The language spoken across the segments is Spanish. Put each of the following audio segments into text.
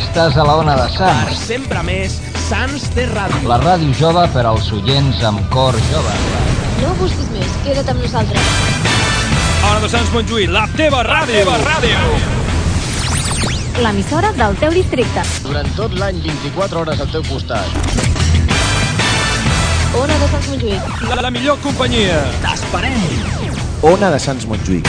Estàs a la Ona de Sants. Per sempre més, Sants té ràdio. La ràdio jove per als oients amb cor jove. No busquis més, queda't amb nosaltres. Ona de Sants Montjuïc, la teva ràdio. L'emissora del teu districte. Durant tot l'any, 24 hores al teu costat. Ona de Sants Montjuïc. La millor companyia. T'esperem. Ona de Sants Montjuïc.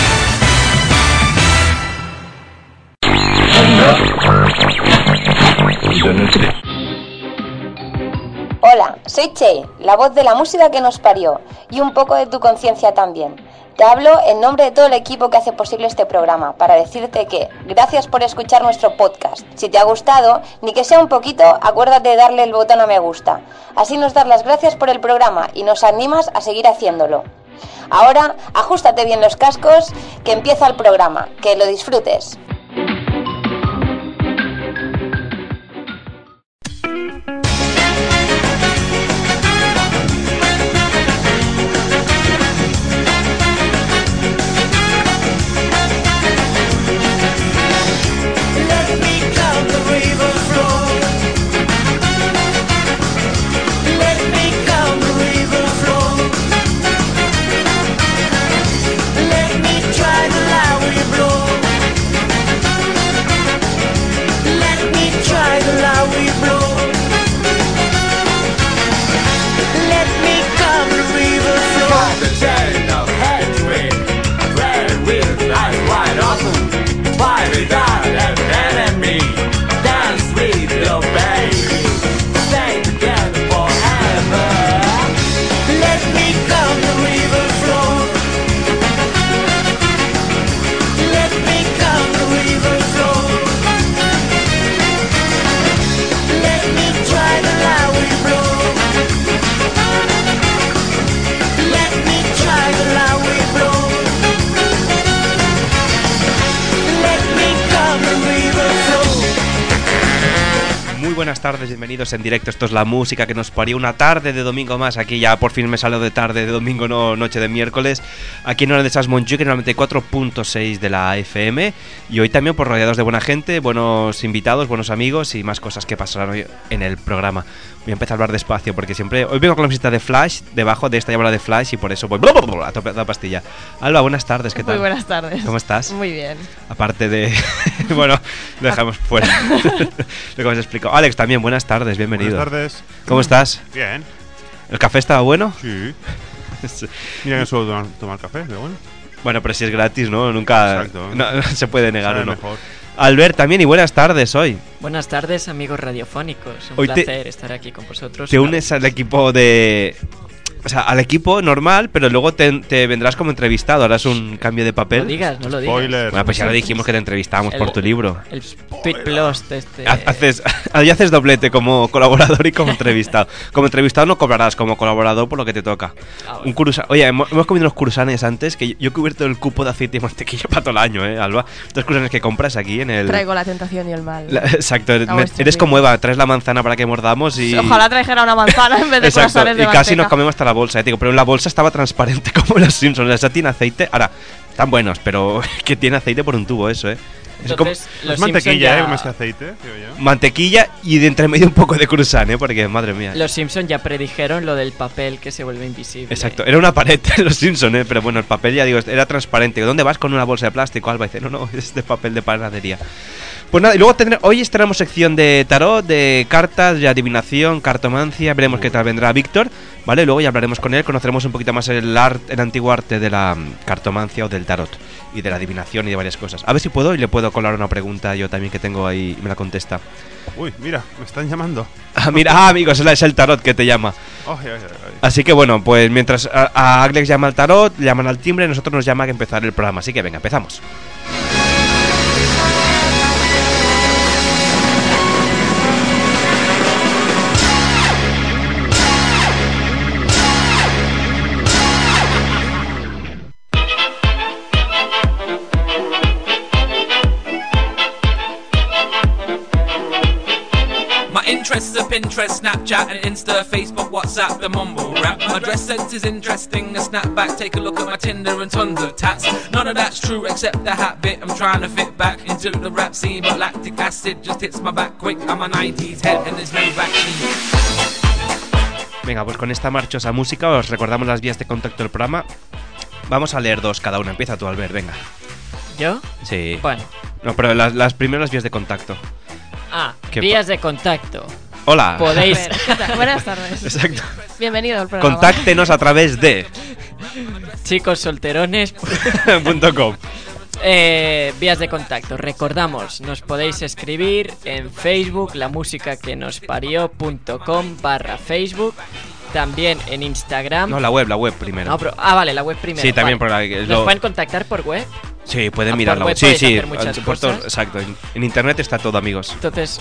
Hola, soy Che, la voz de la música que nos parió, y un poco de tu conciencia también. Te hablo en nombre de todo el equipo que hace posible este programa, para decirte que gracias por escuchar nuestro podcast. Si te ha gustado, ni que sea un poquito, acuérdate de darle el botón a me gusta. Así nos das las gracias por el programa y nos animas a seguir haciéndolo. Ahora, ajustate bien los cascos, que empieza el programa. Que lo disfrutes. Buenas tardes, bienvenidos en directo. Esto es la música que nos parió, una tarde de domingo más. Aquí ya por fin me salió de tarde de domingo, no noche de miércoles. Aquí en Ona de Sants Montjuïc, en el 94.6 de la FM. Y hoy también por rodeados de buena gente, buenos invitados, buenos amigos y más cosas que pasarán hoy en el programa. Voy a empezar a hablar despacio porque siempre... Hoy vengo con la visita de Flash, debajo de esta llama de Flash, y por eso voy a tope la pastilla. Alba, buenas tardes, ¿qué tal? Muy buenas tardes. ¿Cómo estás? Muy bien. Aparte de... bueno, lo dejamos fuera. Lo que os explico. Alex, también, buenas tardes, bienvenido. Buenas tardes. ¿Cómo estás? Bien. ¿El café estaba bueno? Sí. Mira que suelo tomar café, pero bueno. Bueno, pero si es gratis, ¿no? Nunca... Exacto. No se puede negar Sabe uno. mejor. Albert, también, y buenas tardes hoy. Buenas tardes, amigos radiofónicos. Un Hoy placer estar aquí con vosotros. Te unes al equipo de... O sea, al equipo normal, pero luego te vendrás como entrevistado. Harás un cambio de papel. No lo digas, no lo digas. Spoiler. Bueno, pues ya lo dijimos que te entrevistamos por tu libro. El Tweet Plus de este... Haces doblete como colaborador y como entrevistado. Como entrevistado no cobrarás, como colaborador por lo que te toca. Bueno. Un cruza... Oye, hemos comido unos cruzanes antes, que yo he cubierto el cupo de aceite y mantequilla para todo el año, Alba. Estos cruzanes que compras aquí en el... Traigo la tentación y el mal. Exacto, eres rico. como Eva, traes la manzana para que mordamos y... Ojalá trajera una manzana en vez de Exacto, croissants de y casi manteca. nos comemos hasta la bolsa, digo, pero en la bolsa estaba transparente como los Simpsons. Esa tiene aceite. Ahora, están buenos, pero que tiene aceite por un tubo eso, Es como Entonces, Es los mantequilla, Simpson ya... más que aceite, creo yo. mantequilla y de entre medio un poco de croissant, porque madre mía. Los Simpson ya predijeron lo del papel que se vuelve invisible. Exacto, era una pared los Simpsons, pero bueno, el papel ya digo, era transparente. ¿Dónde vas con una bolsa de plástico? Alba dice, no, es de papel de panadería. Pues nada, y luego hoy tenemos sección de tarot, de cartas, de adivinación, cartomancia. Veremos qué tal vendrá Víctor, ¿vale? Luego ya hablaremos con él, conoceremos un poquito más el antiguo arte de la cartomancia o del tarot y de la adivinación y de varias cosas. A ver si puedo y le puedo colar una pregunta yo también que tengo ahí y me la contesta. Uy, mira, me están llamando. Mira, amigos, es el tarot que te llama. Ay. Así que bueno, pues mientras a Alex llama al tarot, llaman al timbre, nosotros nos llama a empezar el programa. Así que venga, empezamos. Interests have been Pinterest, Snapchat, and Insta, Facebook, WhatsApp, the mumble rap. My dress sense is interesting, a snapback. Take a look at my Tinder and tons of tats. None of that's true except the hat bit. I'm trying to fit back into the rap scene, but lactic acid just hits my back quick. I'm a 90s head and there's no vaccine. Venga, pues con esta marchosa música os recordamos las vías de contacto del programa. Vamos a leer dos cada una. Empieza tú, Albert, venga. ¿Yo? Sí. Bueno. No, pero las primeras vías de contacto. Vías de contacto. Hola. Podéis... Buenas tardes. Exacto. Bienvenido al programa. Contáctenos a través de... chicosolterones.com. Vías de contacto. Recordamos, nos podéis escribir en Facebook, lamusicaqenosparió.com/Facebook. También en Instagram. No, la web primero. No, pero, vale, la web primero. Sí, también vale. ¿Nos pueden contactar por web? Sí, pueden mirar la web. Sí, exacto. En internet está todo, amigos. Entonces,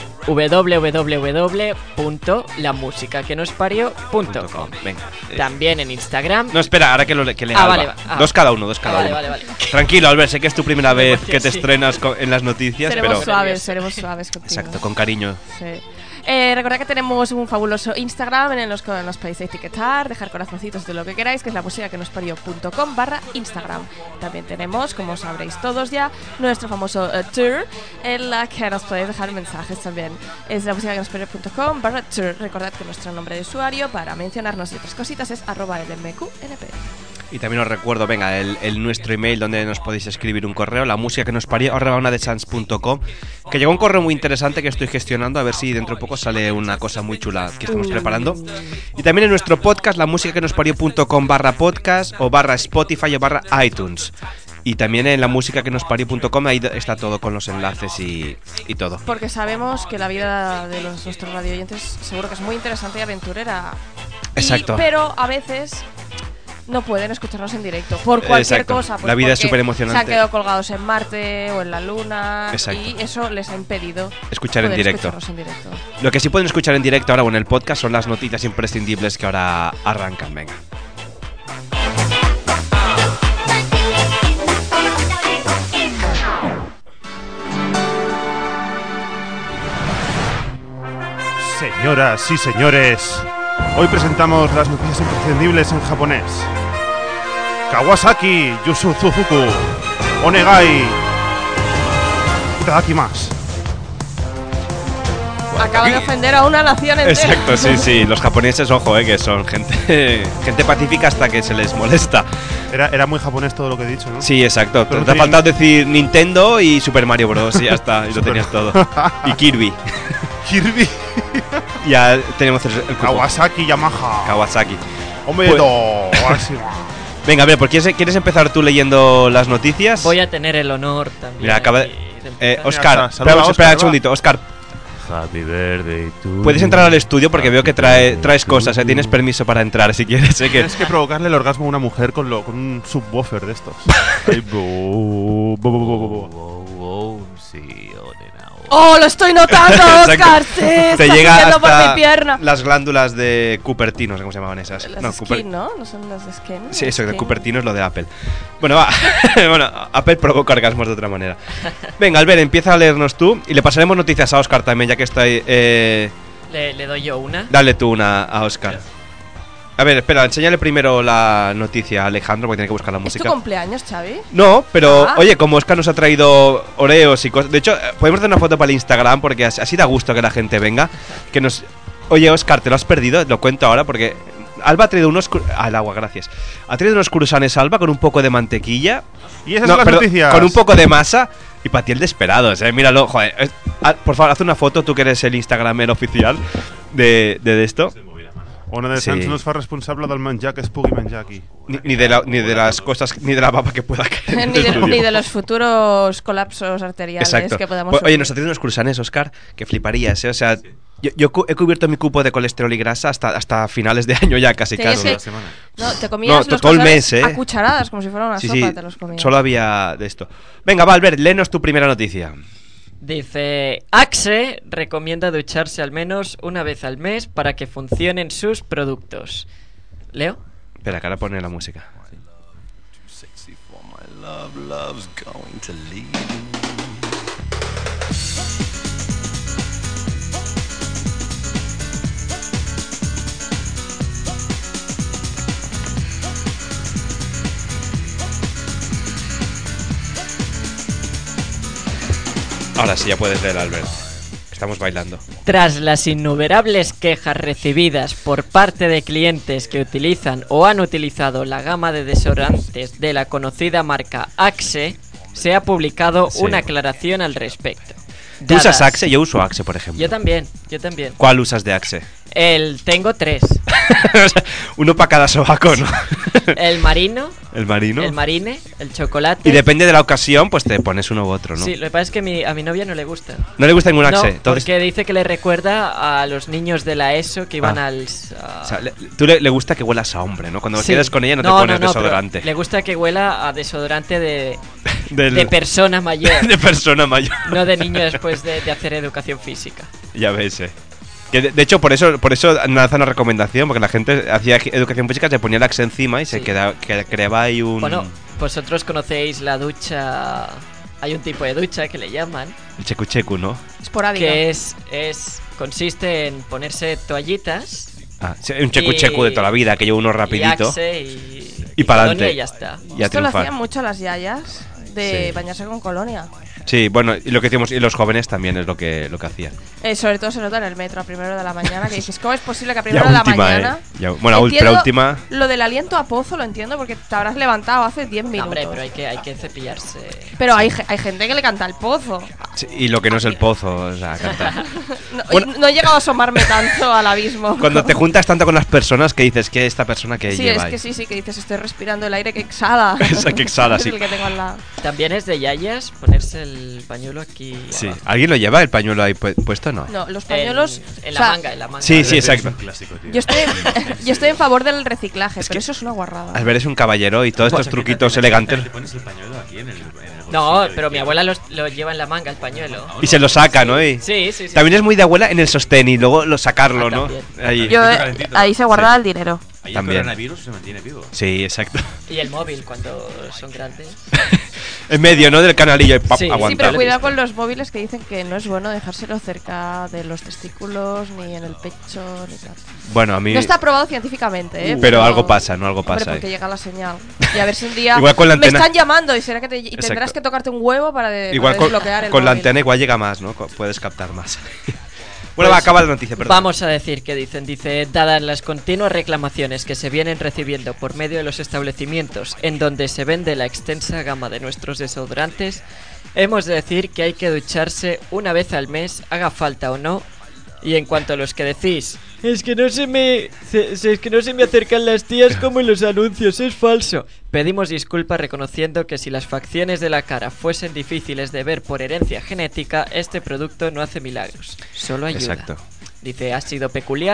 www.lamusicaqenosparió.com. Venga. También en Instagram. No, espera, ahora que lea Alba. Vale. Dos cada uno. Vale. Tranquilo, Albert, sé que es tu primera vez que te estrenas en las noticias, seremos pero... seremos suaves contigo. Exacto, con cariño. Sí. Recordad que tenemos un fabuloso Instagram en el que nos podéis etiquetar, dejar corazoncitos de lo que queráis, que es lamusicaqenosparió.com/Instagram. También tenemos, como sabréis todos ya, nuestro famoso tour, en la que nos podéis dejar mensajes también. Es lamusicaqenosparió.com/tour. Recordad que nuestro nombre de usuario para mencionarnos y otras cositas es @lmqnp. Y también os recuerdo, venga, el nuestro email donde nos podéis escribir un correo, lamusicaqenosparió@onadesans.com, que llegó un correo muy interesante que estoy gestionando, a ver si dentro de poco sale una cosa muy chula que estamos preparando. Y también en nuestro podcast, lamusicaqenosparió.com/podcast o /Spotify o /iTunes. Y también en lamusicaqenosparió.com, ahí está todo con los enlaces y todo. Porque sabemos que la vida de nuestros radioyentes seguro que es muy interesante y aventurera. Exacto. Pero a veces... no pueden escucharnos en directo por cualquier cosa. Pues la vida es súper emocionante. Se han quedado colgados en Marte o en la Luna. Exacto. Y eso les ha impedido escuchar en directo. Lo que sí pueden escuchar en directo ahora o en el podcast son las noticias imprescindibles que ahora arrancan. Venga. Señoras y señores, hoy presentamos las noticias imprescindibles en japonés. Kawasaki Yusuzufuku Onegai Itadakimasu. Acaban de ofender a una nación entera. Exacto, sí. Los japoneses, ojo, que son gente pacífica hasta que se les molesta. Era muy japonés todo lo que he dicho, ¿no? Sí, exacto. Te ha faltado decir Nintendo y Super Mario Bros. Y ya está, y lo tenías todo. Y Kirby. Ya tenemos el Kawasaki Yamaha. Kawasaki. Omedo. Venga, a ver, ¿quieres empezar tú leyendo las noticias? Voy a tener el honor también. Mira, Oscar, espera un segundito. Oscar, Happy birthday to puedes entrar al estudio porque veo que traes cosas, tienes permiso para entrar si quieres. Tienes que provocarle el orgasmo a una mujer con un subwoofer de estos. ¡Oh, lo estoy notando, Oscar! Sí, te llega hasta por mi pierna. Las glándulas de Cupertino, ¿cómo se llamaban esas? Las de Skin, ¿no? ¿No son las de Skin? Sí, eso, de Cupertino es lo de Apple. Bueno, va. Bueno, Apple provoca orgasmos de otra manera. Venga, Albert, empieza a leernos tú y le pasaremos noticias a Oscar también, ya que está ahí. ¿Le doy yo una? Dale tú una a Oscar. A ver, espera, enséñale primero la noticia a Alejandro porque tiene que buscar la música. ¿Es tu cumpleaños, Xavi? No, pero oye, como Oscar nos ha traído Oreos y cosas. De hecho, podemos hacer una foto para el Instagram porque así da gusto que la gente venga. Oye, Oscar, ¿te lo has perdido? Lo cuento ahora porque Alba ha traído unos... al agua, gracias. Ha traído unos crusanes Alba con un poco de mantequilla. Y esas son las noticias. Con un poco de masa. Y para ti el Desperados, míralo, joder. Por favor, haz una foto, tú que eres el Instagramer oficial de esto. Ona de Sans no es fa responsable del menjar que es pugui menjar aquí. Ni de las cosas, ni de la baba que pueda caer. ni de los futuros colapsos arteriales. Exacto. Que podamos pues, oye, nos ha traído unos cruzanes, Oscar, que fliparías, O sea, yo he cubierto mi cupo de colesterol y grasa hasta finales de año ya, casi. No, te comías los todo el mes, a cucharadas, como si fuera una sopa, te los comías. Solo había de esto. Venga, va, Albert, léenos tu primera noticia. Dice, Axe recomienda ducharse al menos una vez al mes para que funcionen sus productos. ¿Leo? Espera, que ahora pone la música. Ahora sí, ya puedes leer, Albert. Estamos bailando. Tras las innumerables quejas recibidas por parte de clientes que utilizan o han utilizado la gama de desodorantes de la conocida marca Axe, se ha publicado una aclaración al respecto. ¿Tú usas Axe? Yo uso Axe, por ejemplo. Yo también. ¿Cuál usas de Axe? Tengo 3. Uno para cada sobaco, ¿no? El marino. El marino. El marine, el chocolate. Y depende de la ocasión, pues te pones uno u otro, ¿no? Sí, lo que pasa es que a mi novia no le gusta. ¿No le gusta ningún Axe? No, Entonces... porque dice que le recuerda a los niños de la ESO que iban al... O sea, tú le gusta que huelas a hombre, ¿no? Cuando quedas con ella no te pones desodorante. Le gusta que huela a desodorante de persona mayor. De persona mayor. No de niño después de hacer educación física. Ya ves, Que de hecho, por eso nace una recomendación, porque la gente hacía educación física, se ponía el Axe encima y se creaba ahí un... Bueno, vosotros conocéis la ducha... Hay un tipo de ducha que le llaman... El checu-checu, ¿no? Esporádica. Que consiste en ponerse toallitas... Sí, un checu-checu de toda la vida, que lleva uno rapidito. Y Axe y para adelante. Y ya está. Esto lo hacían mucho las yayas, de bañarse con colonia. Sí, bueno, y lo que decimos, y los jóvenes también es lo que hacían. Sobre todo se nota en el metro a primero de la mañana, que dices, ¿cómo es posible que a primero de la mañana? Bueno, pero última. Lo del aliento a pozo lo entiendo porque te habrás levantado hace 10 minutos. Hombre, pero hay que cepillarse. Pero hay gente que le canta el pozo. Sí, y lo que no es el pozo, o sea, cantar. No he llegado a asomarme tanto al abismo. Cuando te juntas tanto con las personas que dices que esta persona que lleva. Sí, es que sí, que dices, estoy respirando el aire que exhala. Esa que exhala, sí. Es el que tengo al lado. También es de yayas ponerse el pañuelo aquí. Sí. Abajo. ¿Alguien lo lleva el pañuelo ahí puesto? No. No, los pañuelos. En la manga. Sí, exacto. Yo estoy en favor del reciclaje, pero eso es una guarrada. Albert es un caballero y todos estos truquitos elegantes. ¿Te pones el pañuelo aquí en el No, pero mi abuela lo lleva en la manga el pañuelo. Y se lo saca, ¿no? Sí. También es muy de abuela en el sostén y luego sacarlo, ¿no? Ahí se guarda el dinero. Ahí también. El coronavirus se mantiene vivo. Sí, exacto. Y el móvil cuando son grandes. En medio, ¿no? Del canalillo y sí, pero cuidado con los móviles que dicen que no es bueno dejárselo cerca de los testículos, ni en el pecho, ni tal. Bueno, a mí... No está aprobado científicamente, ¿eh? Pero algo pasa, ¿no? Algo pasa. Hombre, porque llega la señal. Y a ver si un día igual con la antena... me están llamando y será que tendrás que tocarte un huevo para desbloquear el con la móvil. Antena igual llega más, ¿no? Puedes captar más. Bueno, va, acaba la noticia, perdón. Vamos a decir que dice, dadas las continuas reclamaciones que se vienen recibiendo por medio de los establecimientos en donde se vende la extensa gama de nuestros desodorantes, hemos de decir que hay que ducharse una vez al mes, haga falta o no. Y en cuanto a los que decís, es que no se me acercan las tías como en los anuncios, es falso. Pedimos disculpas reconociendo que si las facciones de la cara fuesen difíciles de ver por herencia genética, este producto no hace milagros, solo ayuda. Exacto. Dice, ha sido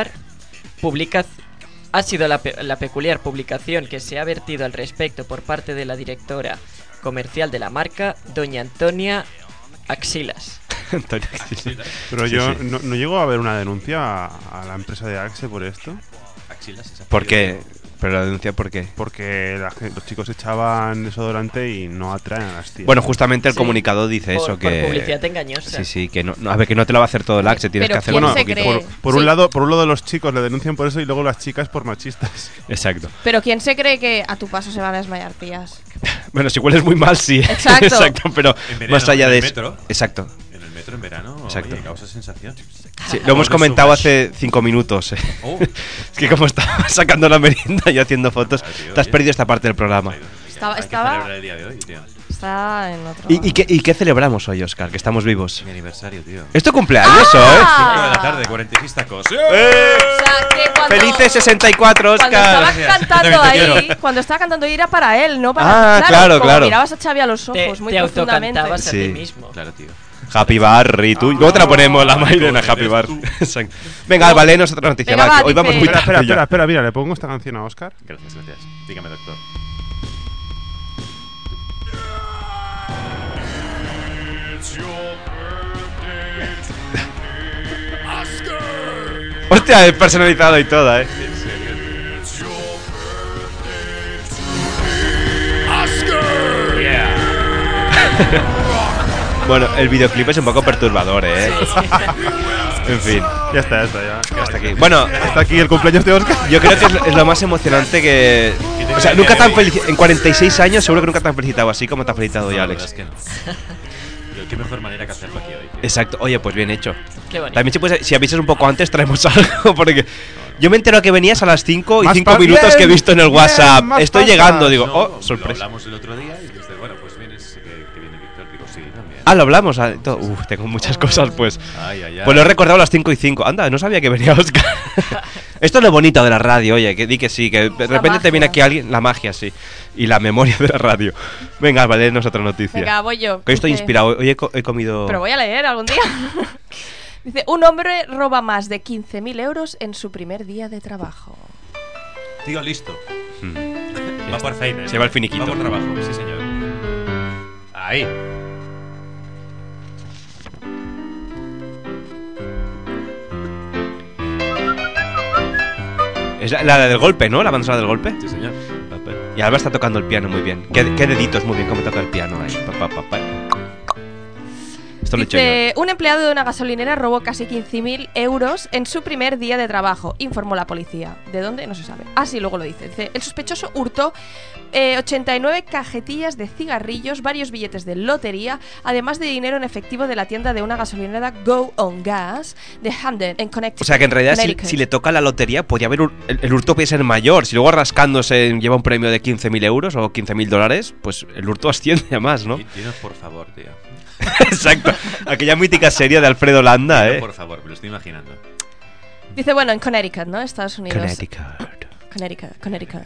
la peculiar publicación que se ha vertido al respecto por parte de la directora comercial de la marca, doña Antonia Axilas. Pero yo no llego a ver una denuncia a la empresa de Axe por esto. ¿Por qué? ¿Pero la denuncia por qué? Porque los chicos echaban desodorante y no atraen a las tías. Bueno, justamente el comunicado dice eso, que... Por publicidad engañosa. Sí, que no, a ver, que no te lo va a hacer todo el Axe, tienes que hacer un poquito. Por un lado los chicos le denuncian por eso y luego las chicas por machistas. Exacto. Pero ¿quién se cree que a tu paso se van a desmayar tías? Bueno, si hueles muy mal, sí. Exacto. Exacto, pero verano, más allá de eso. Metro, exacto. En el metro en verano, exacto. Oye, causa sensación. Sí, lo hemos comentado hace 5 minutos. Oh. Es que como estaba sacando la merienda y haciendo fotos, te has perdido esta parte del programa. Estaba el día de hoy, tío. Está en otro. ¿Y qué celebramos hoy, Óscar? Que estamos vivos. Mi aniversario, tío. ¿Es tu cumpleaños hoy? 5 de la tarde, 46 tacos. O sea, que cuando, ¡Felices 64, Óscar! Cuando estaba cantando ahí era para él, no para... claro. Mirabas a Xavi a los ojos, muy te profundamente. autocantabas a ti mismo. Claro, tío. Happy Bar y tú. Luego te la ponemos la Mairena Happy Bar. Venga, Alba, léenos otra noticia. Venga, Hoy vamos muy tarde. Espera, mira, le pongo esta canción a Óscar. Gracias. Dígame, doctor. Hostia, es personalizado y toda, ¿eh? Bueno, el videoclip es un poco perturbador, ¿eh? En fin. Ya está. Hasta aquí. Bueno, hasta aquí el cumpleaños de Óscar. Yo creo que es lo más emocionante que... O sea, nunca tan en 46 años seguro que nunca te han felicitado así como te ha felicitado hoy, Alex. Qué mejor manera que hacerlo aquí hoy. Exacto. Oye, pues bien hecho. Qué bonito. También si avisas un poco antes traemos algo, porque yo me entero que venías a las 5 y Más 5 minutos bien, que he visto en el bien, WhatsApp. más Estoy pastas. llegando, digo, No, oh, Lo sorpresa. hablamos el otro día y dice, bueno, pues vienes, que viene Víctor. Digo, sí, también. Ah, lo hablamos. Tengo muchas cosas, pues. Ay, ay, ay. Pues lo he recordado a las 5 y 5. Anda, no sabía que venía Oscar. Esto es lo bonito de la radio, oye, que di que sí, que de repente te viene aquí alguien, la magia, sí, y la memoria de la radio. Venga, vale, léenos otra noticia. Venga, voy yo. Que hoy estoy Dice- inspirado, hoy he comido... Pero voy a leer algún día. Dice, un hombre roba más de 15.000 euros en su primer día de trabajo. Tío, listo. Ya Va está. por feina. Se lleva el finiquito. Va por trabajo, sí, señor. Ahí. Es la del golpe, ¿no? La banda sonora del golpe. Sí, señor. Y Alba está tocando el piano muy bien. Qué deditos muy bien como toca el piano ahí. Pa. Esto lo he hecho yo. Dice, un empleado de una gasolinera robó casi 15.000 euros en su primer día de trabajo, informó la policía. ¿De dónde? No se sabe. Ah, sí, luego lo dice. Dice, el sospechoso hurtó 89 cajetillas de cigarrillos, varios billetes de lotería, además de dinero en efectivo de la tienda de una gasolinera Go On Gas de Hamden, en Connecticut. O sea que en realidad Connecticut. si le toca la lotería, podría haber el hurto puede ser mayor. Si luego rascándose lleva un premio de 15.000 euros o 15.000 dólares, pues el hurto asciende a más, ¿no? Dinos, por favor, tío. Exacto. Aquella mítica serie de Alfredo Landa, Dinos, ¿eh? por favor, me lo estoy imaginando. Dice, bueno, en Connecticut, ¿no? Estados Unidos. Connecticut. Connecticut.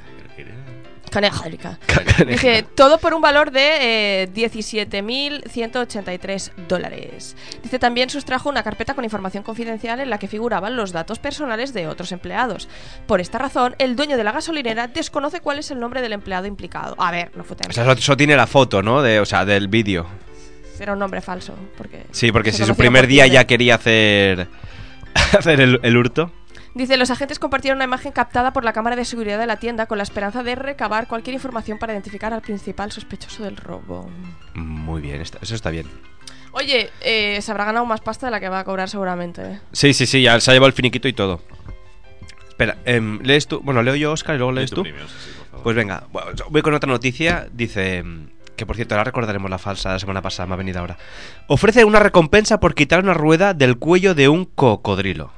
Dice, todo por un valor de 17.183 dólares. Dice, también sustrajo una carpeta con información confidencial en la que figuraban los datos personales de otros empleados. Por esta razón, el dueño de la gasolinera desconoce cuál es el nombre del empleado implicado. A ver, no fue tan... O sea, eso tiene la foto, ¿no? Del vídeo. Era un nombre falso. Sí, porque se si su conocieron primer por día Tinder. ya quería hacer el hurto. Dice, los agentes compartieron una imagen captada por la cámara de seguridad de la tienda con la esperanza de recabar cualquier información para identificar al principal sospechoso del robo. Muy bien, eso está bien. Oye, se habrá ganado más pasta de la que va a cobrar seguramente. Sí, ya se ha llevado el finiquito y todo. Espera, ¿lees tú? Bueno, leo yo, Oscar, y luego lees tú. Primero, sí, por favor. Pues venga, bueno, voy con otra noticia. Dice... Que por cierto, ahora recordaremos la falsa de la semana pasada, me ha venido ahora. Ofrece una recompensa por quitar una rueda del cuello de un cocodrilo.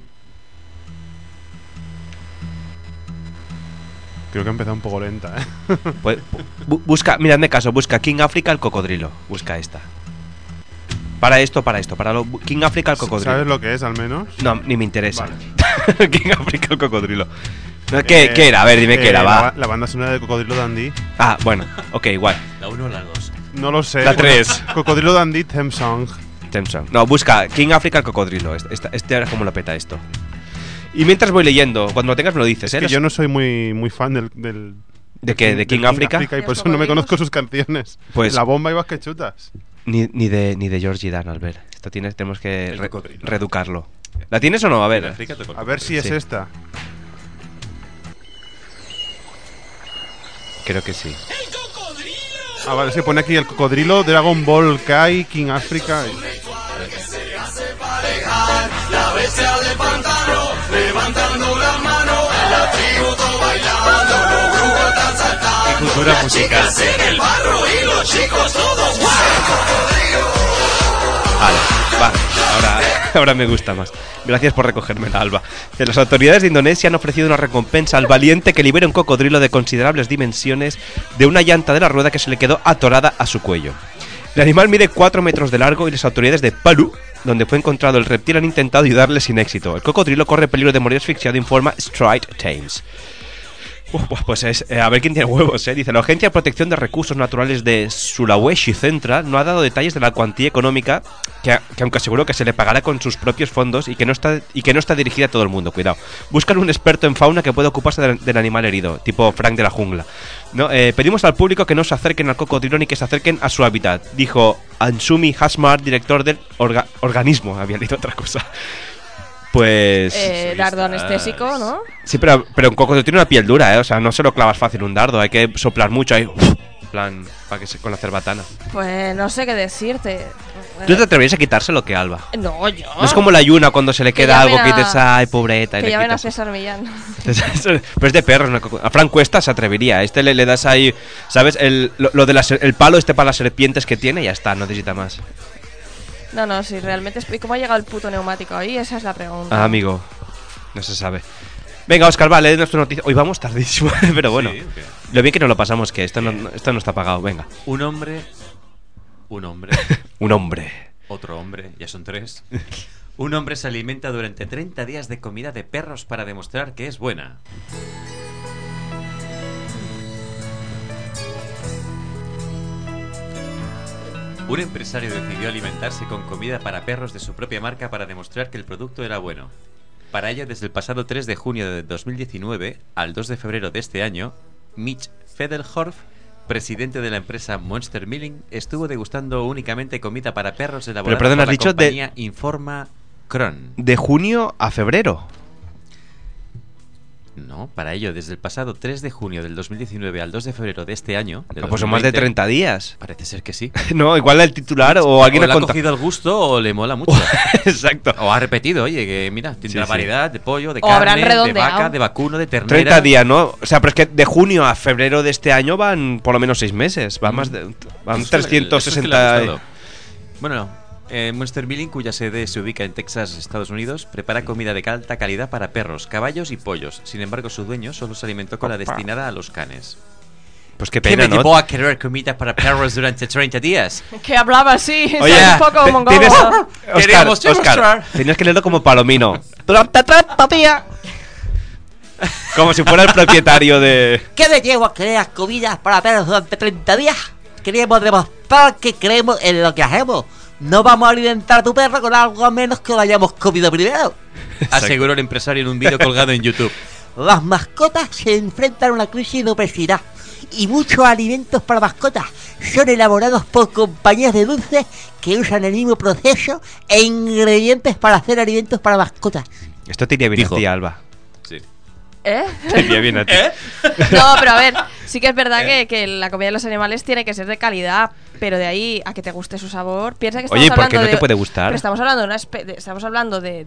Creo que ha empezado un poco lenta, ¿eh? Pues, busca, miradme caso, busca King Africa el cocodrilo. Busca esta. Para King Africa el cocodrilo. ¿Sabes lo que es, al menos? No, ni me interesa. Vale. King Africa el cocodrilo. No, ¿qué era? A ver, dime qué era, va. La banda sonora de Cocodrilo Dundee. Ah, bueno, ok, guay. ¿La 1 o la 2? No lo sé. La 3. Cocodrilo Dundee, Theme Song. No, busca King Africa el cocodrilo. Este ahora como lo peta esto. Y mientras voy leyendo, cuando lo tengas me lo dices, Es que yo no soy muy fan del ¿De qué? ¿De King Africa? Y por eso no me conozco sus canciones. Pues- La bomba y vas que chutas. Ni de Georgie Dan, Albert. Esto tenemos que El cocodrilo. reeducarlo. ¿La tienes o no? A ver. África te A ver si es Sí. esta. Creo que sí. Ah, vale, se pone aquí el cocodrilo, Dragon Ball Kai, King Africa. La bestia del pantano, levantando las manos, la tributo bailando, los grupos están saltando. Qué cultura musical. Las chicas en el barro y los chicos todos. Vale, va. Ahora me gusta más. Gracias por recogerme la Alba. Las autoridades de Indonesia han ofrecido una recompensa al valiente que libere un cocodrilo de considerables dimensiones de una llanta de la rueda que se le quedó atorada a su cuello. El animal mide 4 metros de largo y las autoridades de Palu, donde fue encontrado el reptil, han intentado ayudarle sin éxito. El cocodrilo corre peligro de morir asfixiado, informa Stride Times. Pues a ver quién tiene huevos, ¿eh? Dice, la Agencia de Protección de Recursos Naturales de Sulawesi Central no ha dado detalles de la cuantía económica que aunque aseguró que se le pagará con sus propios fondos y que no está dirigida a todo el mundo, cuidado. Buscan un experto en fauna que pueda ocuparse del animal herido, tipo Frank de la jungla. ¿No? Pedimos al público que no se acerquen al cocodrilo ni que se acerquen a su hábitat, dijo Ansumi Hasmar, director del organismo. Había leído otra cosa. Pues... dardo anestésico, ¿no? Sí, pero un cocodrilo tiene una piel dura, ¿eh? O sea, no se lo clavas fácil un dardo, hay que soplar mucho ahí, en plan, para que con la cerbatana. Pues no sé qué decirte. ¿Tú te atreverías a quitárselo que Alba? No, yo. No es como la Yuna cuando se le Que queda algo llamen que dices, ay, pobreta. y Que le llamen a quitas. César Millán. Pero es de perros. A Fran Cuesta se atrevería. A este le das ahí, ¿sabes? Lo de el palo este para las serpientes que tiene y ya está, no necesita más. No, sí, realmente. ¿Y cómo ha llegado el puto neumático ahí? Esa es la pregunta. Ah, amigo, no se sabe. Venga, Óscar, vale, nuestra noticia. Hoy vamos tardísimo, pero bueno. Sí, okay. Lo bien que nos lo pasamos, que esto no está pagado, venga. Un hombre. Un hombre. Otro hombre, ya son 3. Un hombre se alimenta durante 30 días de comida de perros para demostrar que es buena. Un empresario decidió alimentarse con comida para perros de su propia marca para demostrar que el producto era bueno. Para ello, desde el pasado 3 de junio de 2019 al 2 de febrero de este año, Mitch Fedelhorf, presidente de la empresa Monster Milling, estuvo degustando únicamente comida para perros elaborada perdón, por has la dicho compañía Informa Cron. De junio a febrero. No, para ello, desde el pasado 3 de junio del 2019 al 2 de febrero de este año... de Pues son más de 30 días. Parece ser que sí. No, igual el titular o alguien o ha le ha contado. cogido el gusto o le mola mucho. Exacto. O ha repetido, oye, que mira, tiene una variedad de pollo, de O habrán carne, de redondeado. vaca, de vacuno, de ternera. 30 días, ¿no? O sea, pero es que de junio a febrero de este año van por lo menos 6 meses. Van más de. Van Eso es que le ha 360. gustado. Bueno, Monster Milling, cuya sede se ubica en Texas, Estados Unidos, prepara comida de alta calidad para perros, caballos y pollos. Sin embargo, su dueño solo se alimentó con la destinada a los canes. Pues qué ¿Qué pena, me ¿no? llevó a querer comida para perros durante 30 días? Que hablaba así, Oye, es un poco te- mongolo. tienes- Queríamos Oscar, demostrar. tenías que leerlo como palomino. Durante 30 días. Como si fuera el propietario de. ¿Qué me llevo a crear comidas para perros durante 30 días? Queremos demostrar que creemos en lo que hacemos. No vamos a alimentar a tu perro con algo a menos que lo hayamos comido primero. Aseguró el empresario en un vídeo colgado en YouTube. Las mascotas se enfrentan a una crisis de obesidad y muchos alimentos para mascotas son elaborados por compañías de dulces que usan el mismo proceso e ingredientes para hacer alimentos para mascotas. Esto te iría bien a ti, Alba. Sí. ¿Eh? Te iría bien a ti. No, pero a ver, sí que es verdad que la comida de los animales tiene que ser de calidad, pero de ahí a que te guste su sabor, piensa que estamos Oye, ¿y por hablando qué no de, te puede gustar? Pero estamos hablando estamos hablando de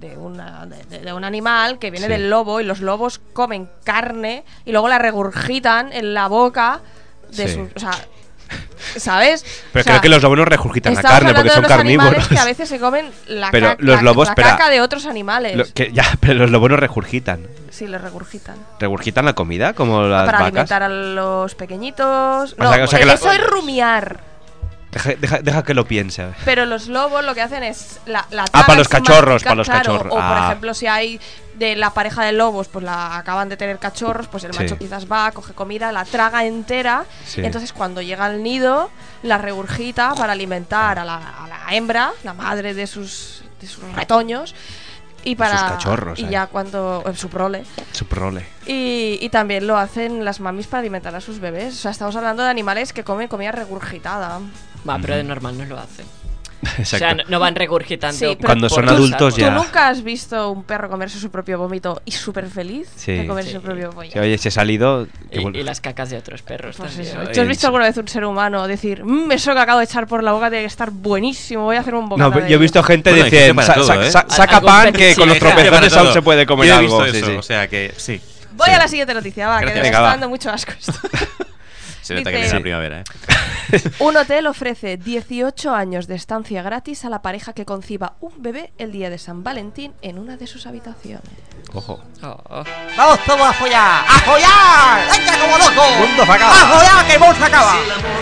un animal que viene Sí. del lobo y los lobos comen carne y luego la regurgitan en la boca de Sí. sus, o sea, ¿sabes? Pero O sea, creo que los lobos no regurgitan la estamos carne porque hablando son de los animales carnívoros. que a veces se comen la, Pero caca, los lobos, la espera. caca de otros animales. Pero los lobos no regurgitan. Sí, le regurgitan. ¿Regurgitan la comida como las Para vacas? alimentar a los pequeñitos. O No, sea, que la- eso es rumiar. Deja que lo piense. Pero los lobos lo que hacen es la para tragan los sin cachorros, masticar, para los claro, cachorros. O por Ah. ejemplo, si hay de la pareja de lobos, pues la acaban de tener cachorros, pues el Sí. macho quizás va, coge comida, la traga entera. Sí. Entonces cuando llega al nido, la regurgita para alimentar a la hembra, la madre de sus retoños. Y para Sus cachorros, y ya cuando su prole. Su prole. Y también lo hacen las mamis para alimentar a sus bebés. O sea, estamos hablando de animales que comen comida regurgitada. Va, pero de normal no lo hacen. Exacto. O sea, no van regurgitando. Sí, pero Cuando son por adultos cosas. ya. ¿Tú nunca has visto un perro comerse su propio vómito y súper feliz Sí. de comerse Sí. su propio pollo? Sí, oye, si he salido. Y las cacas de otros perros Pues también. eso. ¿Tú has visto alguna vez un ser humano decir, eso que acabo de echar por la boca tiene que estar buenísimo, voy a hacer un bocado No, de yo he visto gente Bueno, hay decir, gente para todo, ¿eh? saca Algún pan que fetiche, con los hay gente tropezones para aún todo. se puede comer Yo he algo. visto Sí, eso, sí. o sea que sí. Voy Sí. a la siguiente noticia, va, Gracias. que me Venga, está va. dando mucho asco esto. Se nota que Dice- viene la primavera, ¿eh? Un hotel ofrece 18 años de estancia gratis a la pareja que conciba un bebé el día de San Valentín en una de sus habitaciones. Ojo. ¡Vamos todos a follar! ¡A follar! ¡Venga como loco! Mundo se acaba. ¡A follar que el mundo se acaba!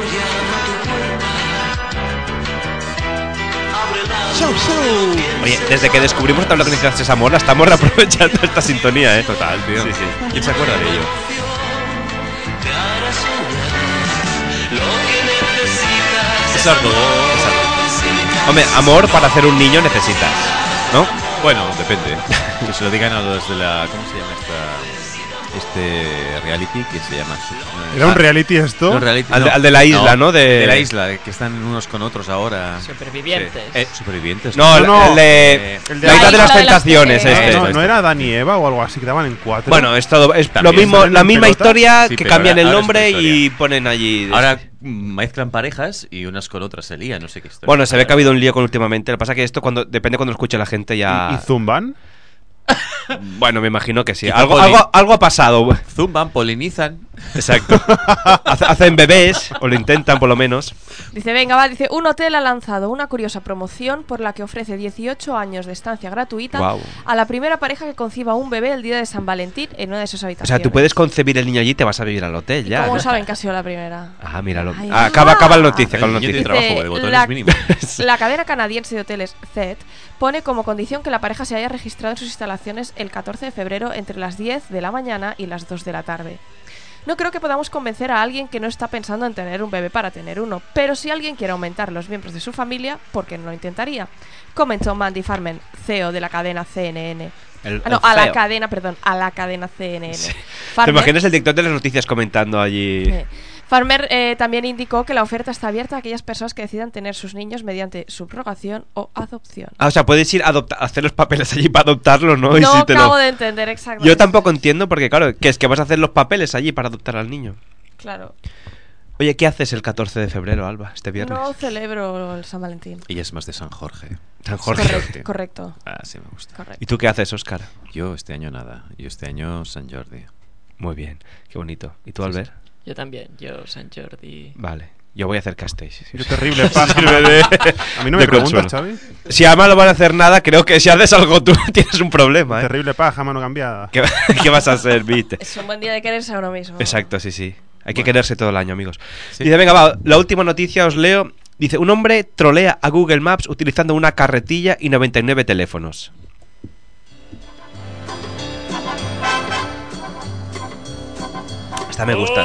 ¡Shoo, shoo! Oye, desde que descubrimos esta que necesitas amor, la estamos reaprovechando esta sintonía, ¿eh? Total, tío. Sí, sí. ¿Quién se acuerda de ello? Exacto. Hombre, amor para hacer un niño necesitas, ¿no? Bueno, depende. Que se lo digan a los de la... ¿Cómo se llama esta este reality que se llama... ¿Era un reality esto? No, reality, Al de la isla, ¿no? De la isla, que están unos con otros ahora. Supervivientes. Sí. Supervivientes. No, el de la isla de las tentaciones. ¿No era Adán y Eva o algo así que daban en 4? Bueno, es todo, es lo mismo, la misma historia, que cambian el nombre y ponen allí. Ahora mezclan parejas y unas con otras se lían, no sé qué historia. Bueno, se ve que ha habido un lío con últimamente. Lo que pasa es que esto depende cuando lo escuche la gente ya. ¿Y zumban? Bueno, me imagino que sí. Algo ha pasado. Zumban, polinizan. Exacto. Hacen bebés, o lo intentan por lo menos. Dice, venga, va, dice, un hotel ha lanzado una curiosa promoción por la que ofrece 18 años de estancia gratuita a la primera pareja que conciba un bebé el día de San Valentín en una de sus habitaciones. O sea, tú puedes concebir el niño allí y te vas a vivir al hotel ya. ¿Cómo ¿no? saben que ha sido la primera? Ah, míralo. Acaba la noticia, con la noticia. Yo trabajo de botones mínimos. La cadena canadiense de hoteles CET pone como condición que la pareja se haya registrado en sus instalaciones el 14 de febrero entre las 10 de la mañana y las 2 de la tarde. No creo que podamos convencer a alguien que no está pensando en tener un bebé para tener uno, pero si alguien quiere aumentar los miembros de su familia, ¿por qué no lo intentaría? Comentó Mandy Farman, CEO de la cadena CNN. A la cadena CNN. Sí. ¿Te imaginas el director de las noticias comentando allí? Farmer también indicó que la oferta está abierta a aquellas personas que decidan tener sus niños mediante subrogación o adopción. Ah, o sea, puedes ir a hacer los papeles allí para adoptarlo, ¿no? No acabo de entender exactamente. Yo tampoco entiendo porque, claro, que es que vas a hacer los papeles allí para adoptar al niño. Claro. Oye, ¿qué haces el 14 de febrero, Alba, este viernes? No celebro el San Valentín. Y es más de San Jorge. San Jorge. Correcto. Ah, sí me gusta. Correcto. ¿Y tú qué haces, Óscar? Yo este año nada. Yo este año San Jordi. Muy bien, qué bonito. ¿Y tú, Albert? Yo también, yo San Jordi. Vale, yo voy a hacer Castells. Qué terrible pájaro. A mí no me preguntas, Xavi. Si además no van a hacer nada, creo que si haces algo tú tienes un problema. Terrible paja, mano cambiada. ¿Qué vas a hacer, Vite? Es un buen día de quererse a uno mismo. Exacto, sí. Hay que quererse todo el año, amigos. Sí. Dice, venga, va, la última noticia os leo. Dice, un hombre trolea a Google Maps utilizando una carretilla y 99 teléfonos. Esta me gusta.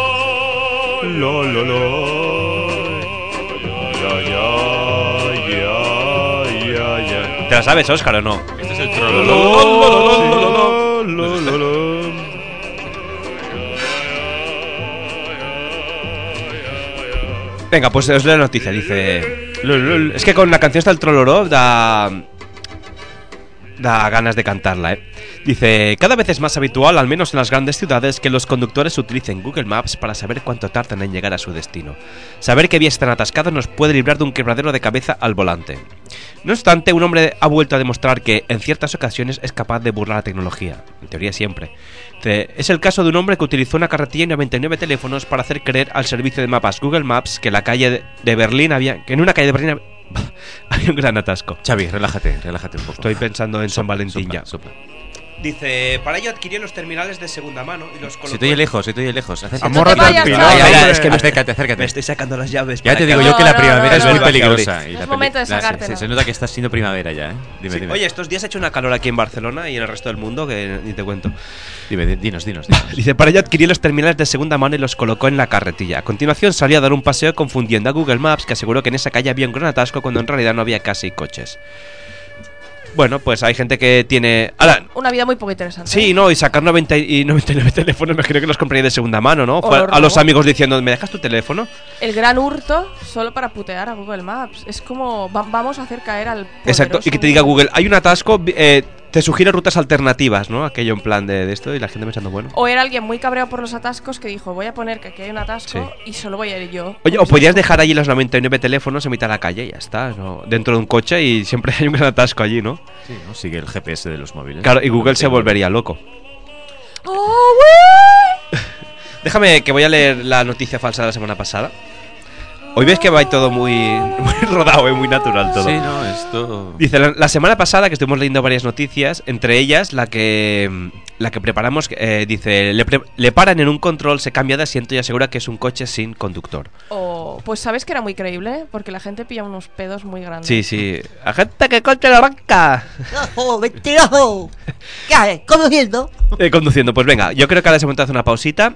¿Te la sabes, Óscar, o no? Este es el Venga, pues os leo la noticia. Dice... Es que con la canción está el Trololó da ganas de cantarla, Dice, cada vez es más habitual, al menos en las grandes ciudades, que los conductores utilicen Google Maps para saber cuánto tardan en llegar a su destino. Saber qué vías están atascadas nos puede librar de un quebradero de cabeza al volante. No obstante, un hombre ha vuelto a demostrar que, en ciertas ocasiones, es capaz de burlar la tecnología. En teoría siempre. Dice, es el caso de un hombre que utilizó una carretilla y 99 teléfonos para hacer creer al servicio de mapas Google Maps que en una calle de Berlín había un gran atasco. Xavi, relájate un poco. Estoy pensando en San Valentín ya. Sopla. Dice, para ello adquirió los terminales de segunda mano y los colocó... Se te oye lejos. Amórrate al pilar. Es que acércate. Me estoy sacando las llaves. Ya te digo yo que la primavera es muy peligrosa. Es momento de sacártela. Se nota que está siendo primavera ya, Dime. Oye, estos días ha hecho una calor aquí en Barcelona y en el resto del mundo que ni te cuento. Dime, dinos. Dice, para ello adquirió los terminales de segunda mano y los colocó en la carretilla. A continuación salió a dar un paseo confundiendo a Google Maps, que aseguró que en esa calle había un gran atasco cuando en realidad no había casi coches. Bueno, pues hay gente que tiene... Una vida muy poco interesante. Sí, no, y sacar 99 teléfonos, me imagino que los compraría de segunda mano, ¿no? Fue a los amigos diciendo, ¿me dejas tu teléfono? El gran hurto solo para putear a Google Maps. Es como, vamos a hacer caer al poderoso. Exacto, y que te diga Google, hay un atasco, te sugiere rutas alternativas, ¿no? Aquello en plan de esto y la gente pensando, bueno. O era alguien muy cabreado por los atascos que dijo, voy a poner que aquí hay un atasco y solo voy a ir yo. Oye, o podrías dejar allí los 99 teléfonos en mitad de la calle y ya está, ¿no? Dentro de un coche y siempre hay un gran atasco allí, ¿no? Sí, ¿no? Sigue el GPS de los móviles. Claro, y Google se volvería loco. ¡Oh, güey! Déjame que voy a leer la noticia falsa de la semana pasada. Hoy ves que va todo muy rodado, muy natural todo. Sí, no, esto... Dice, la semana pasada que estuvimos leyendo varias noticias, entre ellas la que preparamos, dice, le paran en un control, se cambia de asiento y asegura que es un coche sin conductor. Pues sabes que era muy creíble, porque la gente pilla unos pedos muy grandes. Sí. ¡Agente que coche la banca! ¡Ojo, mentiroso! ¿Qué haces? ¿Conduciendo? Conduciendo, pues venga, yo creo que ahora se hace una pausita.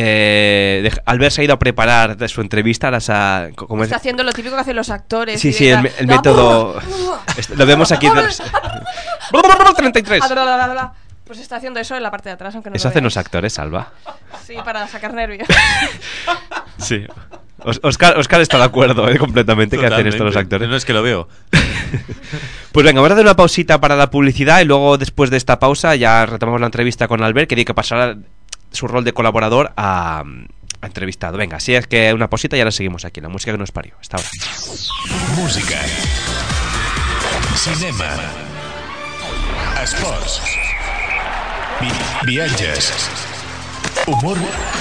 Albert se ha ido a preparar de su entrevista. Está haciendo lo típico que hacen los actores. Sí, el método. Lo vemos aquí. 33. Pues está haciendo eso en la parte de atrás, aunque no Eso lo hacen veáis. los actores, Alba. Sí, para sacar nervios. Sí. Oscar está de acuerdo, completamente, que hacen esto los actores. No es que lo veo. Pues venga, vamos a dar una pausita para la publicidad y luego después de esta pausa ya retomamos la entrevista con Albert, que tiene que pasar su rol de colaborador a entrevistado. Venga, así es que una pausita y ahora seguimos aquí, la música que nos parió. Hasta ahora. Música, cinema, esports, viatges, humor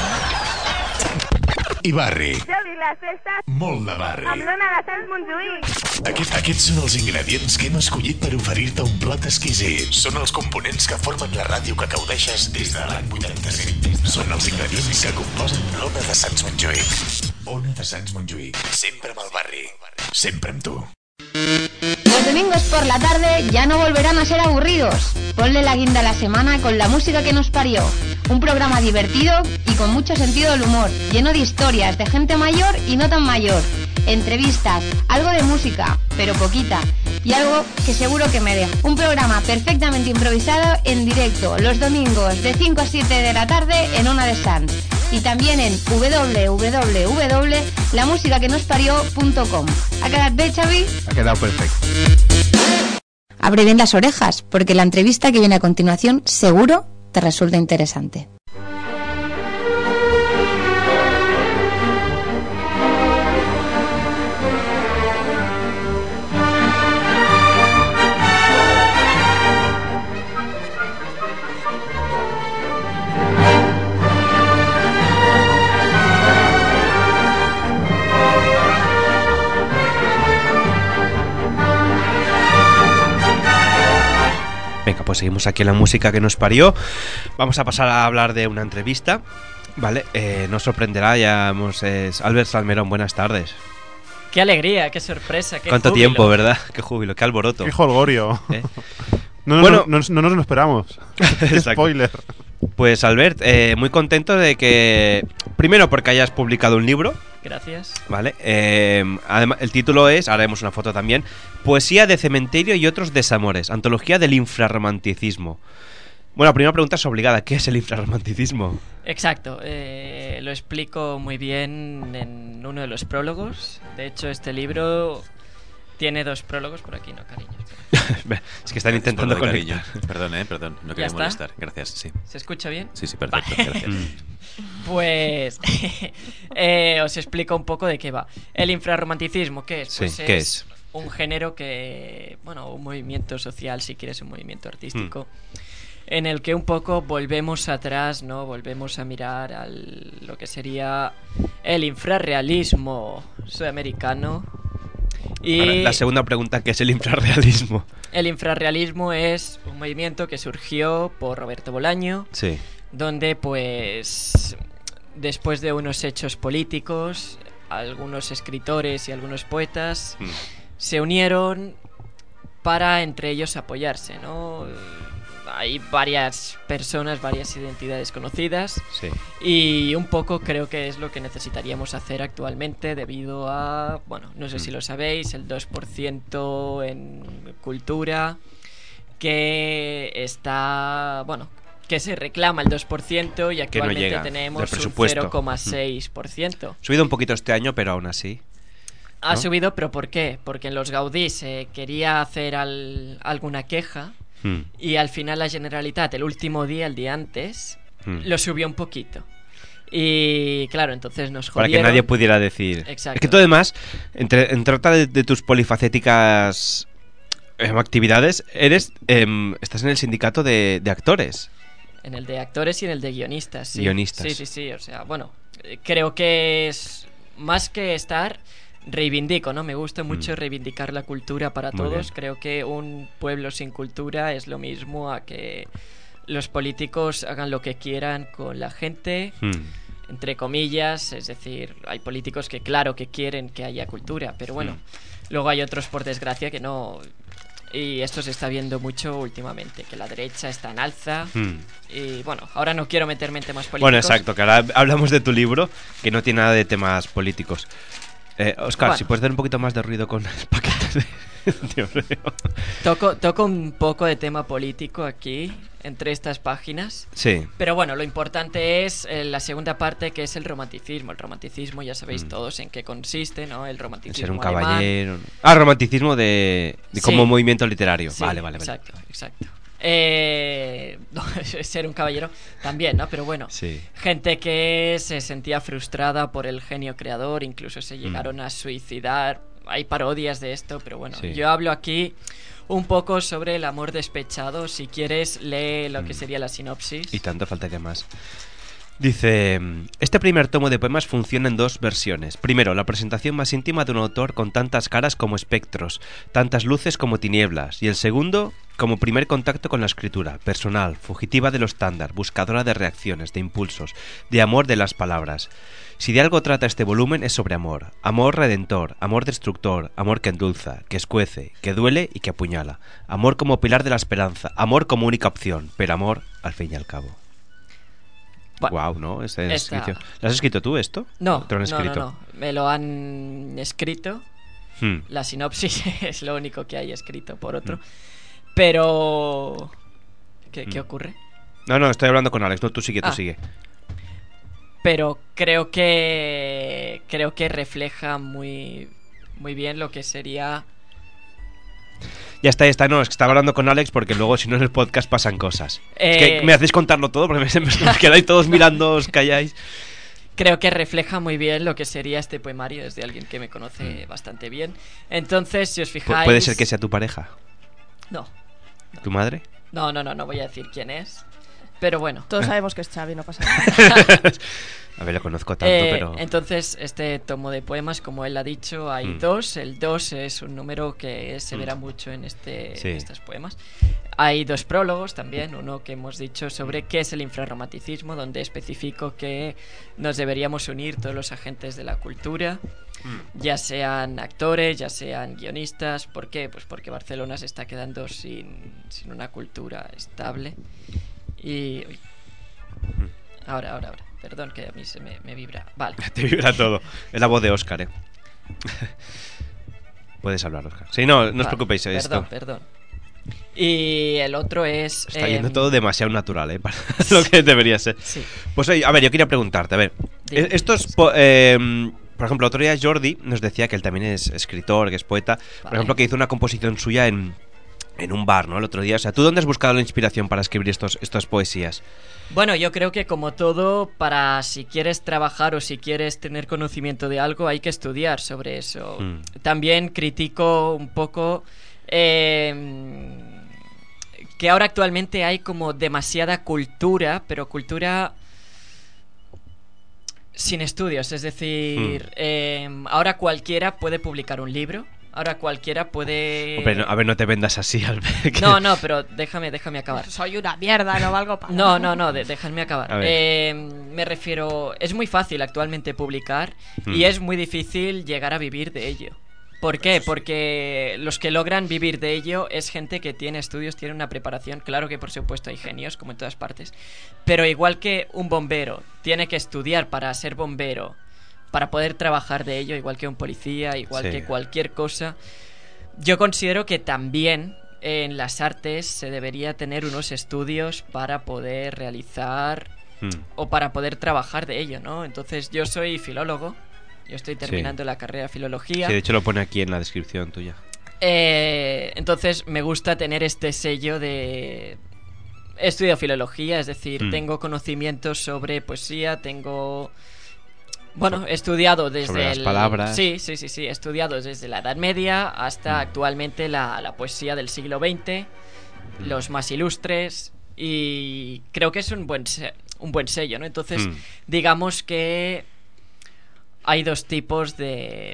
i barri. Molt de barri. Amb l'Ona de Sants Montjuïc. Aquests són els ingredients que hem escollit per oferir-te un plat exquisit. Són els components que formen la ràdio que gaudeixes des de l'any 85. Són els ingredients que composen l'Ona de Sants Montjuïc. Ona de Sants Montjuïc. Sempre amb el barri. Sempre amb tu. Los domingos por la tarde ya no volverán a ser aburridos. Ponle la guinda a la semana con la música que nos parió. Un programa divertido y con mucho sentido del humor, lleno de historias de gente mayor y no tan mayor. Entrevistas, algo de música, pero poquita. Y algo que seguro que me dejo. Un programa perfectamente improvisado en directo, los domingos de 5 a 7 de la tarde en Ona de Sants. Y también en www.lamusicaquenosparió.com. ¿Ha quedado bien, Xavi? Ha quedado perfecto. Abre bien las orejas, porque la entrevista que viene a continuación seguro te resulta interesante. Venga, pues seguimos aquí en la música que nos parió. Vamos a pasar a hablar de una entrevista. Vale, nos sorprenderá, ya hemos... Albert Salmerón, buenas tardes. Qué alegría, qué sorpresa, qué ¿Cuánto júbilo. tiempo, verdad? Qué júbilo, qué alboroto. Qué jolgorio. No nos lo esperamos. Qué spoiler. Pues Albert, muy contento de que... Primero porque hayas publicado un libro. Gracias. Vale. Además, el título es, ahora vemos una foto también, Poesía de cementerio y otros desamores, antología del infrarromanticismo. Bueno, la primera pregunta es obligada, ¿qué es el infrarromanticismo? Exacto, lo explico muy bien en uno de los prólogos. De hecho, este libro tiene 2 prólogos, por aquí no, cariño. Es que están intentando conectar. Perdón, no quería molestar. Gracias, sí. ¿Se escucha bien? Sí, perfecto, vale. gracias. Pues os explico un poco de qué va. El infrarromanticismo, ¿qué es? Pues sí, ¿qué es? Un género que, bueno, un movimiento social, si quieres, un movimiento artístico, en el que un poco volvemos atrás, ¿no? Volvemos a mirar a lo que sería el infrarrealismo sudamericano. Y ahora, la segunda pregunta, ¿qué es el infrarrealismo? El infrarrealismo es un movimiento que surgió por Roberto Bolaño, sí, donde pues después de unos hechos políticos, algunos escritores y algunos poetas se unieron para entre ellos apoyarse, ¿no? Hay varias personas, varias identidades conocidas, sí, y un poco creo que es lo que necesitaríamos hacer actualmente debido a, bueno, no sé si lo sabéis, el 2% en cultura que está, bueno, que se reclama el 2% y actualmente no tenemos un 0,6%. Subido un poquito este año, pero aún así... Ha subido, pero ¿por qué? Porque en los Gaudí se quería hacer alguna queja y al final la Generalitat, el último día, el día antes, lo subió un poquito. Y claro, entonces nos jodieron. Para que nadie pudiera decir. Exacto. Es que tú además, entre otra de tus polifacéticas actividades, estás en el sindicato de actores. En el de actores y en el de guionistas, sí. Guionistas. Sí, o sea, bueno, creo que es más que estar... Reivindico, ¿no? Me gusta mucho reivindicar la cultura para todos. Creo que un pueblo sin cultura es lo mismo a que los políticos hagan lo que quieran con la gente, entre comillas. Es decir, hay políticos que claro que quieren que haya cultura, pero bueno, luego hay otros, por desgracia, que no. Y esto se está viendo mucho últimamente, que la derecha está en alza. Y bueno, ahora no quiero meterme en temas políticos. Bueno, exacto, que ahora hablamos de tu libro, que no tiene nada de temas políticos. Oscar, bueno, si puedes dar un poquito más de ruido con el paquete. Dios mío. Toco un poco de tema político aquí, entre estas páginas. Sí. Pero bueno, lo importante es la segunda parte, que es el romanticismo. El romanticismo, ya sabéis todos en qué consiste, ¿no? El romanticismo Ser un alemán. caballero. Romanticismo de como movimiento literario. Sí, Vale. Exacto. Ser un caballero también, ¿no? Pero bueno, gente que se sentía frustrada por el genio creador, incluso se llegaron a suicidar. Hay parodias de esto, pero bueno, yo hablo aquí un poco sobre el amor despechado. Si quieres, lee lo que sería la sinopsis. Y tanto faltaría más. Dice, este primer tomo de poemas funciona en dos versiones. Primero, la presentación más íntima de un autor con tantas caras como espectros, tantas luces como tinieblas. Y el segundo, como primer contacto con la escritura, personal, fugitiva de lo estándar, buscadora de reacciones, de impulsos, de amor de las palabras. Si de algo trata este volumen es sobre amor. Amor redentor, amor destructor, amor que endulza, que escuece, que duele y que apuñala. Amor como pilar de la esperanza, amor como única opción, pero amor al fin y al cabo. Wow, ¿no? ¿Lo has escrito tú esto? No, ¿Te lo han escrito? no. Me lo han escrito. La sinopsis es lo único que hay escrito por otro. Pero... ¿Qué ocurre? No, estoy hablando con Alex. No, tú sigue. Pero creo que refleja muy bien lo que sería... Ya está, no, es que estaba hablando con Alex porque luego si no en el podcast pasan cosas. Es que me hacéis contarlo todo porque me quedáis todos mirando, os calláis. Creo que refleja muy bien lo que sería este poemario desde alguien que me conoce bastante bien. Entonces, si os fijáis... ¿Puede ser que sea tu pareja? No. ¿Tu madre? No voy a decir quién es. Pero bueno. Todos sabemos que es Xavi, no pasa nada. A ver, lo conozco tanto, pero... Entonces, este tomo de poemas, como él ha dicho, hay dos. El 2 es un número que se verá mucho en estos poemas. Hay dos prólogos también. Uno que hemos dicho sobre qué es el infrarromanticismo, donde especifico que nos deberíamos unir todos los agentes de la cultura, ya sean actores, ya sean guionistas. ¿Por qué? Pues porque Barcelona se está quedando sin una cultura estable. Y... Ahora. Perdón, que a mí se me vibra. Vale. Te vibra todo. Es la voz de Óscar, Puedes hablar, Óscar. Sí, no os preocupéis. Perdón. Y el otro es... Está yendo todo demasiado natural, para lo que debería ser. Sí. Pues oye, a ver, yo quería preguntarte, a ver. Estos... por ejemplo, otro día Jordi nos decía que él también es escritor, que es poeta. Por ejemplo, que hizo una composición suya en un bar, ¿no? El otro día. O sea, ¿tú dónde has buscado la inspiración para escribir estas poesías? Bueno, yo creo que como todo, para si quieres trabajar o si quieres tener conocimiento de algo, hay que estudiar sobre eso. También critico un poco que ahora actualmente hay como demasiada cultura, pero cultura sin estudios. Es decir, ahora cualquiera puede publicar un libro. Ahora cualquiera puede... Hombre, a ver, no te vendas así, Albert. No, pero déjame acabar. Soy una mierda, no valgo para No, déjame acabar. Me refiero... Es muy fácil actualmente publicar y es muy difícil llegar a vivir de ello. ¿Por qué? Porque los que logran vivir de ello es gente que tiene estudios, tiene una preparación. Claro que por supuesto hay genios, como en todas partes. Pero igual que un bombero tiene que estudiar para ser bombero, para poder trabajar de ello, igual que un policía, igual que cualquier cosa. Yo considero que también en las artes se debería tener unos estudios para poder realizar o para poder trabajar de ello, ¿no? Entonces yo soy filólogo, yo estoy terminando la carrera de filología. Sí, de hecho lo pone aquí en la descripción tuya. Entonces me gusta tener este sello de... Estudio filología, es decir, tengo conocimientos sobre poesía, tengo... Bueno, he estudiado desde sobre las palabras. Sí, he estudiado desde la Edad Media hasta actualmente la poesía del siglo XX, los más ilustres, y creo que es un buen sello, ¿no? Entonces, digamos que hay tres tipos de...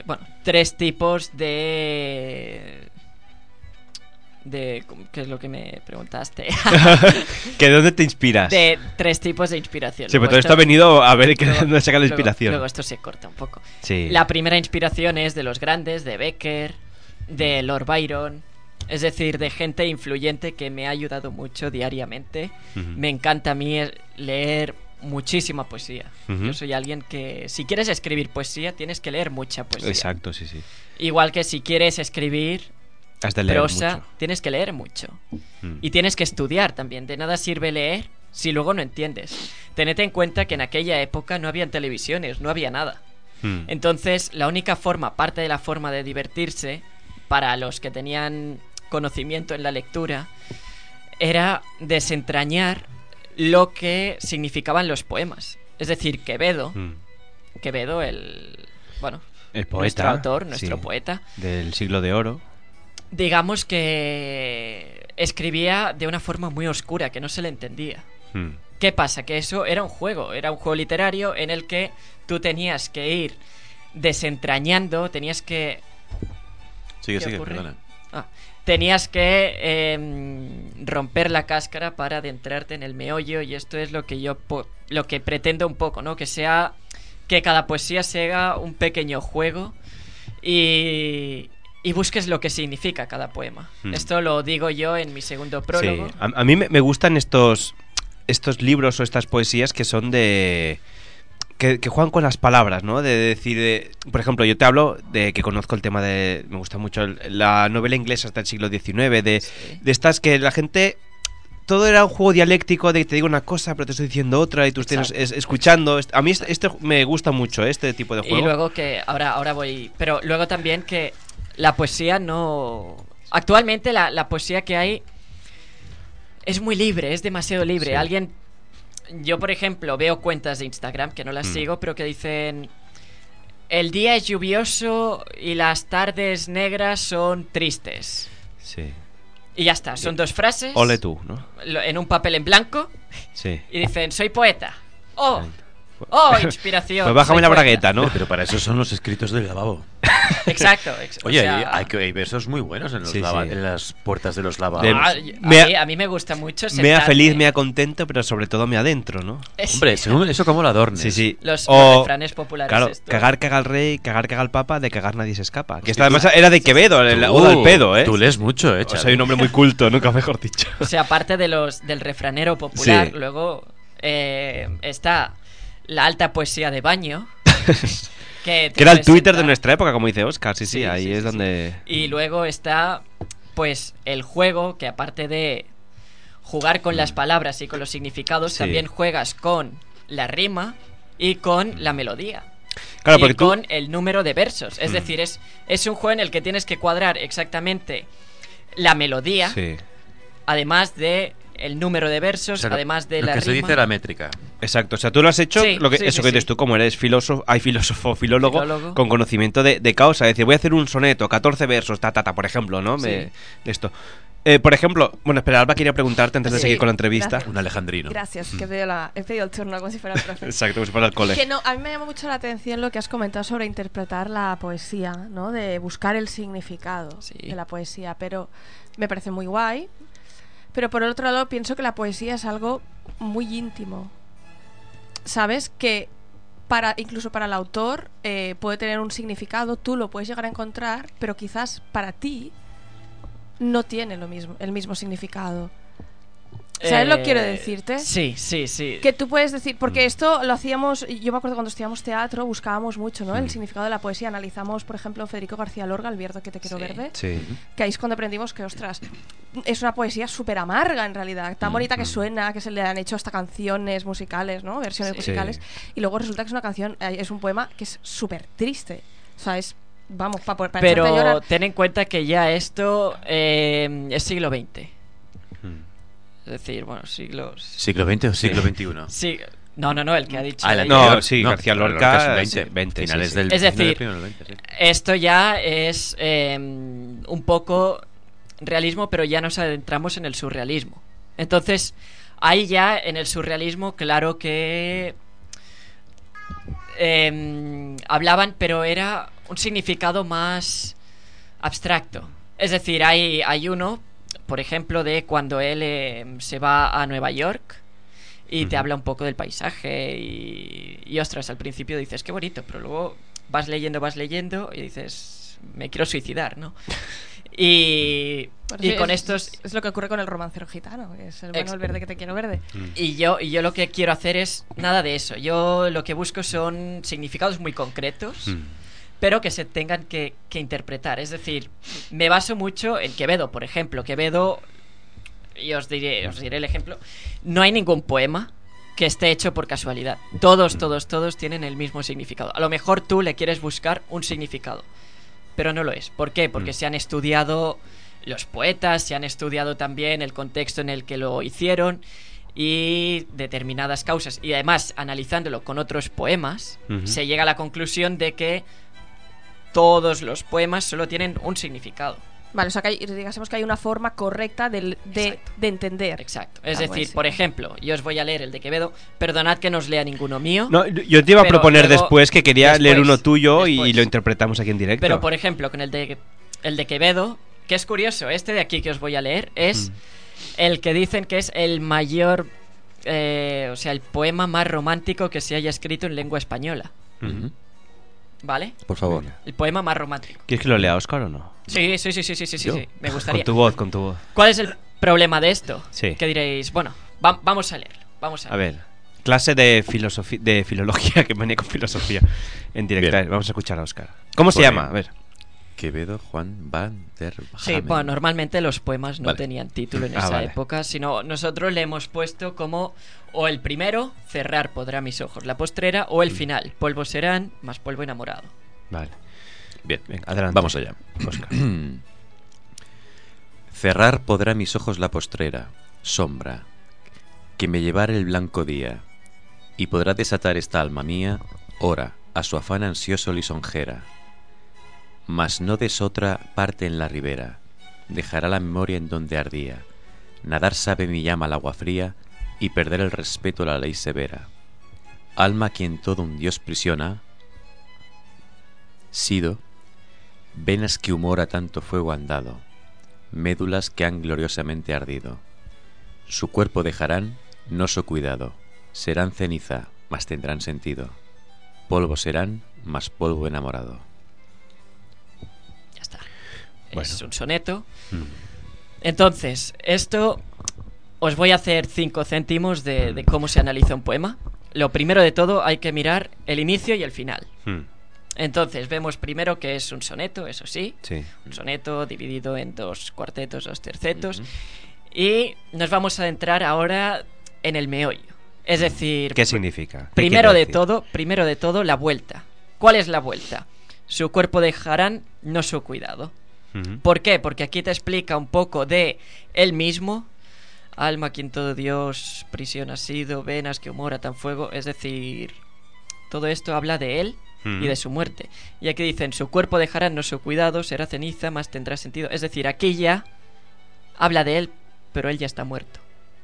¿qué es lo que me preguntaste? ¿Que dónde te inspiras? De 3 tipos de inspiración. Sí, pero todo esto ha venido a ver dónde saca la inspiración. Luego esto se corta un poco. Sí. La primera inspiración es de los grandes, de Becker, de Lord Byron. Es decir, de gente influyente que me ha ayudado mucho diariamente. Me encanta a mí leer muchísima poesía. Yo soy alguien que, si quieres escribir poesía, tienes que leer mucha poesía. Exacto, sí. Igual que si quieres escribir... Has de leer prosa, mucho. tienes que leer mucho. Y tienes que estudiar también. De nada sirve leer si luego no entiendes. Tened en cuenta que en aquella época no habían televisiones, no había nada. Entonces, la única forma, aparte de la forma de divertirse, para los que tenían conocimiento en la lectura, era desentrañar lo que significaban los poemas. Es decir, Quevedo, el poeta, nuestro autor, nuestro poeta del siglo de oro, digamos que escribía de una forma muy oscura, que no se le entendía. ¿Qué pasa? Que eso era un juego literario en el que tú tenías que ir desentrañando, tenías que... Sigue, perdona. Tenías que romper la cáscara para adentrarte en el meollo, y esto es lo que yo lo que pretendo un poco, ¿no? Que cada poesía sea un pequeño juego y busques lo que significa cada poema. Esto lo digo yo en mi segundo prólogo. Sí. A mí me gustan estos libros o estas poesías que son de... Que juegan con las palabras, ¿no? De decir, por ejemplo, yo te hablo de que conozco el tema de... Me gusta mucho la novela inglesa hasta el siglo XIX, de estas que la gente... Todo era un juego dialéctico de que te digo una cosa, pero te estoy diciendo otra y tú estás escuchando. A mí esto me gusta mucho, este tipo de juego. Y luego que... Ahora voy... Pero luego también que la poesía no... Actualmente la poesía que hay es muy libre, es demasiado libre. Sí. Yo, por ejemplo, veo cuentas de Instagram que no las sigo, pero que dicen: el día es lluvioso y las tardes negras son tristes. Sí. Y ya está, son dos frases. Ole tú, ¿no? En un papel en blanco. Sí. Y dicen: soy poeta. ¡Oh! Inspiración. Pues bájame la bragueta, ¿no? Pero para eso son los escritos del lavabo. Exacto. Oye, hay versos muy buenos en en las puertas de los lavabos. A mí me gusta mucho sentarme. Mea feliz, mea contento, pero sobre todo mea adentro, ¿no? Hombre, eso como lo adornes. Sí. Los refranes populares. Claro, esto. cagar caga el rey, cagar caga el papa, de cagar nadie se escapa. Que esta además era de Quevedo, la oda al pedo, ¿eh? Tú lees mucho, Soy un hombre muy culto, nunca mejor dicho. O sea, aparte del refranero popular, luego está la alta poesía de baño. que era el Twitter de nuestra época, como dice Oscar. Sí, ahí es donde... Y luego está, pues, el juego, que aparte de jugar con las palabras y con los significados, también juegas con la rima y con la melodía. Claro, y porque con el número de versos. Es decir, es un juego en el que tienes que cuadrar exactamente la melodía, además de el número de versos, además de la rima. Lo que se dice la métrica. Exacto, o sea, tú lo has hecho, eso que dices tú, como eres filólogo con conocimiento de causa. Es decir, voy a hacer un soneto, 14 versos, por ejemplo, ¿no? Esto. Por ejemplo, bueno, espera, Alba quería preguntarte antes de seguir con la entrevista. Gracias. Un alejandrino. Gracias, que he pedido el turno como si fuera el profe. Exacto, como si fuera el cole. Que no, a mí me llama mucho la atención lo que has comentado sobre interpretar la poesía, ¿no? De buscar el significado de la poesía, pero me parece muy guay. Pero por el otro lado pienso que la poesía es algo muy íntimo. ¿Sabes? Que incluso para el autor puede tener un significado, tú lo puedes llegar a encontrar, pero quizás para ti no tiene el mismo significado. ¿Sabes lo que quiero decirte? Sí. Que tú puedes decir, porque esto lo hacíamos, yo me acuerdo cuando estudiamos teatro, buscábamos mucho, ¿no? El significado de la poesía. Analizamos, por ejemplo, Federico García Lorca, El Vierdo que te quiero verde. Sí. Que ahí es cuando aprendimos que, ostras, es una poesía súper amarga en realidad. Tan bonita que suena, que se le han hecho hasta canciones musicales, ¿no? Versiones musicales. Y luego resulta que es una canción, es un poema que es súper triste. O sea, es... Vamos, para pero ten en cuenta que ya esto es siglo XX. Es decir, bueno, ¿Siglo XX o siglo XXI? Sí. No, el que ha dicho... García Lorca, 20, finales del es decir, del 20, esto ya es un poco realismo, pero ya nos adentramos en el surrealismo. Entonces, ahí ya en el surrealismo, claro que hablaban, pero era un significado más abstracto. Es decir, hay uno, por ejemplo, de cuando él se va a Nueva York y te habla un poco del paisaje y ostras, al principio dices qué bonito, pero luego vas leyendo y dices me quiero suicidar, ¿no? Y con estos... Es lo que ocurre con el romancero gitano, que es el bueno, el verde que te quiero verde. Y yo lo que quiero hacer es nada de eso. Yo lo que busco son significados muy concretos pero que se tengan que interpretar. Es decir, me baso mucho en Quevedo, por ejemplo. Quevedo, y os diré el ejemplo, no hay ningún poema que esté hecho por casualidad. Todos tienen el mismo significado. A lo mejor tú le quieres buscar un significado, pero no lo es. ¿Por qué? Porque se han estudiado los poetas, se han estudiado también el contexto en el que lo hicieron y determinadas causas. Y además, analizándolo con otros poemas, se llega a la conclusión de que todos los poemas solo tienen un significado. Vale, o sea, que digamos que hay una forma correcta de entender. Exacto. Es decir, por ejemplo, yo os voy a leer el de Quevedo. Perdonad que no os lea ninguno mío. No, yo te iba a proponer luego, después que quería leer uno tuyo y lo interpretamos aquí en directo. Pero, por ejemplo, con el de Quevedo, que es curioso, este de aquí que os voy a leer es el que dicen que es el mayor, o sea, el poema más romántico que se haya escrito en lengua española. ¿Vale? Por favor. El poema más romántico. ¿Quieres que lo lea, Óscar, o no? Sí, me gustaría. Con tu voz. ¿Cuál es el problema de esto? Sí. Que diréis, bueno, vamos a leerlo. A ver, clase de filología, que venía con filosofía en directo. Vamos a escuchar a Óscar. ¿Cómo se llama? A ver. Quevedo Juan van der Hamen. Sí, bueno, normalmente los poemas no tenían título en esa época, sino nosotros le hemos puesto como o el primero, cerrar podrá mis ojos la postrera, o el final, polvo serán, más polvo enamorado. Vale. Bien, venga, adelante. Vamos allá. Cerrar podrá mis ojos la postrera, sombra, que me llevara el blanco día, y podrá desatar esta alma mía, hora, a su afán ansioso lisonjera. Mas no desotra parte en la ribera, dejará la memoria en donde ardía, nadar sabe mi llama al agua fría, y perder el respeto a la ley severa. Alma quien todo un dios prisiona, sido, venas que humor a tanto fuego han dado, médulas que han gloriosamente ardido. Su cuerpo dejarán, no su cuidado, serán ceniza, mas tendrán sentido. Polvo serán, mas polvo enamorado. Ya está. Bueno. Es un soneto. Entonces, esto os voy a hacer 5 céntimos de cómo se analiza un poema. Lo primero de todo, hay que mirar el inicio y el final. Entonces, vemos primero que es un soneto, eso sí. Un soneto dividido en 2 cuartetos, 2 tercetos. Y nos vamos a adentrar ahora en el meollo. Es decir, ¿qué significa? Primero de todo, la vuelta. ¿Cuál es la vuelta? Su cuerpo dejarán, no su cuidado. ¿Por qué? Porque aquí te explica un poco de él mismo. Alma quien todo Dios prisión ha sido, venas que humor a tan fuego. Es decir, todo esto habla de él y de su muerte. Y aquí dicen, su cuerpo dejará, no su cuidado, será ceniza, más tendrá sentido. Es decir, aquí ya habla de él, pero él ya está muerto.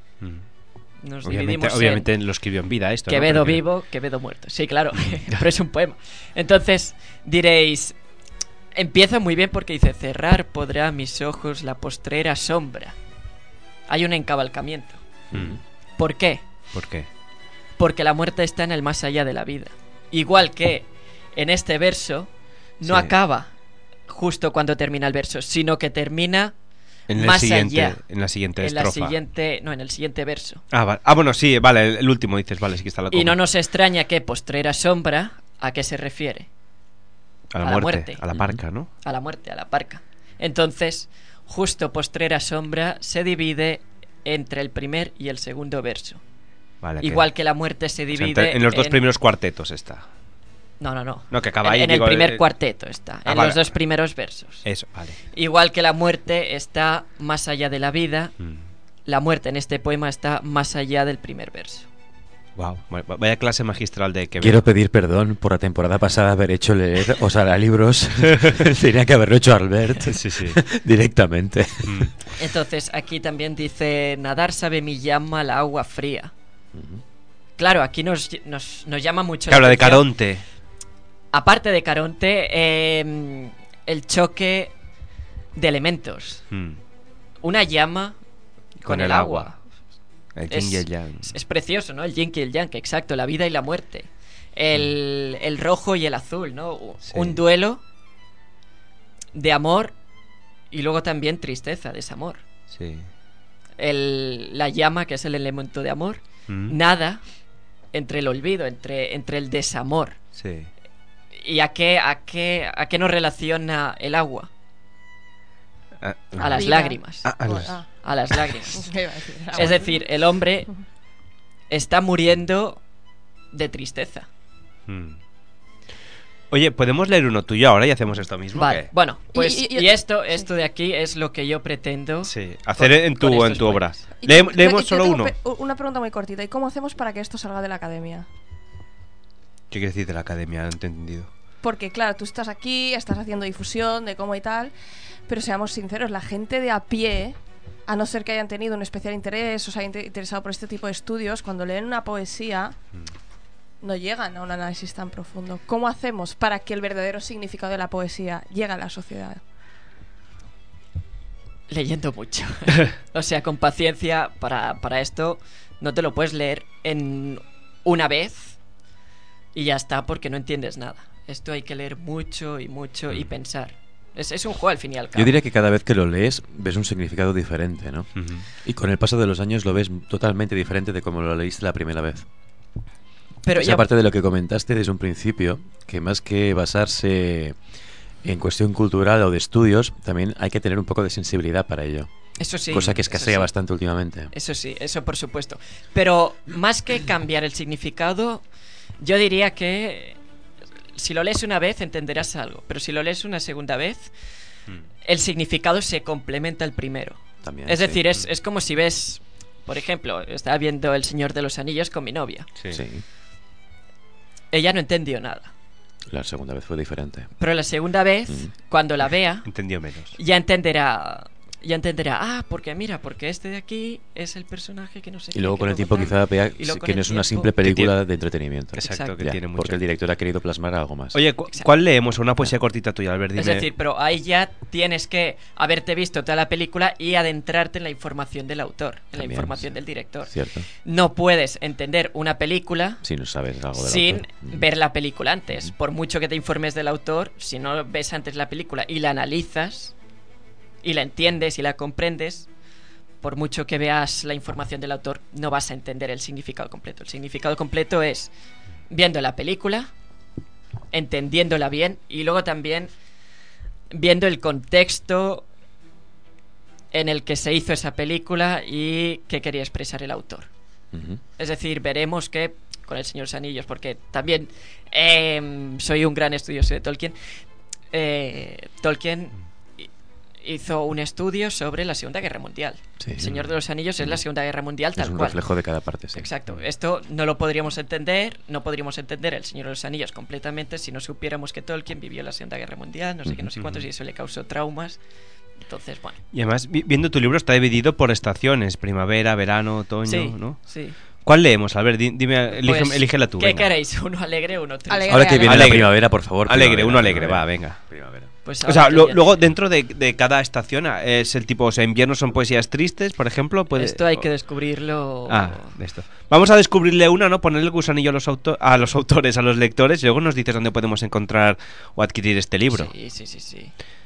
Nos dividimos obviamente lo escribió en vida esto, Quevedo ¿no? vivo, Quevedo muerto. Sí, claro, pero es un poema. Entonces diréis, empieza muy bien porque dice, cerrar podrá mis ojos la postrera sombra. Hay un encabalcamiento. ¿Por qué? ¿Por qué? Porque la muerte está en el más allá de la vida. Igual que en este verso no acaba justo cuando termina el verso, sino que termina más allá. En la siguiente estrofa. En el siguiente verso. Vale. Bueno, sí, vale, el último dices, vale, sí que está la coma. Y no nos extraña que postrera sombra, ¿a qué se refiere? A la muerte. A la parca, ¿no? A la muerte, a la parca. Entonces, justo postrera sombra se divide entre el primer y el segundo verso. Vale, igual que la muerte se divide en los 2 primeros cuartetos está. No, que acaba ahí. En el primer cuarteto está, en los 2 primeros versos. Eso, vale. Igual que la muerte está más allá de la vida, la muerte en este poema está más allá del primer verso. Wow, vaya clase magistral de Quevedo. Quiero pedir perdón por la temporada pasada haber hecho leer libros. Tenía que haberlo hecho Albert. Sí. Directamente. Entonces, aquí también dice, nadar sabe mi llama al agua fría. Claro, aquí nos llama mucho que habla de Caronte. Aparte de Caronte, el choque de elementos. Una llama con el agua. El yin y el yang. Es precioso, ¿no? El yin y el yang, exacto, la vida y la muerte. El rojo y el azul, ¿no? Sí. Un duelo de amor y luego también tristeza, desamor. Sí. La llama, que es el elemento de amor, nada entre el olvido, entre el desamor. Sí. ¿Y a qué nos relaciona el agua? A las lágrimas. A las lágrimas. Es decir, el hombre está muriendo de tristeza. Oye, ¿podemos leer uno tuyo ahora y hacemos esto mismo? Vale, bueno, pues y esto de aquí es lo que yo pretendo hacer en tu obra. Leemos solo uno. Una pregunta muy cortita. ¿Y cómo hacemos para que esto salga de la academia? ¿Qué quiere decir de la academia? No he entendido. Porque, claro, tú estás aquí, estás haciendo difusión de cómo y tal, pero seamos sinceros, la gente de a pie, a no ser que hayan tenido un especial interés o se hayan interesado por este tipo de estudios, cuando leen una poesía... no llegan a un análisis tan profundo. ¿Cómo hacemos para que el verdadero significado de la poesía llegue a la sociedad? Leyendo mucho. O sea, con paciencia para esto no te lo puedes leer en una vez y ya está, porque no entiendes nada. Esto hay que leer mucho y mucho y pensar. Es un juego al fin y al cabo. Yo diría que cada vez que lo lees ves un significado diferente, ¿no? Y con el paso de los años lo ves totalmente diferente de como lo leíste la primera vez. Pero aparte de lo que comentaste desde un principio, que más que basarse en cuestión cultural o de estudios, también hay que tener un poco de sensibilidad para ello. Eso sí. Cosa que escasea bastante últimamente. Eso sí, eso por supuesto. Pero más que cambiar el significado, yo diría que si lo lees una vez entenderás algo, pero si lo lees una segunda vez, el significado se complementa al primero. También, es decir, es como si ves, por ejemplo, estaba viendo El Señor de los Anillos con mi novia. Sí. Ella no entendió nada. La segunda vez fue diferente. Pero la segunda vez, cuando la vea, entendió menos. Ya entenderá, porque este de aquí es el personaje que no sé qué. Y luego con el tiempo quizá vea que no es una simple película de entretenimiento. Exacto, que tiene mucho. Porque el director ha querido plasmar algo más. Oye, ¿cuál leemos? Una poesía cortita tuya, Albert, dime. Es decir, pero ahí ya tienes que haberte visto toda la película y adentrarte en la información del autor, en la información del director. Cierto. No puedes entender una película si no sabes algo del sin autor. ver la película antes. Por mucho que te informes del autor, si no ves antes la película y la analizas y la entiendes y la comprendes, por mucho que veas la información del autor, no vas a entender el significado completo. El significado completo es viendo la película, entendiéndola bien y luego también viendo el contexto en el que se hizo esa película y qué quería expresar el autor. Es decir, veremos que con El Señor de los Anillos, porque también soy un gran estudioso de Tolkien, Tolkien hizo un estudio sobre la Segunda Guerra Mundial. El Señor de los Anillos es la Segunda Guerra Mundial tal cual. Es un reflejo de cada parte, sí. Exacto. Esto no lo podríamos entender, no podríamos entender El Señor de los Anillos completamente si no supiéramos que Tolkien vivió la Segunda Guerra Mundial, no sé qué, no sé cuántos, y eso le causó traumas. Entonces, bueno. Y además, viendo tu libro, está dividido por estaciones: primavera, verano, otoño, ¿no? Sí. ¿Cuál leemos? A ver, dime, elígela tú. ¿Qué venga. queréis? ¿Uno alegre o uno triste? Alegre, ahora que viene la primavera, por favor. Alegre, uno alegre, va, venga. Primavera. Pues o sea, luego dentro de cada estación es el tipo, o sea, invierno son poesías tristes, por ejemplo. Esto hay que descubrirlo. De esto. Vamos a descubrirle una, ¿no? Ponerle el gusanillo a los autores, a los lectores, y luego nos dices dónde podemos encontrar o adquirir este libro. Sí.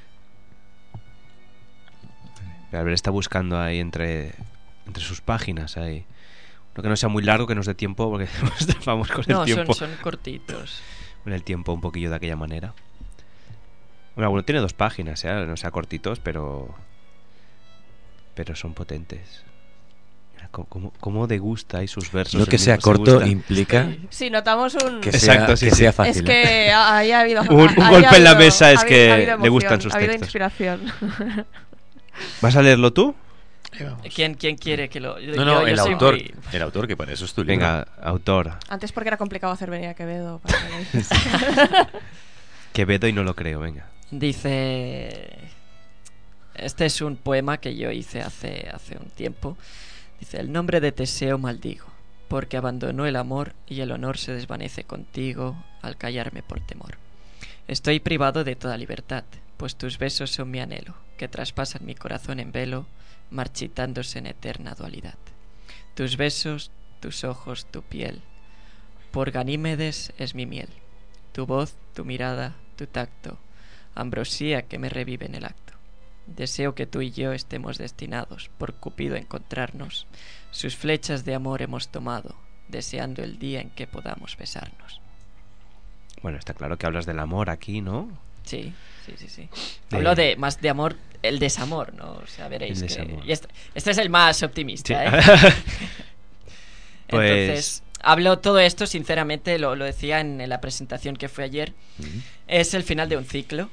A ver, está buscando ahí entre sus páginas ahí. Lo que no sea muy largo, que nos dé tiempo, porque vamos con el tiempo. No, son cortitos. Con el tiempo un poquillo de aquella manera. Bueno, tiene 2 páginas, no sea cortitos, pero son potentes. Mira, cómo degusta ahí sus versos. No que sea corto implica Sí, notamos un... que sea fácil. Es que ahí ha habido... un golpe en la mesa es que le gustan sus textos. Ha habido inspiración. ¿Vas a leerlo tú? ¿Quién quiere que lo...? No, el autor. El autor, que para eso es tu libro. Venga, autor. Antes porque era complicado hacer venir a Quevedo para que Quevedo y no lo creo, venga. Dice... Este es un poema que yo hice hace un tiempo. Dice: el nombre de Teseo maldigo, porque abandonó el amor y el honor se desvanece contigo al callarme por temor. Estoy privado de toda libertad, pues tus besos son mi anhelo, que traspasan mi corazón en velo, marchitándose en eterna dualidad. Tus besos, tus ojos, tu piel, por Ganímedes es mi miel. Tu voz, tu mirada, tu tacto, ambrosía que me revive en el acto. Deseo que tú y yo estemos destinados, por Cupido encontrarnos. Sus flechas de amor hemos tomado, deseando el día en que podamos besarnos. Bueno, está claro que hablas del amor aquí, ¿no? Sí. Hablo más de amor, el desamor, ¿no? O sea, veréis el que... desamor. Y este es el más optimista, Sí. Pues... Entonces, hablo todo esto, sinceramente, lo decía en la presentación que fue ayer, es el final de un ciclo.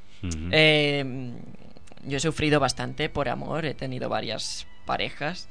Yo he sufrido bastante por amor, he tenido varias parejas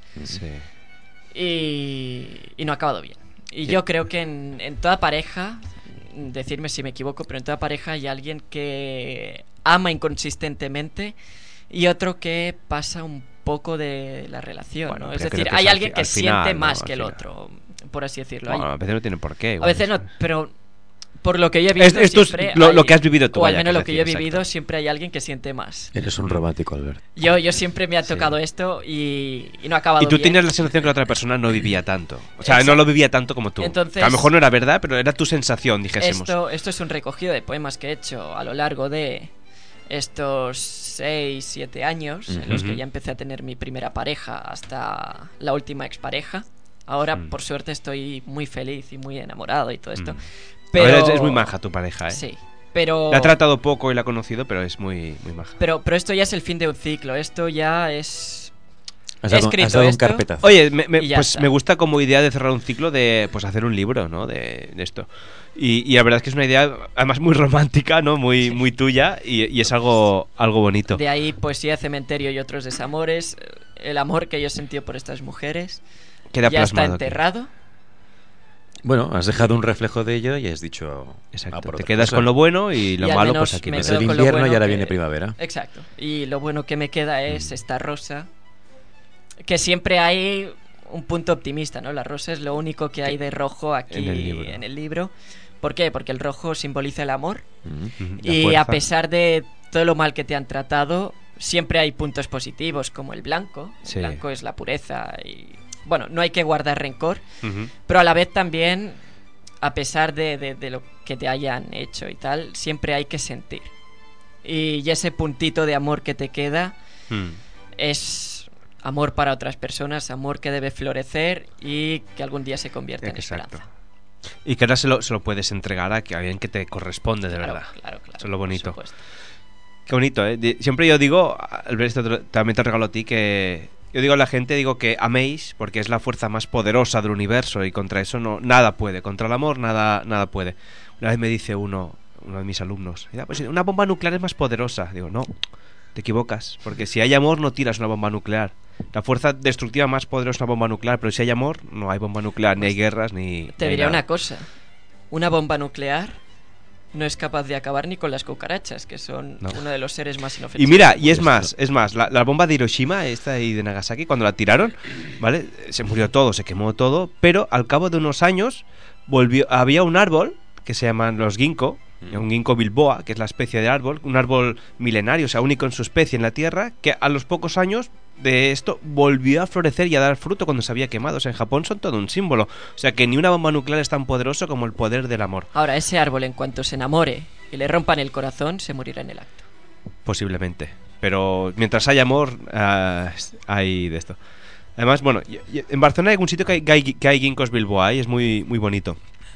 y no ha acabado bien. Y yo creo que en toda pareja, decirme si me equivoco, pero en toda pareja hay alguien que ama inconsistentemente y otro que pasa un poco de la relación, Bueno, ¿no? Es pero decir, creo que hay es alguien que final, siente ¿no? más Al que el final. otro, por así decirlo. Bueno, a veces no tiene por qué. A igual. veces no, pero por lo que yo he visto Esto es siempre lo hay- que has vivido tú, o al vaya, menos que lo es que yo he decir, vivido, siempre hay alguien que siente más. Eres un romántico, Albert. Yo siempre me ha tocado esto y no ha acabado Y tú bien. tienes la sensación que la otra persona no vivía tanto. O sea, Exacto. no lo vivía tanto como tú. Entonces- Que a lo mejor no era verdad, pero era tu sensación, dijésemos. Esto es un recogido de poemas que he hecho a lo largo de estos 6-7 años, en los que ya empecé a tener mi primera pareja hasta la última expareja. Ahora, por suerte, estoy muy feliz y muy enamorado y todo esto. Pero A ver, es muy maja tu pareja, ¿eh? Sí, pero... La ha tratado poco y la ha conocido, pero es muy maja. Pero esto ya es el fin de un ciclo. Esto ya es... Has He dado escrito un esto. carpetazo. Oye, Y ya pues está. me gusta como idea de cerrar un ciclo de pues hacer un libro, ¿no? De esto. Y la verdad es que es una idea, además, muy romántica, ¿no? Muy tuya y es algo bonito. De ahí poesía, cementerio y otros desamores. El amor que yo he sentido por estas mujeres Queda ya está plasmado aquí. enterrado. Bueno, has dejado un reflejo de ello y has dicho... Exacto. Te quedas con lo bueno y lo Y al malo, menos pues aquí me no. Es quedo el con lo invierno bueno y ahora que- viene primavera. Exacto. Y lo bueno que me queda es esta rosa, que siempre hay un punto optimista, ¿no? La rosa es lo único que hay de rojo aquí en el libro. ¿Por qué? Porque el rojo simboliza el amor. La Y fuerza. a pesar de todo lo mal que te han tratado, siempre hay puntos positivos, como el blanco. Sí. El blanco es la pureza y... Bueno, no hay que guardar rencor, Ujú. pero a la vez también, a pesar de lo que te hayan hecho y tal, siempre hay que sentir. Y ese puntito de amor que te queda es amor para otras personas, amor que debe florecer y que algún día se convierta en Exacto. esperanza. Y que ahora se lo puedes entregar a alguien que te corresponde de Claro, verdad. claro, Eso es lo bonito. por supuesto. Qué bonito, ¿eh? Siempre yo digo, Albert, esto también te regalo a ti, que yo digo a la gente, digo que améis porque es la fuerza más poderosa del universo y contra eso nada puede, contra el amor nada puede. Una vez me dice uno de mis alumnos, pues una bomba nuclear es más poderosa. Digo, no, te equivocas, porque si hay amor no tiras una bomba nuclear. La fuerza destructiva más poderosa es una bomba nuclear, pero si hay amor no hay bomba nuclear, ni hay guerras, ni... Te ni diría nada. una cosa, una bomba nuclear no es capaz de acabar ni con las cucarachas, que son uno de los seres más inofensivos. Y mira, y es más, la bomba de Hiroshima, esta y de Nagasaki, cuando la tiraron, ¿vale? Se murió todo, se quemó todo, pero al cabo de unos años había un árbol que se llaman los ginkgo, un ginkgo bilboa, que es la especie de árbol, un árbol milenario, o sea, único en su especie en la Tierra, que a los pocos años de esto volvió a florecer y a dar fruto cuando se había quemado. O sea, en Japón son todo un símbolo. O sea, que ni una bomba nuclear es tan poderoso como el poder del amor. Ahora, ese árbol, en cuanto se enamore y le rompan el corazón, se morirá en el acto. Posiblemente. Pero mientras haya amor, hay de esto. Además, bueno, en Barcelona hay algún sitio que hay ginkgos bilboa y es muy bonito.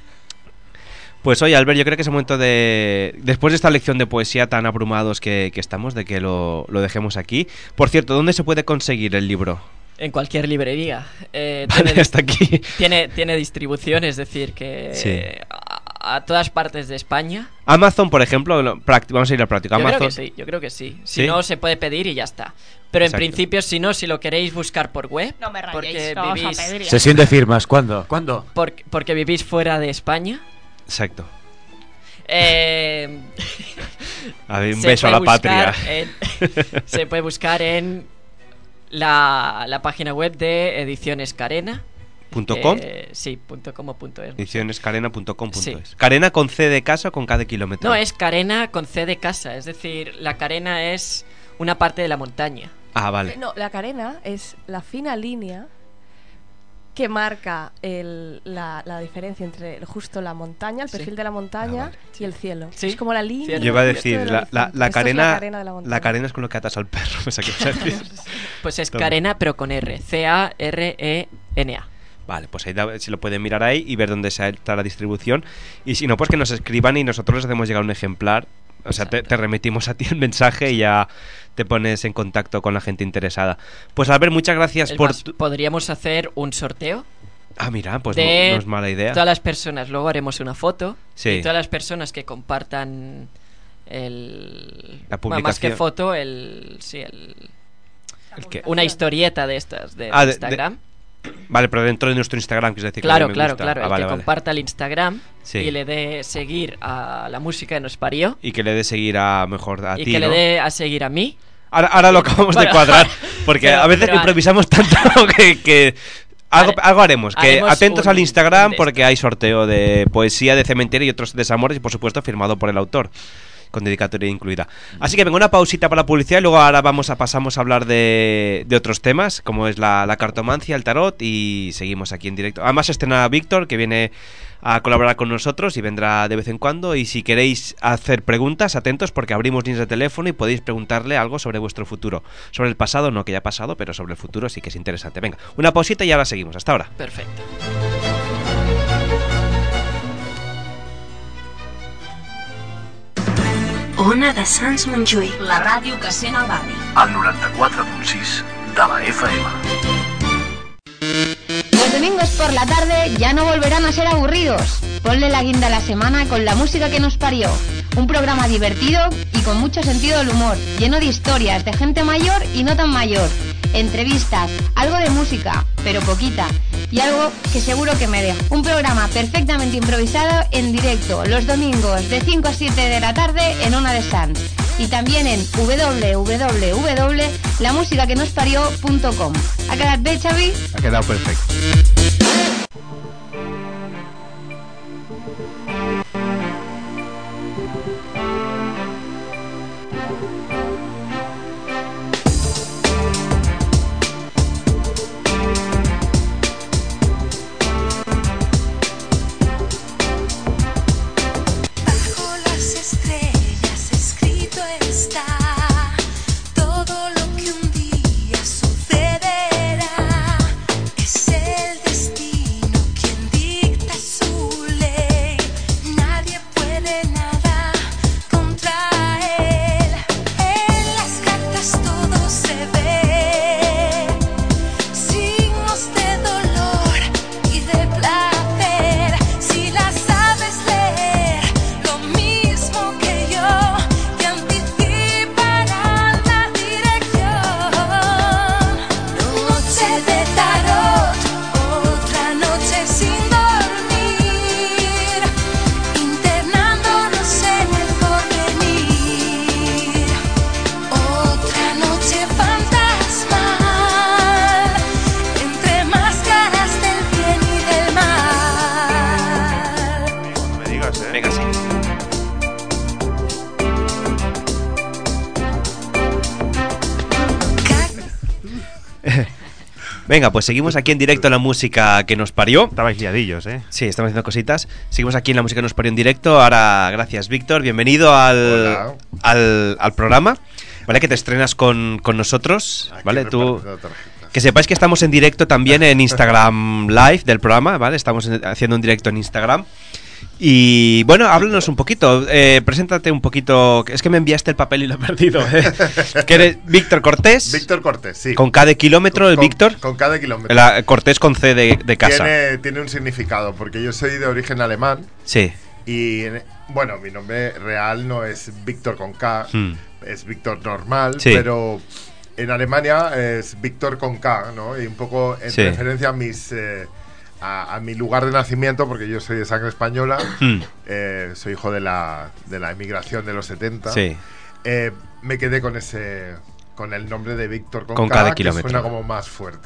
Pues oye, Albert, yo creo que es el momento de... Después de esta lección de poesía tan abrumados que estamos, de que lo dejemos aquí. Por cierto, ¿dónde se puede conseguir el libro? En cualquier librería. Vale, hasta aquí. Tiene distribución, es decir, que Sí. a todas partes de España. Amazon, por ejemplo, vamos a ir al práctico. Amazon. Yo creo que sí. Si ¿Sí? no, se puede pedir y ya está. Pero Exacto. en principio, si no, si lo queréis buscar por web, No me rayéis, porque lo vamos a vivís, pedir ya. Sesión de firmas, ¿cuándo? ¿Cuándo? porque vivís fuera de España. Exacto. A ver, un beso a la patria. Se puede buscar en la página web de Ediciones Carena. ¿.com? Sí, .com o .es. Edicionescarena.com.es. Sí. ¿Carena con C de casa o con K de kilómetro? No, es Carena con C de casa. Es decir, la Carena es una parte de la montaña. Ah, vale. No, la carena es la fina línea que marca la diferencia entre justo la montaña, el Sí. perfil de la montaña y el cielo. Sí. Es como la línea. Yo iba a del decir, horizonte. la Esto es carena, de la montaña. la carena es con lo que atas al perro. O sea, que ibas a decir. Pues es Toma. Carena, pero con R. C-A-R-E-N-A. Vale, pues ahí si lo pueden mirar ahí y ver dónde está la distribución. Y si no, pues que nos escriban y nosotros les hacemos llegar un ejemplar. O sea, te remitimos a ti el mensaje y ya te pones en contacto con la gente interesada. Pues Albert, muchas gracias ¿Podríamos hacer un sorteo? Ah, mira, pues no es mala idea. Todas las personas, luego haremos una foto. Sí. Y todas las personas que compartan la publicación. Más que foto, una historieta de estas de Instagram. Vale, pero dentro de nuestro Instagram, quieres decir. Claro, que claro. Vale. Comparta el Instagram y le dé seguir a la música que nos parió. Y que le dé seguir a ti, y que le dé a seguir a mí. Ahora lo acabamos de cuadrar, porque a veces improvisamos tanto que algo haremos. Atentos al Instagram, porque hay sorteo de poesía de Cementerio y otros desamores, y por supuesto firmado por el autor, con dedicatoria incluida. Así que venga, una pausita para la publicidad y luego ahora pasamos a hablar de otros temas, como es la cartomancia, el tarot, y seguimos aquí en directo. Además estrena Víctor, que viene a colaborar con nosotros y vendrá de vez en cuando. Y si queréis hacer preguntas, atentos, porque abrimos líneas de teléfono y podéis preguntarle algo sobre vuestro futuro. Sobre el pasado no, que ya ha pasado, pero sobre el futuro sí que es interesante. Venga, una pausita y ahora seguimos. Hasta ahora. Perfecto. Ona de Sants Montjuïc, la ràdio que sent el barri. Al 94.6 de la FM. Los domingos por la tarde ya no volverán a ser aburridos. Ponle la guinda a la semana con la música que nos parió. Un programa divertido y con mucho sentido del humor, lleno de historias de gente mayor y no tan mayor. Entrevistas, algo de música, pero poquita. Y algo que seguro que me dejo. Un programa perfectamente improvisado en directo, los domingos de 5 a 7 de la tarde en Ona de Sants. Y también en www.lamusicaquenosparió.com. ¿Ha quedado bien, Xavi? Ha quedado perfecto. Venga, pues seguimos aquí en directo en la música que nos parió. Estabais liadillos, ¿eh? Sí, estamos haciendo cositas. Seguimos aquí en la música que nos parió en directo. Ahora, gracias, Víctor. Bienvenido al programa. ¿Vale? Que te estrenas con nosotros. Aquí, ¿vale? Tú... Que sepáis que estamos en directo también en Instagram Live del programa, ¿vale? Estamos haciendo un directo en Instagram. Y bueno, háblanos un poquito, preséntate un poquito. Es que me enviaste el papel y lo he perdido. Que eres Víctor Cortés. Víctor Cortés, sí. Con K de kilómetro, el Víctor. Con K de kilómetro. Cortés con C de casa. Tiene un significado, porque yo soy de origen alemán. Sí. Y bueno, mi nombre real no es Víctor con K, es Víctor normal, sí. Pero en Alemania es Víctor con K, ¿no? Y un poco en referencia a mis... A mi lugar de nacimiento, porque yo soy de sangre española, soy hijo de la emigración de los 70. Sí. Me quedé con el nombre de Víctor con cada K, kilómetro. Que suena como más fuerte.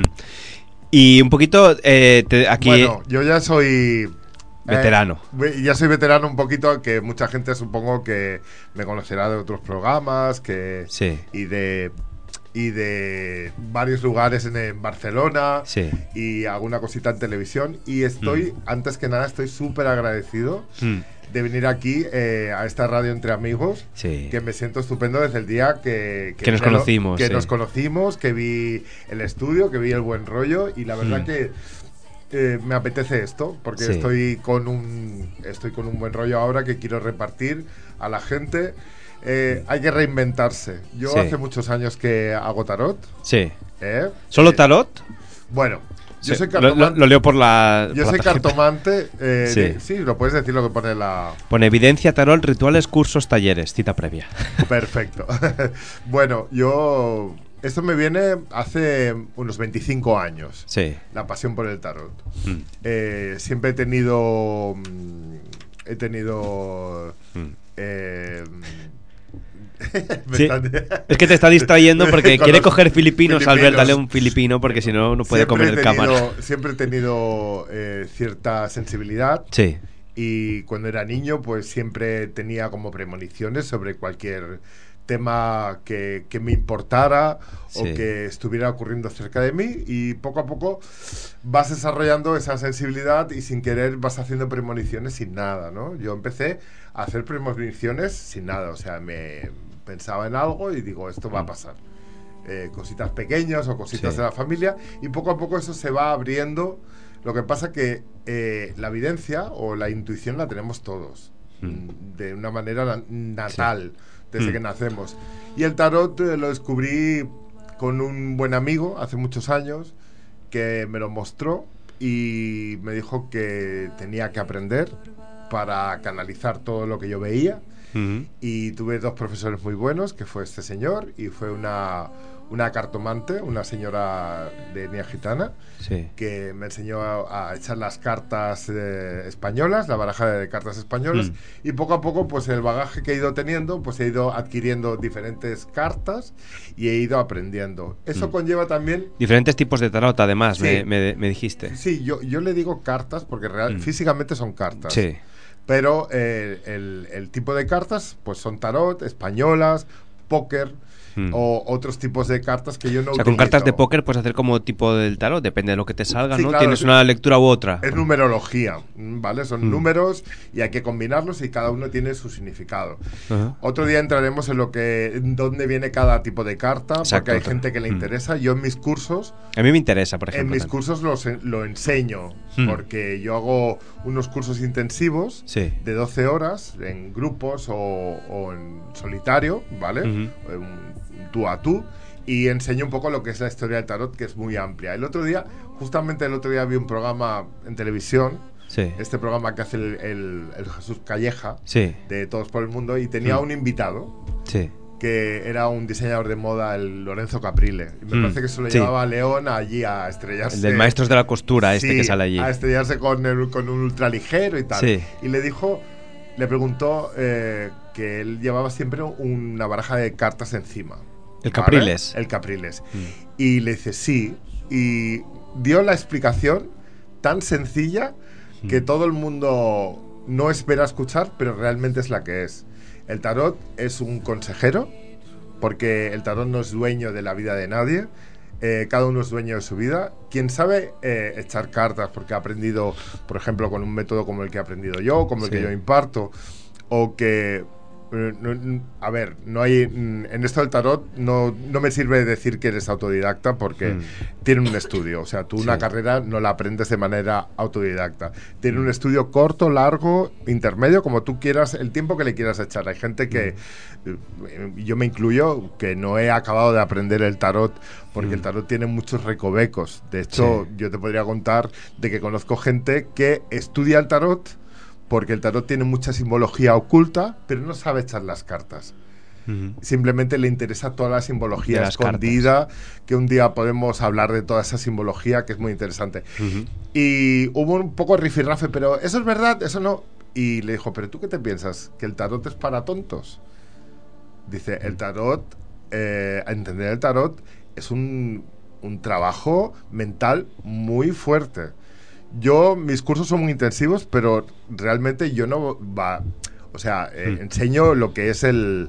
Y un poquito aquí. Bueno, yo ya soy veterano. Ya soy veterano un poquito, que mucha gente supongo que me conocerá de otros programas, y de varios lugares en Barcelona, y alguna cosita en televisión. Y antes que nada, estoy súper agradecido de venir aquí a esta radio entre amigos, que me siento estupendo desde el día que nos conocimos. Nos conocimos, que vi el estudio, que vi el buen rollo, y la verdad que me apetece esto, porque estoy con un buen rollo ahora que quiero repartir a la gente. Hay que reinventarse. Yo hace muchos años que hago tarot. Sí. ¿Solo tarot? Bueno, yo soy cartomante. Lo leo por la. Yo soy cartomante. Sí, lo puedes decir lo que pone la. Pone evidencia, tarot, rituales, cursos, talleres, cita previa. Perfecto. Bueno, esto me viene hace unos 25 años. Sí. La pasión por el tarot. Siempre he tenido. Es que te está distrayendo porque quiere coger filipinos. Albert, dale un filipino porque si no puede comer el cámara. Siempre he tenido cierta sensibilidad. Sí. Y cuando era niño, pues siempre tenía como premoniciones sobre cualquier tema que me importara o que estuviera ocurriendo cerca de mí, y poco a poco vas desarrollando esa sensibilidad y sin querer vas haciendo premoniciones sin nada, ¿no? Yo empecé a hacer premoniciones sin nada, o sea, me pensaba en algo y digo, esto va a pasar. Cositas pequeñas o cositas de la familia, y poco a poco eso se va abriendo. Lo que pasa que la evidencia o la intuición la tenemos todos, de una manera natal, desde que nacemos. Y el tarot lo descubrí con un buen amigo hace muchos años, que me lo mostró y me dijo que tenía que aprender para canalizar todo lo que yo veía. Y tuve 2 profesores muy buenos, que fue este señor y fue una cartomante, una señora de etnia gitana, que me enseñó a echar las cartas españolas, la baraja de cartas españolas, y poco a poco, pues el bagaje que he ido teniendo, pues he ido adquiriendo diferentes cartas y he ido aprendiendo. Eso conlleva también diferentes tipos de tarot, además, me dijiste. Sí, yo le digo cartas porque físicamente son cartas. Sí. Pero el tipo de cartas, pues son tarot, españolas, póker, o otros tipos de cartas que yo no utilizo. Con cartas de póker puedes hacer como tipo del tarot, depende de lo que te salga, ¿no? Claro, tienes una lectura u otra. Es numerología, ¿vale? Son números y hay que combinarlos y cada uno tiene su significado. Otro día entraremos en dónde viene cada tipo de carta, porque hay gente que le interesa. Yo en mis cursos... A mí me interesa, por ejemplo. En mis cursos lo enseño, porque yo hago unos cursos intensivos de 12 horas en grupos o en solitario, ¿vale? Tú a tú, y enseño un poco lo que es la historia del tarot, que es muy amplia. Justamente el otro día vi un programa en televisión, este programa que hace el Jesús Calleja, de Todos por el Mundo, y tenía un invitado, que era un diseñador de moda, el Lorenzo Caprile. Y me parece que se lo llevaba a León allí a estrellarse. El del Maestros de la Costura, que sale allí. A estrellarse con un ultraligero y tal. Y le preguntó que él llevaba siempre una baraja de cartas encima. ¿El Capriles? El Capriles. Y le dice sí, y dio la explicación tan sencilla que todo el mundo no espera escuchar, pero realmente es la que es. El tarot es un consejero, porque el tarot no es dueño de la vida de nadie. Cada uno es dueño de su vida. Quien sabe echar cartas, porque ha aprendido, por ejemplo, con un método como el que he aprendido yo, como el que yo imparto, o que... a ver, no hay en esto del tarot no me sirve decir que eres autodidacta, porque tiene un estudio, o sea, tú una carrera no la aprendes de manera autodidacta, tiene un estudio corto, largo, intermedio, como tú quieras, el tiempo que le quieras echar. Hay gente que yo me incluyo, que no he acabado de aprender el tarot, porque el tarot tiene muchos recovecos. De hecho, yo te podría contar de que conozco gente que estudia el tarot porque el tarot tiene mucha simbología oculta, pero no sabe echar las cartas. Simplemente le interesa toda la simbología escondida, que un día podemos hablar de toda esa simbología, que es muy interesante. Y hubo un poco rifirrafe, pero ¿eso es verdad? ¿Eso no? Y le dijo, ¿pero tú qué te piensas? ¿Que el tarot es para tontos? Dice, el tarot, entender el tarot es un trabajo mental muy fuerte. Mis cursos son muy intensivos, pero realmente yo no enseño lo que es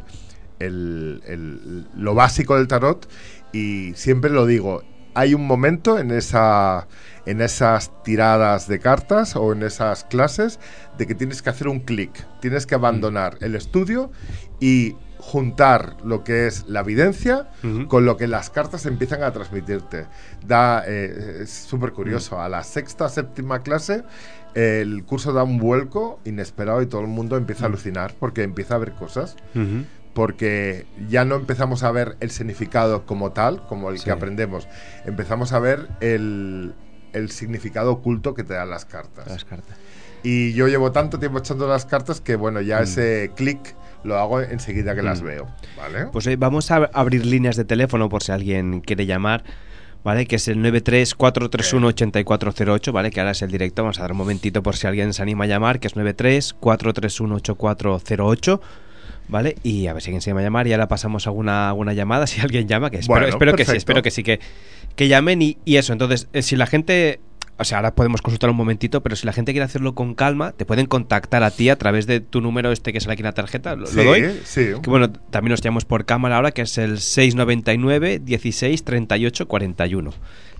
lo básico del tarot, y siempre lo digo, hay un momento en esas tiradas de cartas o en esas clases de que tienes que hacer un clic, tienes que abandonar el estudio y juntar lo que es la evidencia con lo que las cartas empiezan a transmitirte. Es súper curioso. A la sexta, séptima clase el curso da un vuelco inesperado y todo el mundo empieza a alucinar porque empieza a ver cosas. Porque ya no empezamos a ver el significado como tal, como el que aprendemos. Empezamos a ver el significado oculto que te dan las cartas. Y yo llevo tanto tiempo echando las cartas que, bueno, ya ese clic lo hago enseguida que las veo, ¿vale? Pues vamos a abrir líneas de teléfono por si alguien quiere llamar, ¿vale? Que es el 93-431-8408, ¿vale? Que ahora es el directo. Vamos a dar un momentito por si alguien se anima a llamar, que es 93-431-8408. ¿Vale? Y a ver si alguien se llama a llamar y ahora pasamos alguna llamada, si alguien llama, que espero que sí, que llamen y eso. Entonces, si la gente, o sea, ahora podemos consultar un momentito, pero si la gente quiere hacerlo con calma, te pueden contactar a ti a través de tu número que sale aquí en la tarjeta, ¿lo doy? Sí. Que bueno, también nos llamamos por cámara ahora, que es el 699 16 38 41.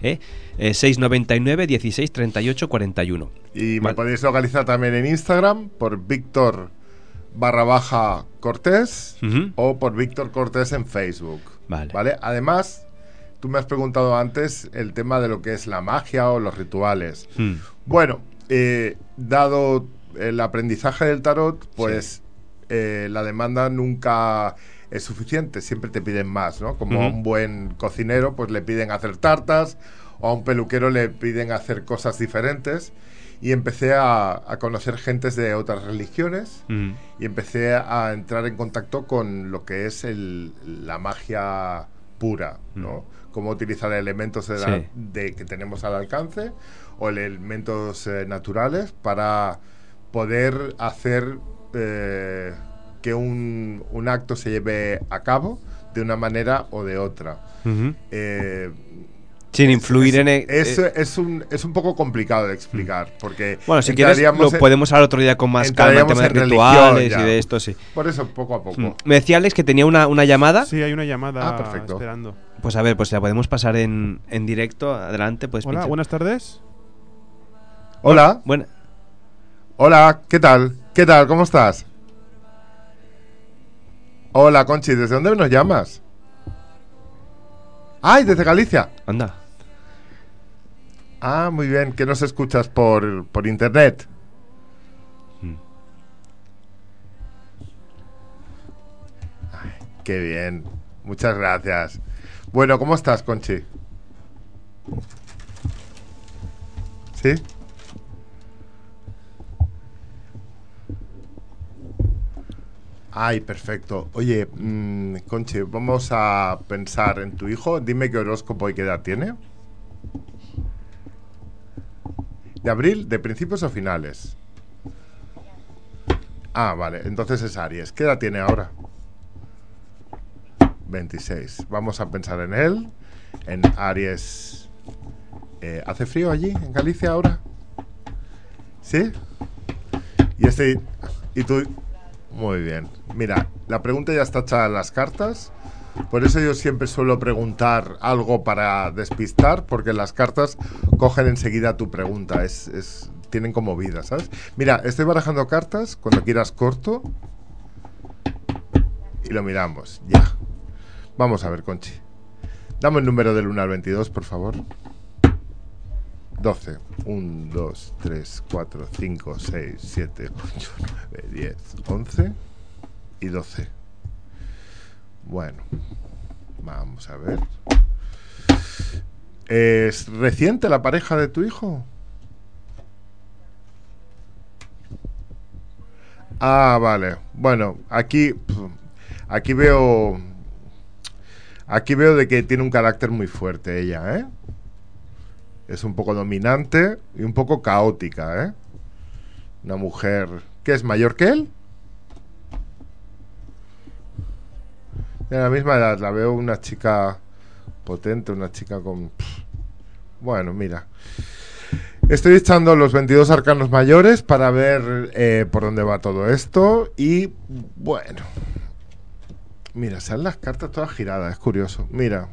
699 16 38 41. Y me podéis localizar también en Instagram por Víctor_Cortés o por Víctor Cortés en Facebook. Vale. Además, tú me has preguntado antes el tema de lo que es la magia o los rituales. Bueno, dado el aprendizaje del tarot, pues la demanda nunca es suficiente, siempre te piden más, ¿no? Como a un buen cocinero, pues le piden hacer tartas, o a un peluquero le piden hacer cosas diferentes. Y empecé a conocer gentes de otras religiones y empecé a entrar en contacto con lo que es la magia pura, ¿no? Cómo utilizar elementos que tenemos al alcance o elementos naturales para poder hacer que un acto se lleve a cabo de una manera o de otra. Sin influir en es un poco complicado de explicar porque bueno, si quieres lo podemos hablar otro día con más calma, el tema de rituales y de esto, sí. Por eso, poco a poco. Me decía Alex que tenía una llamada. Sí, hay una llamada perfecto. esperando. Pues a ver, pues la podemos pasar en directo. Adelante, pues. Hola, pincha. buenas tardes. Hola. Hola, ¿qué tal? ¿Cómo estás? Hola, Conchi, ¿desde dónde nos llamas? ¡Ay, desde Galicia! Anda. Ah, muy bien. ¿Qué nos escuchas por internet? Ay, qué bien. Muchas gracias. Bueno, ¿cómo estás, Conchi? ¿Sí? Ay, perfecto. Oye, Conchi, vamos a pensar en tu hijo. Dime qué horóscopo y qué edad tiene. ¿De abril? ¿De principios o finales? Ah, vale. Entonces es Aries. ¿Qué edad tiene ahora? 26. Vamos a pensar en él. En Aries. ¿Hace frío allí, en Galicia ahora? ¿Sí? ¿Y tú? Muy bien. Mira, la pregunta ya está echada en las cartas. Por eso yo siempre suelo preguntar algo para despistar, porque las cartas cogen enseguida tu pregunta. Tienen como vida, ¿sabes? Mira, estoy barajando cartas. Cuando quieras corto. Y lo miramos. Ya. Vamos a ver, Conchi. Dame el número del 1 al 22, por favor. 12. 1, 2, 3, 4, 5, 6, 7, 8, 9, 10, 11 y 12. Bueno, vamos a ver. ¿Es reciente la pareja de tu hijo? Ah, vale. Bueno, aquí veo de que tiene un carácter muy fuerte ella, ¿eh? Es un poco dominante y un poco caótica, ¿eh? Una mujer... ¿Qué es, mayor que él? De la misma edad. La veo una chica potente, una chica con... Bueno, mira. Estoy echando los 22 arcanos mayores para ver por dónde va todo esto. Y, bueno... Mira, salen las cartas todas giradas. Es curioso. Mira.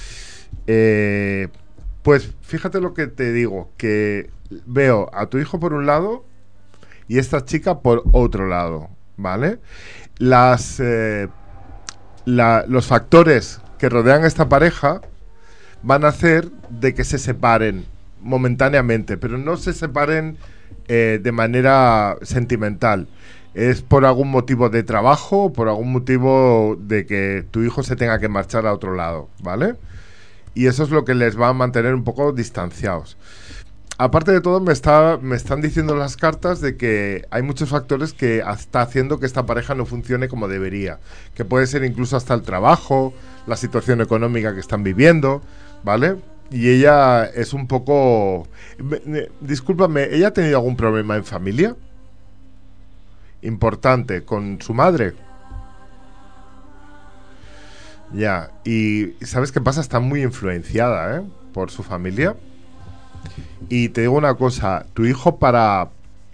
Pues fíjate lo que te digo, que veo a tu hijo por un lado y esta chica por otro lado, ¿vale? Las los factores que rodean a esta pareja van a hacer de que se separen momentáneamente, pero no se separen de manera sentimental. Es por algún motivo de trabajo, por algún motivo de que tu hijo se tenga que marchar a otro lado, ¿vale? Y eso es lo que les va a mantener un poco distanciados. Aparte de todo, me están diciendo las cartas de que hay muchos factores que está haciendo que esta pareja no funcione como debería. Que puede ser incluso hasta el trabajo, la situación económica que están viviendo, ¿vale? Y ella es un poco... Discúlpame, ¿ella ha tenido algún problema en familia? Importante, con su madre. Ya, y ¿sabes qué pasa? Está muy influenciada, por su familia. Y te digo una cosa, tu hijo para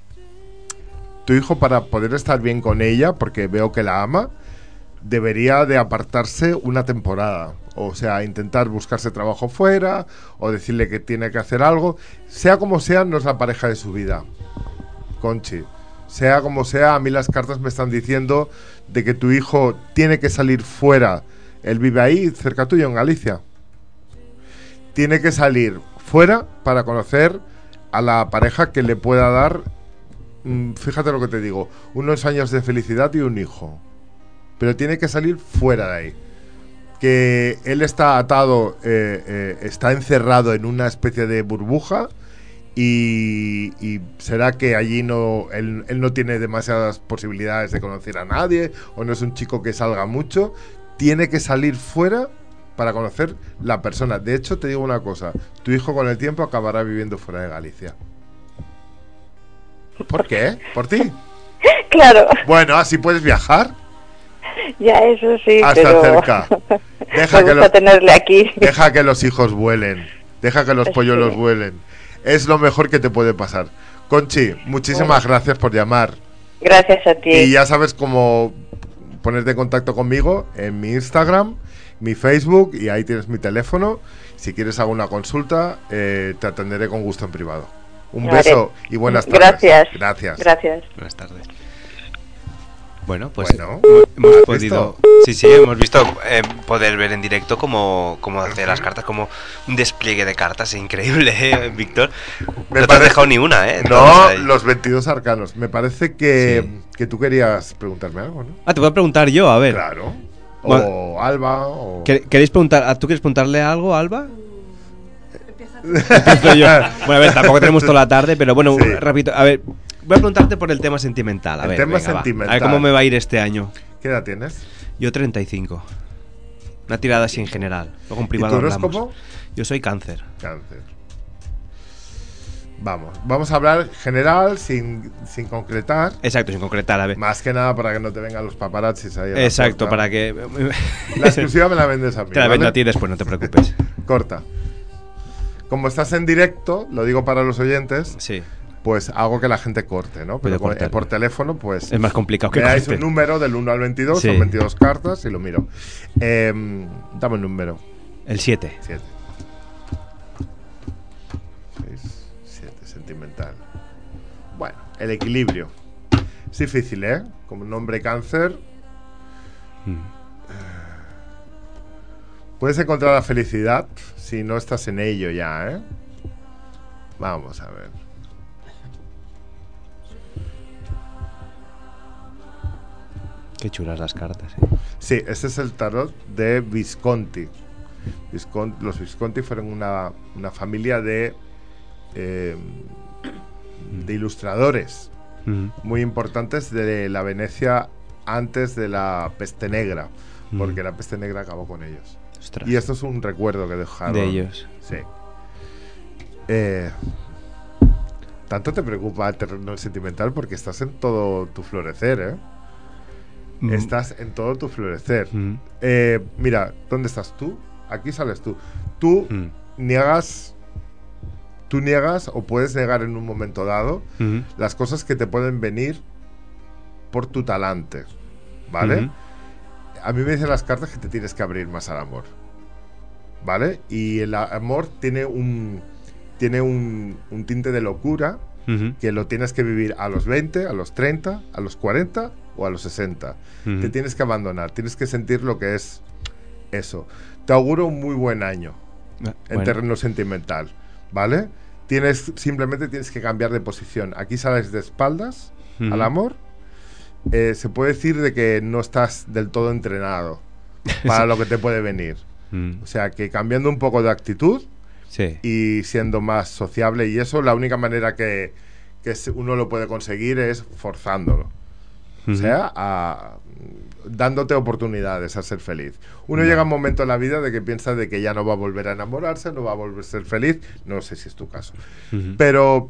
poder estar bien con ella, porque veo que la ama, debería de apartarse una temporada. O sea, intentar buscarse trabajo fuera, o decirle que tiene que hacer algo. Sea como sea, no es la pareja de su vida, Conchi. Sea como sea, a mí las cartas me están diciendo de que tu hijo tiene que salir fuera. Él vive ahí, cerca tuyo, en Galicia. Tiene que salir fuera para conocer a la pareja que le pueda dar, fíjate lo que te digo, unos años de felicidad y un hijo. Pero tiene que salir fuera de ahí. Que él está atado, está encerrado en una especie de burbuja y será que allí él no tiene demasiadas posibilidades de conocer a nadie, o no es un chico que salga mucho. Tiene que salir fuera para conocer la persona. De hecho, te digo una cosa, tu hijo con el tiempo acabará viviendo fuera de Galicia. ¿Por qué? ¿Por ti? Claro. Bueno, así puedes viajar. Ya, eso sí, hasta pero... cerca. Me gusta tenerle aquí. Deja que los hijos vuelen. Deja que los polluelos vuelen. Es lo mejor que te puede pasar. Conchi, muchísimas gracias por llamar. Gracias a ti. Y ya sabes cómo ponerte en contacto conmigo en mi Instagram, mi Facebook, y ahí tienes mi teléfono. Si quieres alguna consulta, te atenderé con gusto en privado. Un beso y buenas tardes. Gracias. Buenas tardes. Bueno, pues hemos podido... visto? Hemos visto poder ver en directo cómo hacer las cartas, como un despliegue de cartas increíble, Víctor. No te has dejado ni una, No, los 22 arcanos. Me parece que tú querías preguntarme algo, ¿no? Ah, te voy a preguntar yo, a ver. Claro. O Alba, o... ¿Queréis preguntar? ¿Tú quieres preguntarle algo a Alba? Empiezo yo. Bueno, a ver, tampoco tenemos toda la tarde, pero bueno, rápido. A ver, voy a preguntarte por el tema sentimental. A ver cómo me va a ir este año. ¿Qué edad tienes? Yo 35. Una tirada así en general. Luego en privado ¿Y tu hablamos. horóscopo? Yo soy Cáncer. Vamos a hablar general, sin concretar. Exacto, sin concretar, a ver. Más que nada para que no te vengan los paparazzis ahí. Exacto, para que... La exclusiva me la vendes a mí. Te la vendo a ti después, no te preocupes. Corta. Como estás en directo, lo digo para los oyentes, pues hago que la gente corte, ¿no? Pero por teléfono, pues... Es más complicado que me dais un número del 1 al 22, son 22 cartas y lo miro. Dame un número. El 7. 7. 7, sentimental. Bueno, el equilibrio. Es difícil, ¿eh? Como nombre Cáncer... Puedes encontrar la felicidad si no estás en ello ya, ¿eh? Vamos a ver. Qué chulas las cartas, Sí, este es el tarot de Visconti. Los Visconti fueron una familia de ilustradores muy importantes de la Venecia antes de la peste negra, porque la peste negra acabó con ellos. Ostras. Y esto es un recuerdo que dejaron de ellos. Sí. Tanto te preocupa el terreno sentimental porque estás en todo tu florecer, ¿eh? Estás en todo tu florecer. Mira, ¿dónde estás tú? Aquí sales tú. Tú niegas o puedes negar en un momento dado las cosas que te pueden venir por tu talante, ¿vale? A mí me dicen las cartas que te tienes que abrir más al amor, ¿vale? Y el amor tiene un tinte de locura que lo tienes que vivir a los 20, a los 30, a los 40 o a los 60. Te tienes que abandonar, tienes que sentir lo que es eso. Te auguro un muy buen año en terreno sentimental, ¿vale? Simplemente tienes que cambiar de posición. Aquí sales de espaldas al amor. Se puede decir de que no estás del todo entrenado para lo que te puede venir. O sea, que cambiando un poco de actitud y siendo más sociable, y eso, la única manera que uno lo puede conseguir es forzándolo. O sea, dándote oportunidades a ser feliz. Uno llega a un momento en la vida de que piensa de que ya no va a volver a enamorarse, no va a volver a ser feliz. No sé si es tu caso. Pero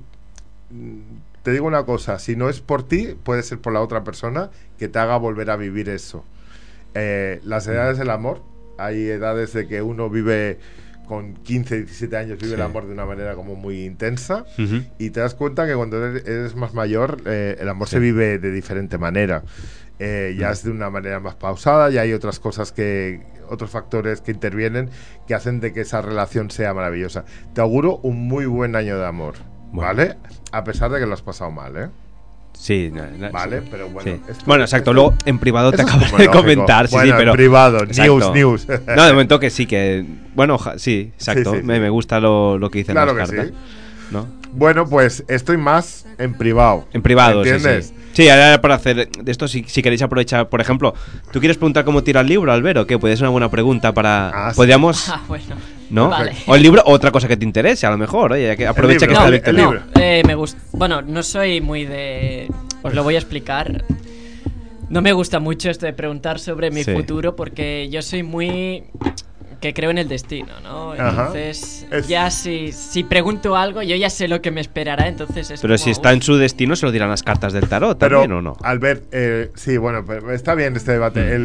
te digo una cosa, si no es por ti, puede ser por la otra persona que te haga volver a vivir eso. Las edades del amor, hay edades de que uno vive con 15, 17 años, vive el amor de una manera como muy intensa, y te das cuenta que cuando eres más mayor, el amor se vive de diferente manera. Ya es de una manera más pausada, ya hay otras cosas otros factores que intervienen que hacen de que esa relación sea maravillosa. Te auguro un muy buen año de amor, ¿vale? A pesar de que lo has pasado mal, ¿eh? Sí, vale, pero bueno. Bueno, exacto, luego en privado te acabo de comentar. Sí, bueno, pero en privado, exacto. news. No, de momento que sí, que. Bueno, sí, exacto. Sí. Me gusta lo que dicen las cartas. Sí. ¿No? Bueno, pues estoy más en privado. En privado, ¿entiendes? Sí, ahora para hacer de esto, si queréis aprovechar, por ejemplo, ¿tú quieres preguntar cómo tira el libro, Albert? ¿Qué? Puede ser una buena pregunta para. ¿Podríamos.? Bueno. ¿No? Vale. O el libro, o otra cosa que te interese, a lo mejor. Oye, que aprovecha que está el libro. Me gusta. Bueno, no soy muy de. Os lo voy a explicar. No me gusta mucho esto de preguntar sobre mi futuro porque yo soy muy. Que creo en el destino, ¿no? Entonces, ya si pregunto algo, yo ya sé lo que me esperará, entonces es. Pero si está en su destino, se lo dirán las cartas del tarot, ¿también o no? Albert, sí, bueno, está bien este debate.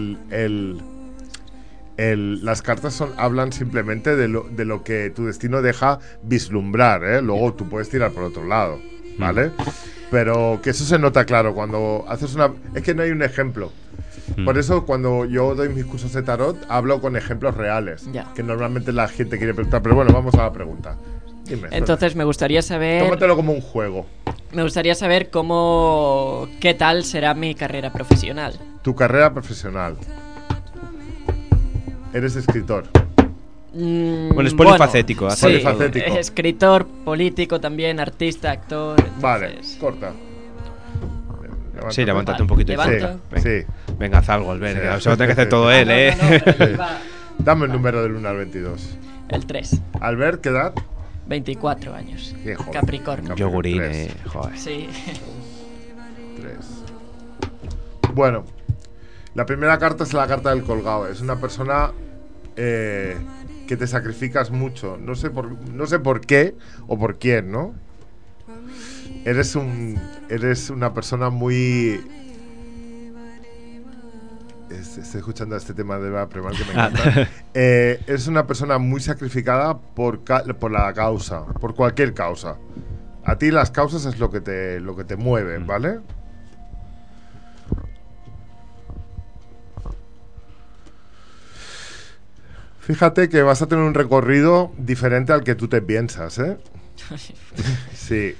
Las cartas hablan simplemente de lo que tu destino deja vislumbrar, ¿eh? Luego tú puedes tirar por otro lado, ¿vale? Pero que eso se nota claro cuando haces es que no hay un ejemplo. Por eso cuando yo doy mis cursos de tarot hablo con ejemplos reales, que normalmente la gente quiere preguntar. Pero bueno, vamos a la pregunta. Dime. Entonces me gustaría saber. Tómatelo como un juego. Me gustaría saber qué tal será mi carrera profesional. Tu carrera profesional. Eres escritor. Bueno, es polifacético. Sí, polifacético. Escritor, político también, artista, actor. Entonces. Vale, corta. Sí, levántate un poquito. Sí. Venga, haz algo, Albert. Se va a tener que hacer todo él, ¿eh? Dame el número del 1 al 22. El 3. Albert, ¿qué edad? 24 años. Qué joven. Capricornio. Yogurín, joder. Sí. 3. Bueno, la primera carta es la carta del colgado. Es una persona que te sacrificas mucho. No sé por qué o por quién, ¿no? Eres una persona muy. Estoy escuchando este tema de la Premal que me encanta. Eres una persona muy sacrificada por la causa, por cualquier causa. A ti las causas es lo que te mueve, ¿vale? Fíjate que vas a tener un recorrido diferente al que tú te piensas, ¿eh? Sí.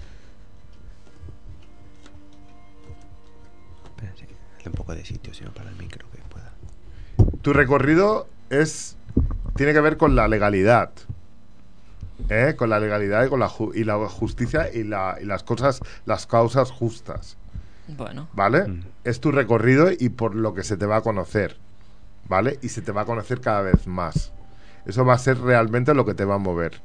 Un poco de sitio, sino para el micro que pueda. Tu recorrido tiene que ver con la legalidad, con la legalidad y con la justicia y las causas justas. Bueno. ¿Vale? Es tu recorrido y por lo que se te va a conocer, ¿vale? Y se te va a conocer cada vez más. Eso va a ser realmente lo que te va a mover.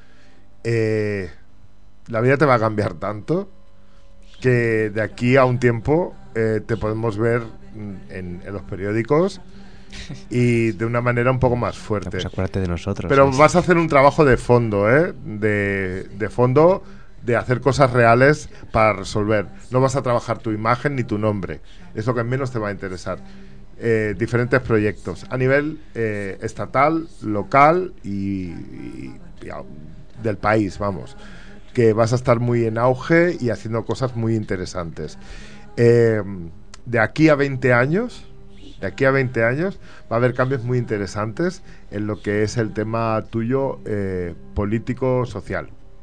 La vida te va a cambiar tanto que de aquí a un tiempo te podemos ver en los periódicos y de una manera un poco más fuerte. Pues acuérdate de nosotros. Pero vas a hacer un trabajo de fondo, de fondo, de hacer cosas reales para resolver. No vas a trabajar tu imagen ni tu nombre. Es lo que menos te va a interesar. Diferentes proyectos a nivel estatal, local y del país, vamos. Que vas a estar muy en auge y haciendo cosas muy interesantes. De aquí a 20 años va a haber cambios muy interesantes en lo que es el tema tuyo político-social.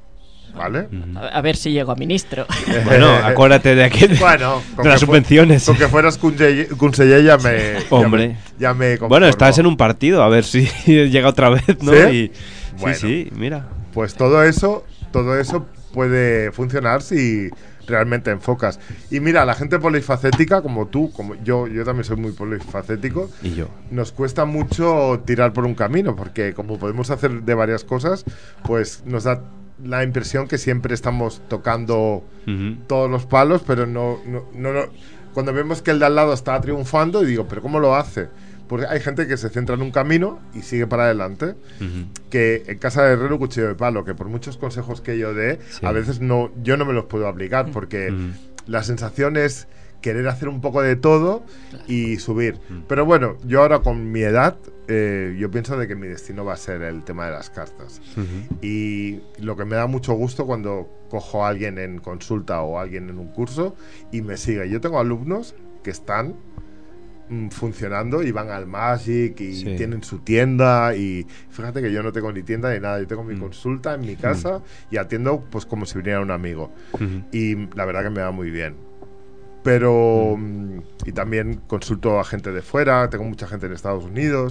¿vale? A ver si llego a ministro. Bueno, acuérdate de aquí de las subvenciones. Con que fueras conseller ya me... Hombre. Ya me conformo. Bueno, estás en un partido, a ver si llega otra vez, ¿no? ¿Sí? Bueno, sí, mira. Pues todo eso puede funcionar si realmente enfocas. Y mira, la gente polifacética, como tú, como yo también soy muy polifacético. Y yo. Nos cuesta mucho tirar por un camino, porque como podemos hacer de varias cosas, pues nos da la impresión que siempre estamos tocando todos los palos, pero no. Cuando vemos que el de al lado está triunfando, y digo, ¿pero cómo lo hace? Porque hay gente que se centra en un camino y sigue para adelante. Que en casa de herrero, cuchillo de palo, que por muchos consejos que yo dé, a veces yo no me los puedo aplicar, porque la sensación es querer hacer un poco de todo y subir. Pero bueno, yo ahora con mi edad, yo pienso de que mi destino va a ser el tema de las cartas. Y lo que me da mucho gusto cuando cojo a alguien en consulta o a alguien en un curso y me sigue. Yo tengo alumnos que están funcionando y van al Magic y tienen su tienda, y fíjate que yo no tengo ni tienda ni nada, yo tengo mi consulta en mi casa y atiendo pues como si viniera un amigo, y la verdad que me va muy bien. Pero y también consulto a gente de fuera, tengo mucha gente en Estados Unidos.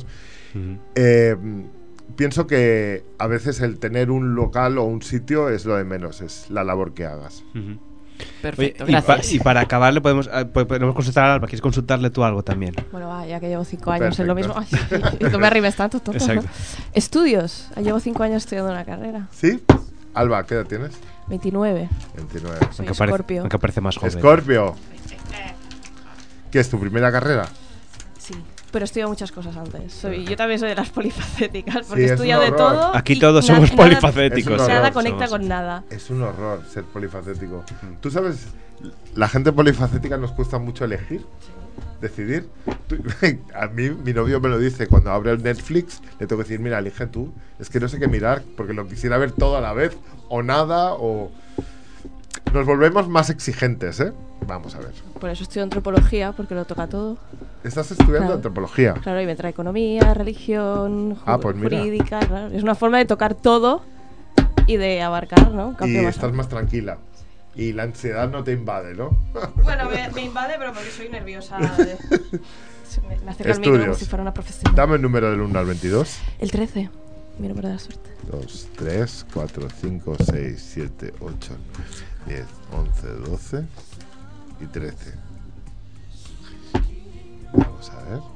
Pienso que a veces el tener un local o un sitio es lo de menos, es la labor que hagas. Perfecto, oye, gracias. Y para acabarle podemos consultar a Alba. ¿Quieres consultarle tú algo también? Bueno, ya que llevo 5 años en lo mismo. Ay, no me arrimes tanto, tonto. Exacto. Estudios. Llevo 5 años estudiando una carrera. ¿Sí? Alba, ¿qué edad tienes? 29. 29. Soy Escorpio. Aunque parece más joven. Escorpio. ¿Qué es tu primera carrera? Sí, pero estudio muchas cosas antes. Yo también soy de las polifacéticas, porque Sí, estudio de todo. Aquí todos somos polifacéticos. Nada conecta con nada. Es un horror ser polifacético. Tú sabes, la gente polifacética nos cuesta mucho elegir, decidir. A mí, mi novio me lo dice, cuando abre el Netflix, le tengo que decir, mira, elige tú. Es que no sé qué mirar, porque lo quisiera ver todo a la vez, o nada, o... Nos volvemos más exigentes, ¿eh? Vamos a ver. Por eso estudio antropología, porque lo toca todo. ¿Estás estudiando antropología? Claro, y me trae economía, religión, pues jurídica, claro. Es una forma de tocar todo y de abarcar, ¿no? Y estás más tranquila. Y la ansiedad no te invade, ¿no? Bueno, me invade, pero porque soy nerviosa. Me acerco al micro como si fuera una profesional. Dame el número del 1 al 22. El 13. Mi número de la suerte. 2, 3, 4, 5, 6, 7, 8, 10, 11, 12 y 13. Vamos a ver.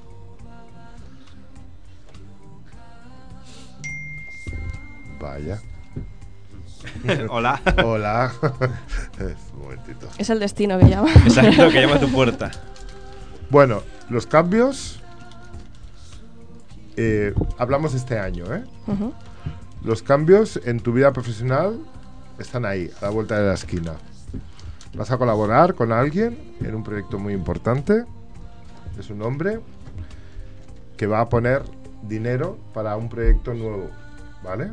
Vaya. Hola. Hola. Un momentito. Es el destino que llama. Exacto, que llama a tu puerta. Bueno, los cambios... hablamos este año, ¿eh? Los cambios en tu vida profesional están ahí, a la vuelta de la esquina. Vas a colaborar con alguien en un proyecto muy importante. Es un hombre que va a poner dinero para un proyecto nuevo, ¿vale?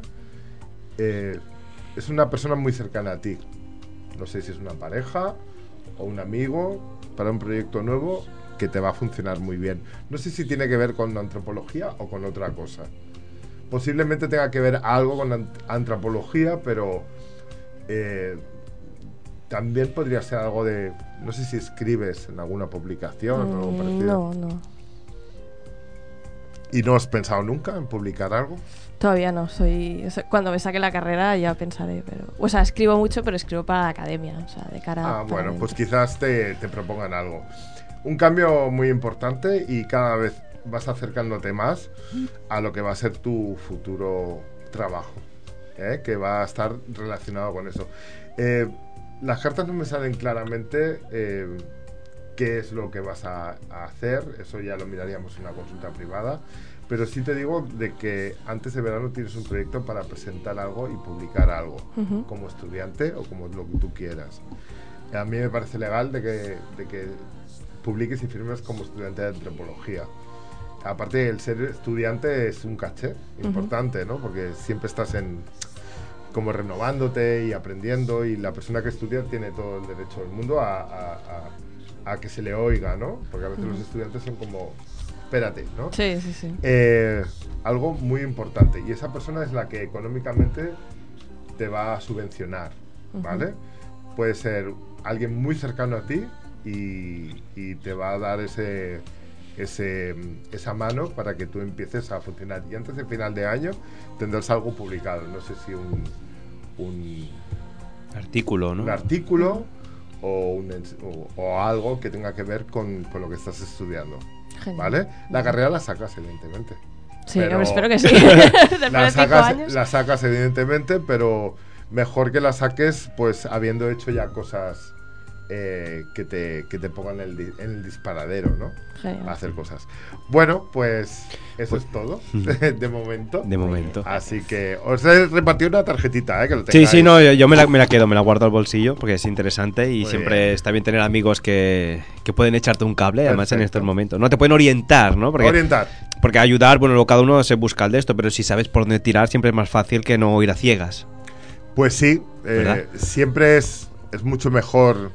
Es una persona muy cercana a ti. No sé si es una pareja o un amigo para un proyecto nuevo que te va a funcionar muy bien. No sé si tiene que ver con la antropología o con otra cosa. Posiblemente tenga que ver algo con la antropología, pero también podría ser algo de... No sé si escribes en alguna publicación o algo parecido. No. ¿Y no has pensado nunca en publicar algo? Todavía no. Cuando me saque la carrera ya pensaré, pero... O sea, escribo mucho, pero escribo para la academia, o sea, de cara... bueno, pues quizás te propongan algo. Un cambio muy importante y cada vez vas acercándote más a lo que va a ser tu futuro trabajo, que va a estar relacionado con eso. Las cartas no me salen claramente qué es lo que vas a hacer, eso ya lo miraríamos en una consulta privada, pero sí te digo de que antes de verano tienes un proyecto para presentar algo y publicar algo, como estudiante o como lo que tú quieras. A mí me parece legal de que publiques y firmes como estudiante de antropología. Aparte, el ser estudiante es un caché importante, ¿no? Porque siempre estás como renovándote y aprendiendo, y la persona que estudia tiene todo el derecho del mundo a que se le oiga, ¿no? Porque a veces los estudiantes son como, espérate, ¿no? Sí. Algo muy importante, y esa persona es la que económicamente te va a subvencionar, ¿vale? Puede ser alguien muy cercano a ti y te va a dar esa mano para que tú empieces a funcionar. Y antes del final de año tendrás algo publicado, no sé si un artículo, ¿no? Un artículo o algo que tenga que ver con lo que estás estudiando. Genial. ¿Vale? La carrera la sacas, evidentemente. Sí, espero que sí. Después de 5 años. La sacas, evidentemente, pero mejor que la saques pues habiendo hecho ya cosas que te pongan en el disparadero, ¿no? Genial. A hacer cosas. Bueno, pues eso es todo de momento. De momento. Así que os he repartido una tarjetita, que lo tengáis. Sí, no, yo me la quedo, me la guardo al bolsillo porque es interesante y Muy siempre bien. está bien tener amigos que pueden echarte un cable, además en Perfecto. estos momentos. No te pueden orientar, ¿no? Porque ayudar, bueno, cada uno se busca el de esto, pero si sabes por dónde tirar siempre es más fácil que no ir a ciegas. Pues sí, siempre es mucho mejor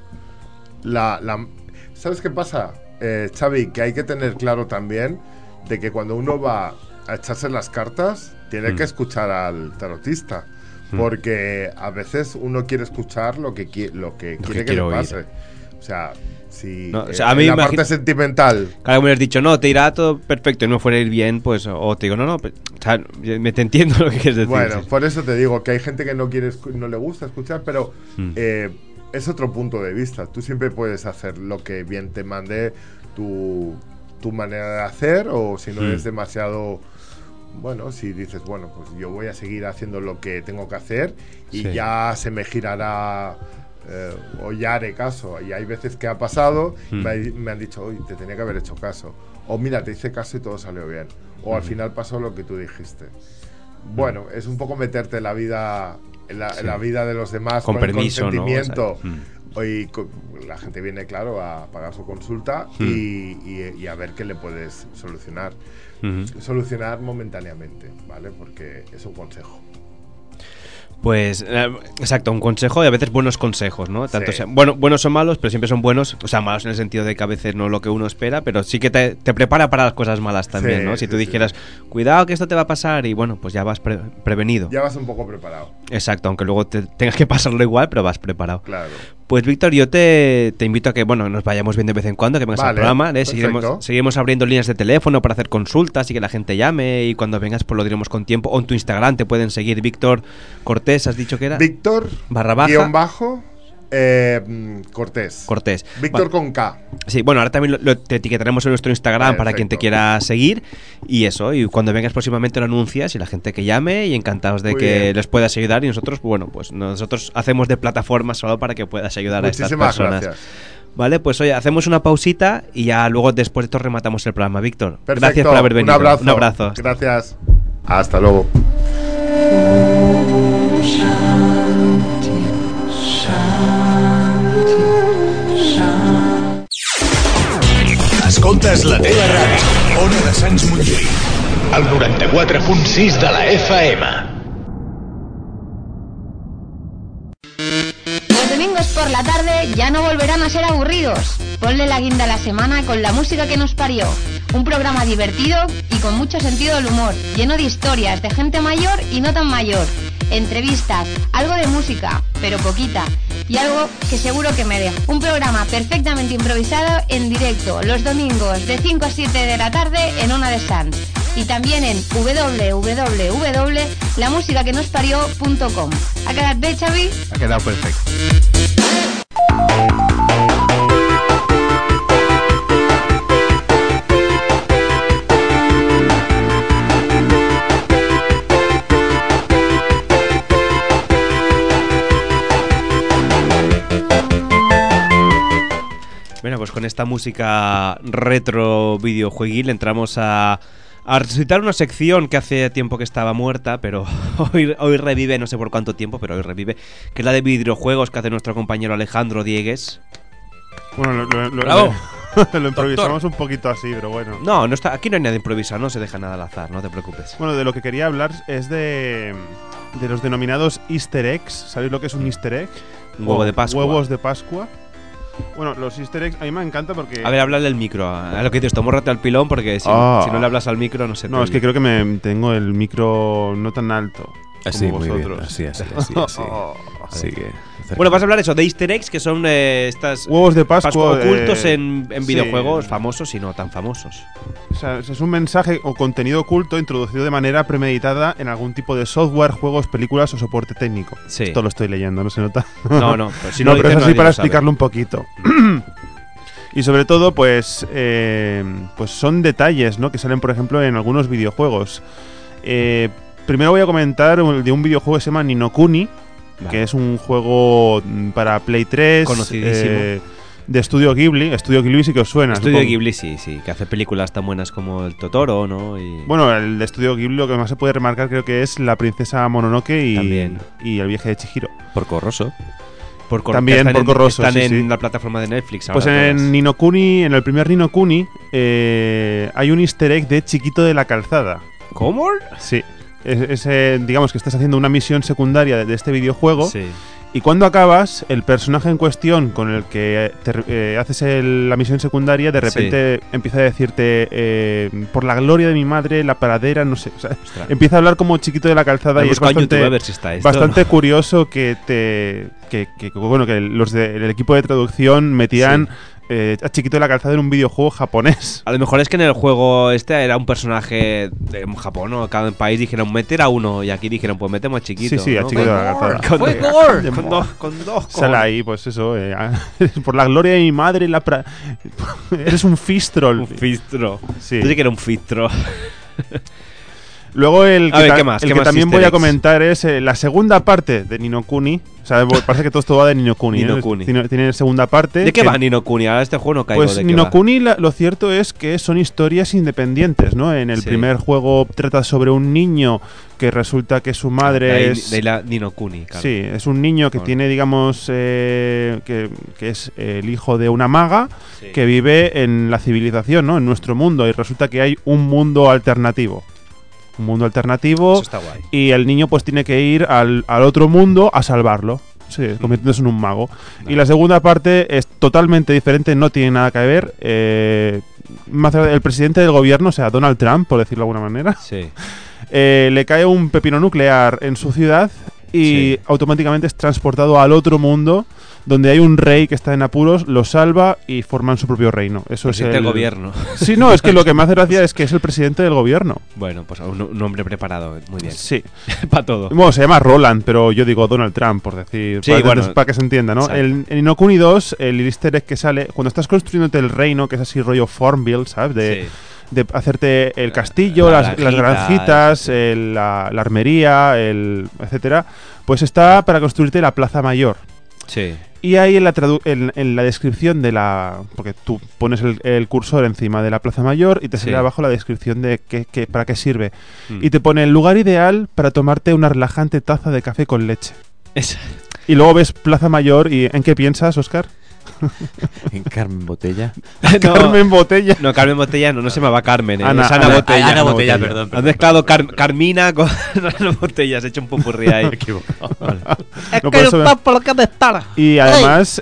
¿Sabes qué pasa, Xavi? Que hay que tener claro también de que cuando uno va a echarse las cartas, tiene que escuchar al tarotista. Porque a veces uno quiere escuchar lo que quiere que le pase. O sea, si a mí la parte sentimental. Claro, me has dicho, no, te irá todo perfecto y no fuera a ir bien, pues, o te digo, no, o sea, me te entiendo lo que quieres decir. Bueno, sí. por eso te digo que hay gente que no le gusta escuchar, pero es otro punto de vista. Tú siempre puedes hacer lo que bien te mande tu manera de hacer, o si no es demasiado... Bueno, si dices, bueno, pues yo voy a seguir haciendo lo que tengo que hacer y ya se me girará o ya haré caso. Y hay veces que ha pasado, me han dicho, oye, te tenía que haber hecho caso. O mira, te hice caso y todo salió bien. O al final pasó lo que tú dijiste. Bueno, es un poco meterte en la vida, en la vida de los demás con permiso, consentimiento. ¿no? Hoy la gente viene, claro, a pagar su consulta y a ver qué le puedes solucionar. Solucionar momentáneamente, ¿vale? Porque es un consejo. Pues, exacto, un consejo y a veces buenos consejos, ¿no? Tanto Sí. buenos o malos, pero siempre son buenos, o sea, malos en el sentido de que a veces no lo que uno espera, pero sí que te prepara para las cosas malas también, Sí, ¿no? Si sí, tú dijeras, cuidado que esto te va a pasar y bueno, pues ya vas prevenido. Ya vas un poco preparado. Exacto, aunque luego tengas que pasarlo igual, pero vas preparado. Claro. Pues Víctor, yo te invito a que, bueno, nos vayamos viendo de vez en cuando, que vengas al programa, seguiremos abriendo líneas de teléfono para hacer consultas y que la gente llame, y cuando vengas pues lo diremos con tiempo, o en tu Instagram te pueden seguir, Víctor Cortés, ¿has dicho que era? Víctor _ Cortés. Víctor con K. Sí, bueno, ahora también te etiquetaremos en nuestro Instagram para quien te quiera seguir, y eso, y cuando vengas próximamente lo anuncias y la gente que llame, y encantados de Muy que bien. les puedas ayudar, y nosotros, bueno, pues nosotros hacemos de plataforma solo para que puedas ayudar a estas Muchísimas personas. gracias. Vale, pues oye, hacemos una pausita y ya luego después de esto rematamos el programa, Víctor. Perfecto. Gracias por haber venido. Un abrazo. Gracias. Hasta luego. Escoltes la teva ràdio, Ona de Sants Montjuïc, el 94.6 de la FM. Los domingos por la tarde ya no volverán a ser aburridos. Ponle la guinda a la semana con la música que nos parió. Un programa divertido y con mucho sentido del humor, lleno de historias de gente mayor y no tan mayor. Entrevistas, algo de música, pero poquita. Y algo que seguro que me dejo. Un programa perfectamente improvisado en directo los domingos de 5 a 7 de la tarde en Ona de Sants. Y también en www.lamusicaquenosparió.com. ¿Ha quedado bien, Xavi? Ha quedado perfecto. Bueno, pues con esta música retro videojueguil entramos a resucitar una sección que hace tiempo que estaba muerta, pero hoy revive, no sé por cuánto tiempo, pero hoy revive, que es la de videojuegos que hace nuestro compañero Alejandro Diegues. Bueno, ¡Bravo! lo improvisamos un poquito así, pero bueno. No está, aquí no hay nada de improvisar, no se deja nada al azar, no te preocupes. Bueno, de lo que quería hablar es de los denominados Easter eggs. ¿Sabéis lo que es un Easter egg? Un huevo de Pascua. Huevos de Pascua. Bueno, los Easter eggs a mí me encanta porque... A ver, háblale al micro, a lo que dices, tomórrate al pilón porque si no le hablas al micro no sé. No, es que creo que tengo el micro no tan alto. Así, como muy vosotros. bien. Así que... Bueno, vas a hablar eso de Easter eggs, que son estas huevos de Pascua ocultos en sí. videojuegos famosos y no tan famosos. O sea, es un mensaje o contenido oculto introducido de manera premeditada en algún tipo de software, juegos, películas o soporte técnico. Sí. Esto lo estoy leyendo, ¿no se nota? No, pues si no, no pero dices, es así nadie para lo sabe. explicarlo un poquito. Y sobre todo, pues son detalles, ¿no? Que salen, por ejemplo, en algunos videojuegos. Primero voy a comentar de un videojuego que se llama Ni no Kuni, que es un juego para Play 3. Conocidísimo. De Estudio Ghibli. Estudio Ghibli sí que os suena. Estudio supongo. Ghibli sí, que hace películas tan buenas como el Totoro, ¿no? Y... Bueno, el de Estudio Ghibli lo que más se puede remarcar creo que es La princesa Mononoke y El viaje de Chihiro. Porco Rosso. También Porco Rosso, están sí. en la plataforma de Netflix ahora. Pues en Ni no Kuni, en el primer Ni no Kuni, hay un easter egg de Chiquito de la Calzada. ¿Cómo? Sí. Digamos que estás haciendo una misión secundaria de este videojuego. Sí. Y cuando acabas, el personaje en cuestión con el que haces la misión secundaria, de repente empieza a decirte, por la gloria de mi madre, la pradera, no sé. O sea, empieza a hablar como Chiquito de la Calzada y es bastante curioso que los del equipo de traducción metían a Chiquito de la Calzada en un videojuego japonés. A lo mejor es que en el juego era un personaje de Japón, ¿no? Cada país dijeron meter a uno y aquí dijeron pues metemos a Chiquito. Sí, a ¿no? Chiquito de la Calzada. Con dos. Sale ahí, pues eso. Por la gloria de mi madre, eres un fistro. Un fistro. Sí. Tú sí que era un fistro. Luego el ¿qué más también voy a comentar es la segunda parte de Ni no Kuni. O sea, parece que todo esto va de Ni no Kuni. Tiene segunda parte. ¿De qué va Ni no Kuni? Ahora este juego no caigo. Pues Ni no Kuni lo cierto es que son historias independientes, ¿no? En el primer juego trata sobre un niño que resulta que su madre es... De la Ni no Kuni, claro. Sí, es un niño que tiene, digamos, que es el hijo de una maga que vive en la civilización, ¿no? En nuestro mundo. Y resulta que hay un mundo alternativo. Un mundo alternativo. Eso está guay. Y el niño pues tiene que ir al otro mundo a salvarlo. Sí, convirtiéndose en un mago. Vale. Y la segunda parte es totalmente diferente, no tiene nada que ver. El presidente del gobierno, o sea, Donald Trump, por decirlo de alguna manera, le cae un pepino nuclear en su ciudad y automáticamente es transportado al otro mundo donde hay un rey que está en apuros, lo salva y forman su propio reino. Eso presidente es del gobierno. Sí, no, es que lo que me hace gracia es que es el presidente del gobierno. Bueno, pues un hombre preparado, muy bien. Sí. Para todo. Bueno, se llama Roland, pero yo digo Donald Trump, por decir, para que se entienda, ¿no? En Ni no Kuni 2, el easter egg que sale, cuando estás construyéndote el reino, que es así rollo Farmville, ¿sabes? De hacerte el castillo, las granjitas, la armería, etcétera, pues está para construirte la plaza mayor. Sí. Y ahí en la descripción porque tú pones el cursor encima de la plaza mayor y te sale abajo la descripción de para qué sirve. Y te pone el lugar ideal para tomarte una relajante taza de café con leche. Y luego ves plaza mayor y ¿en qué piensas, Óscar? En Carmen Botella. Carmen Botella. No, Carmen Botella no se llamaba Carmen. Es Ana Botella. Ana Botella, perdón. Has mezclado Carmina con Ana Botella. Has hecho un popurrí ahí. Me equivocado. Vale. Es que está por lo que me está. Y además,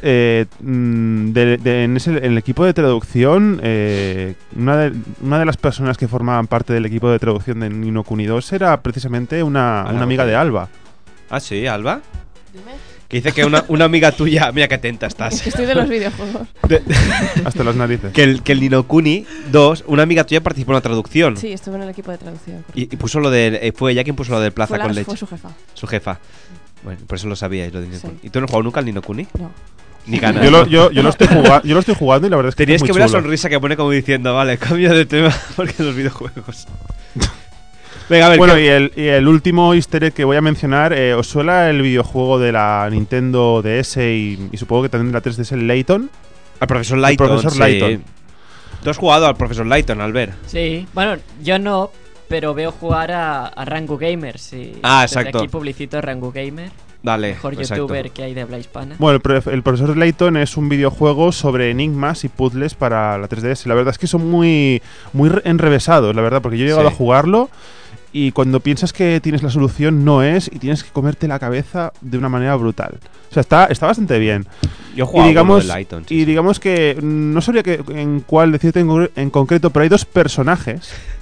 en el equipo de traducción, una de las personas que formaban parte del equipo de traducción de Ni no Kuni 2 era precisamente una amiga de Alba. ¿Ah, sí? ¿Alba? Dime. Que dice que una amiga tuya... Mira qué atenta estás. Es que estoy de los videojuegos. Hasta las narices. Que el Ni no Kuni 2, una amiga tuya participó en la traducción. Sí, estuve en el equipo de traducción. Y puso lo de... Fue ella quien puso lo de plaza con leche. Fue su jefa. Su jefa. Bueno, por eso lo sabíais, lo de Ni no Kuni. ¿Y tú no has jugado nunca al Ni no Kuni? No. Ni ganas. Yo lo estoy jugando y la verdad es que tenías que ver chulo. la sonrisa que pone como diciendo, vale, cambio de tema porque los videojuegos... Venga, a ver, bueno, y el último easter egg que voy a mencionar, ¿os suena el videojuego de la Nintendo DS y supongo que también de la 3DS, el Layton? Al profesor Layton. El profesor Layton. ¿Tú has jugado al profesor Layton, Albert? Sí, bueno, yo no, pero veo jugar a Rango Gamer. Sí. Exacto. Desde aquí publicito a Rango Gamer. Dale, mejor youtuber que hay de habla hispana. Bueno, el profesor Layton es un videojuego sobre enigmas y puzzles para la 3DS. La verdad es que son muy enrevesados, la verdad, porque yo he llegado a jugarlo y cuando piensas que tienes la solución no es y tienes que comerte la cabeza de una manera brutal. O sea, está bastante bien. Yo he jugado de Layton. Y digamos que no sabría en cuál decirte en concreto, pero hay dos personajes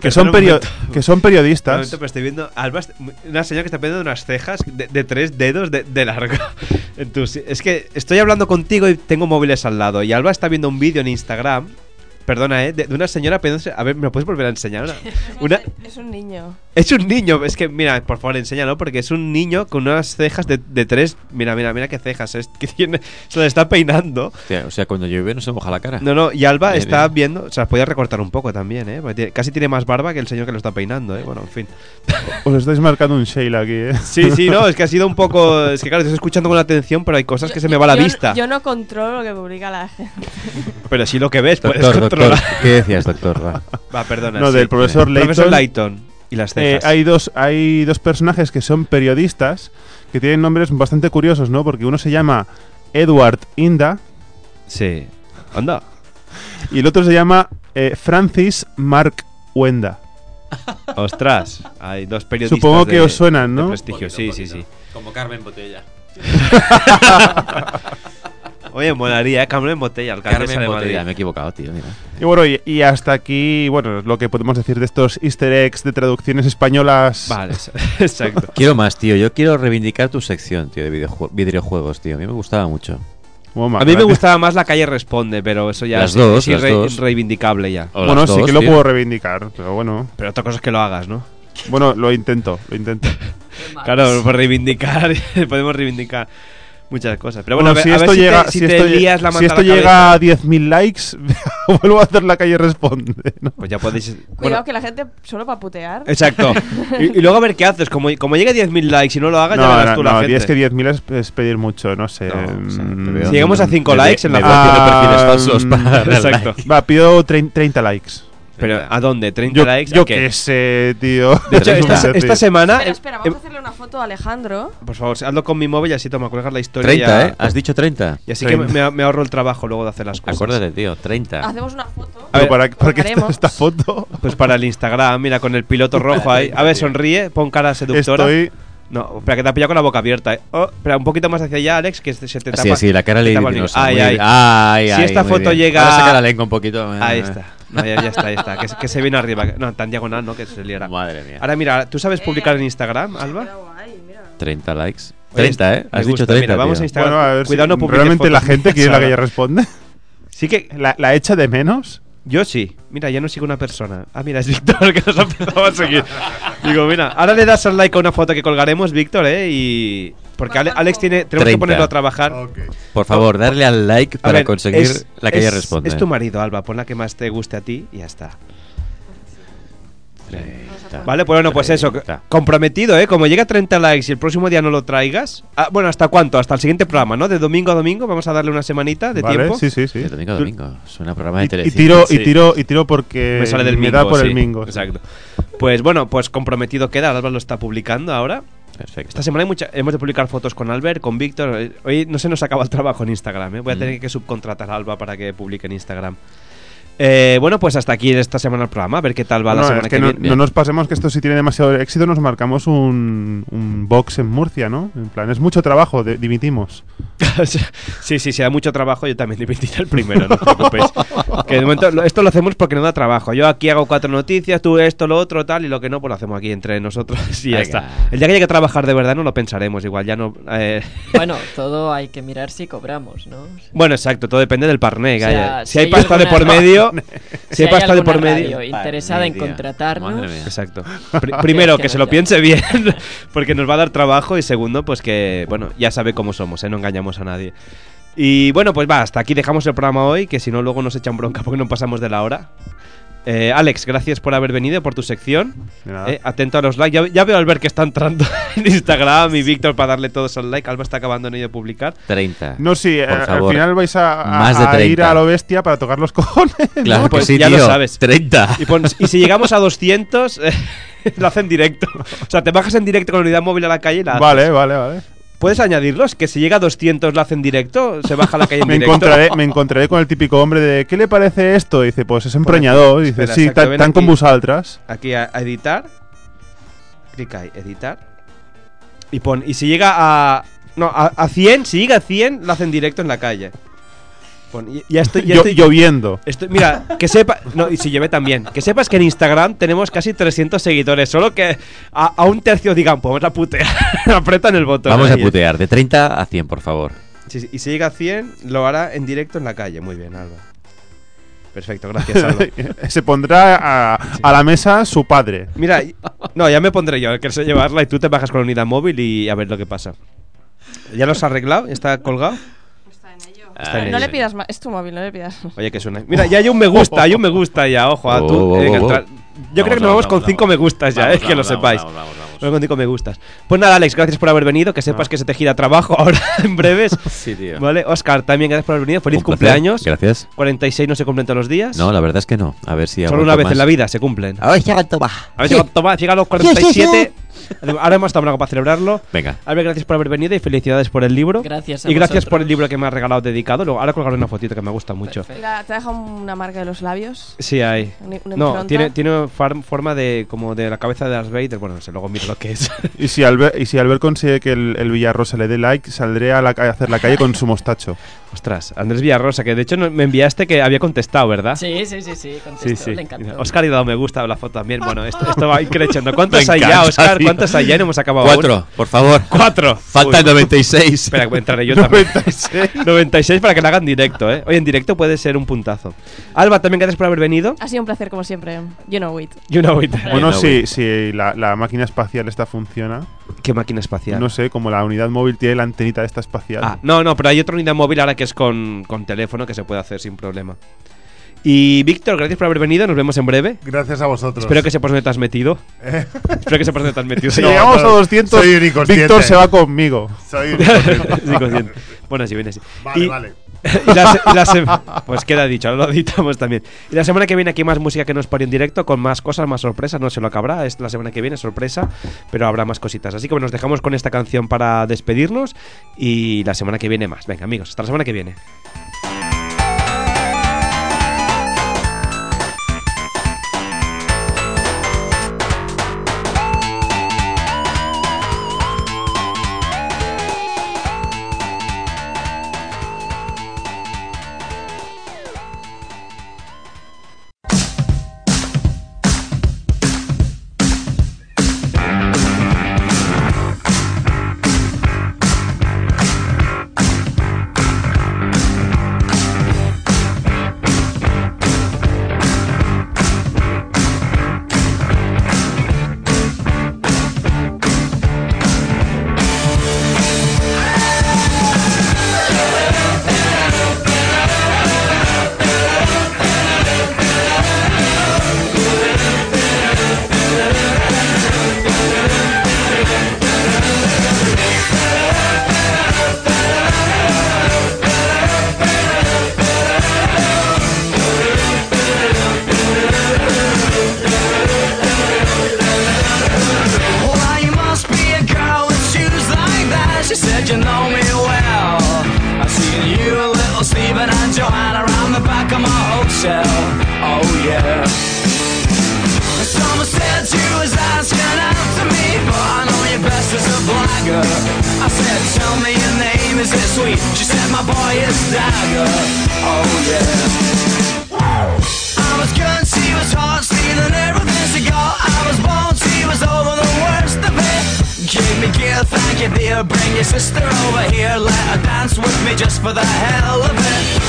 que son periodistas. Un momento, pero estoy viendo Alba, una señora que está poniendo unas cejas de 3 dedos de largo. Entonces, es que estoy hablando contigo y tengo móviles al lado. Y Alba está viendo un vídeo en Instagram. Perdona, de una señora poniéndose. A ver, ¿me lo puedes volver a enseñar? Es un niño. Es un niño. Es que, mira, por favor, enséñalo. Porque es un niño con unas cejas de 3. Mira qué cejas. Que tiene, se las está peinando. O sea, cuando llueve no se moja la cara. No. Y Alba está viendo. Se las podía recortar un poco también, ¿eh? Porque casi tiene más barba que el señor que lo está peinando, ¿eh? Bueno, en fin. Os estáis marcando un Sheila aquí, ¿eh? Sí, no. Es que ha sido un poco. Es que, claro, estoy escuchando con atención, pero hay cosas que se me va la vista. Yo no controlo lo que publica la gente. Pero sí lo que ves, puedes controlar. ¿Qué decías, doctor? Va, perdona. No, sí. del profesor Layton. Profesor Layton y las cejas. Hay dos personajes que son periodistas que tienen nombres bastante curiosos, ¿no? Porque uno se llama Edward Inda. Sí. Anda. Y el otro se llama Francis Mark Wenda. Ostras, hay dos periodistas. Supongo que os suenan, ¿no? De prestigio, sí. Como Carmen Botella. Oye, molaría, Carmen Botella, alcaldesa de Madrid. Me he equivocado, tío, mira. Y bueno, y hasta aquí, bueno, lo que podemos decir de estos easter eggs de traducciones españolas. Vale, exacto. Quiero más, tío. Yo quiero reivindicar tu sección, tío, de videojuegos, tío. A mí me gustaba mucho. A mí me gustaba más La Calle Responde, pero eso ya es reivindicable ya. Bueno, sí que lo puedo reivindicar, pero bueno. Pero otra cosa es que lo hagas, ¿no? Bueno, lo intento. Claro, por reivindicar, podemos reivindicar muchas cosas. Pero bueno, si esto llega a 10.000 likes, vuelvo a hacer La Calle Responde, ¿no? Pues ya podéis. Cuidado que la gente solo para putear. Exacto. y luego a ver qué haces. Como llegue a 10.000 likes y no lo hagas, ya verás tú la gente. Es que 10.000 es pedir mucho, no sé. Si llegamos a 5 likes en la perfiles falsos para exacto. Va, pido 30 likes. ¿Pero a dónde? ¿30 likes? Yo qué sé, tío. De hecho, esta semana... Espera, vamos a hacerle una foto a Alejandro. Por favor, hazlo con mi móvil y así toma, cuelgas la historia. 30, ¿eh? Has dicho 30. Y así 30. Que me ahorro el trabajo luego de hacer las cosas. Acuérdate, tío, 30. Hacemos una foto. A ver, ¿para qué esta foto? Pues para el Instagram, mira, con el piloto rojo ahí. A ver, sonríe, pon cara seductora. No, espera, que te ha pillado con la boca abierta, espera, un poquito más hacia allá, Alex, que se te tapa. Sí, la cara le Ay. Si esta foto llega... Ahora saca la lengua un poquito. Ahí está. No, ya está. Que se viene arriba. No, tan diagonal, ¿no? Que se liara. Madre mía. Ahora mira, ¿tú sabes publicar en Instagram, Alba? 30 likes. 30, ¿eh? Has dicho 30, mira, vamos a Instagram. Bueno, a ver, cuidado, no publiques ¿realmente fotos la gente quiere La Calle Responde? Sí que... ¿La echa de menos? Yo sí. Mira, ya no sigo una persona. Ah, mira, es Víctor que nos ha empezado a seguir. Digo, mira, ahora le das al like a una foto que colgaremos, Víctor, y... Porque Alex tenemos 30. Que ponerlo a trabajar. Okay. Por favor, darle al like para conseguir La Calle Responde. Es tu marido, Alba. Pon la que más te guste a ti y ya está. 30. Vale, pues bueno, pues 30. Eso. Comprometido, ¿eh? Como llega a 30 likes y el próximo día no lo traigas. Bueno, ¿hasta cuánto? Hasta el siguiente programa, ¿no? De domingo a domingo. Vamos a darle una semanita de tiempo. Sí. De domingo a domingo. Suena programa de televisión. Y tiro porque me sale del me mingo, da por el mingo. Exacto. Pues bueno, pues comprometido queda. Alba lo está publicando ahora. Perfecto. Esta semana hemos de publicar fotos con Albert, con Víctor. Hoy no se nos acaba el trabajo en Instagram, ¿eh? Voy a tener que subcontratar a Alba para que publique en Instagram. Bueno, pues hasta aquí esta semana el programa. A ver qué tal va la semana que viene. No nos pasemos que esto si tiene demasiado éxito nos marcamos un box en Murcia, ¿no? En plan, es mucho trabajo, dimitimos. sí, da mucho trabajo. Yo también dimitiré el primero, no os preocupéis. Que de momento esto lo hacemos porque no da trabajo. Yo aquí hago 4 noticias, tú esto, lo otro, tal, y lo que no, pues lo hacemos aquí entre nosotros y ya está. El día que llegue a trabajar de verdad no lo pensaremos, igual ya no... Bueno, todo hay que mirar si cobramos, ¿no? Bueno, exacto, todo depende del parné. O sea, si hay pasta de por medio... Si hay pasta de por medio interesada en contratarnos. Exacto. Primero, que se lo piense bien, porque nos va a dar trabajo. Y segundo, pues que, bueno, ya sabe cómo somos, no engañamos a nadie. Y bueno, pues va, hasta aquí dejamos el programa hoy, que si no luego nos echan bronca porque no pasamos de la hora. Alex, gracias por haber venido, por tu sección. Atento a los likes. Ya veo al ver que está entrando en Instagram y Víctor para darle todos al like. Alba está acabando en ello de publicar. 30. No, sí, por favor. Al final vais Más de 30. ir a lo bestia para tocar los cojones. Claro, ¿no? pues sí, ya tío, lo sabes. 30. Y si llegamos a 200, lo hacen en directo. O sea, te bajas en directo con la unidad móvil a la calle y la haces. Vale. ¿Puedes añadirlos? Que si llega a 200 lo hacen directo, se baja a la calle en directo. Me encontraré con el típico hombre de ¿qué le parece esto? Dice, pues es empreñador. Dice, espera, sí, tan con vosaltres. Aquí a editar. Clica ahí, editar. Y si llega a 100, si llega a 100, lo hacen directo en la calle. Ya estoy lloviendo. Mira, que sepa. No, y si llueve también. Que sepas que en Instagram tenemos casi 300 seguidores. Solo que a un tercio digan, pues vamos a putear. Apretan el botón. Vamos a putear. De 30 a 100, por favor. Sí, y si llega a 100, lo hará en directo en la calle. Muy bien, Alba. Perfecto, gracias, Alba. Se pondrá a la mesa su padre. Mira, no, ya me pondré yo, el que sé llevarla, y tú te bajas con la unidad móvil y a ver lo que pasa. ¿Ya lo has arreglado? ¿Está colgado? No le pidas más, es tu móvil, no le pidas. Oye, que suena. Mira, ya hay un me gusta, ya, ojo. Yo creo que nos vamos con 5 me gustas ya, que lo sepáis. Vamos con 5 me gustas. Pues nada, Alex, gracias por haber venido. Que sepas que se te gira trabajo ahora en breves. Sí, tío. Vale, Óscar, también gracias por haber venido. Feliz cumpleaños. Gracias. 46 no se cumplen todos los días. No, la verdad es que no. A ver si solo una vez en la vida se cumplen. A ver si hagan tomar. A ver si tomar. Llega a los 47. Ahora hemos tomado algo para celebrarlo. Venga. Albert, gracias por haber venido y felicidades por el libro. Gracias. Y gracias por el libro que me has regalado dedicado. Luego, ahora colgaré una fotito que me gusta mucho. ¿Te ha dejado una marca de los labios? Sí, hay. No, tiene forma de como de la cabeza de Darth Vader. Bueno, no sé, luego miro lo que es. Y si Albert consigue que el Villarrosa le dé like, saldré a hacer la calle con su mostacho. Ostras, Andrés Villarrosa, que de hecho me enviaste que había contestado, ¿verdad? Sí, contestó, le encantó. Oscar ha dado me gusta a la foto también. Bueno, esto va creciendo. ¿Cuántos hay ya, Oscar? ¿Cuántos hay ya? No hemos acabado 4, aún. por favor. 4. Faltan 96. Espera, que entraré yo también. 96 para que la hagan directo, ¿eh? Oye, en directo puede ser un puntazo. Alba, también gracias por haber venido. Ha sido un placer, como siempre. You know it. Bueno, si la máquina espacial esta funciona. ¿Qué máquina espacial? No sé, como la unidad móvil tiene la antenita esta espacial. No, pero hay otra unidad móvil ahora que es con teléfono que se puede hacer sin problema. Y Víctor, gracias por haber venido, nos vemos en breve. Gracias a vosotros. Espero que sepas dónde te has metido. Espero que sepas dónde te has metido. Si llegamos a 200, Víctor se va conmigo. Soy inconsciente. Bueno, sí, viene así. Vale. Pues queda dicho, ahora lo editamos también. Y la semana que viene aquí más música que nos parió en directo, con más cosas, más sorpresas. No se lo acabará, es la semana que viene, sorpresa, pero habrá más cositas. Así que bueno, nos dejamos con esta canción para despedirnos y la semana que viene más. Venga, amigos, hasta la semana que viene. I said, tell me your name, is it sweet? She said, my boy is Dagger. Oh yeah. I was good, she was hot, stealing everything she got. I was born, she was over the worst of it. Give me gear, thank you dear. Bring your sister over here, let her dance with me just for the hell of it.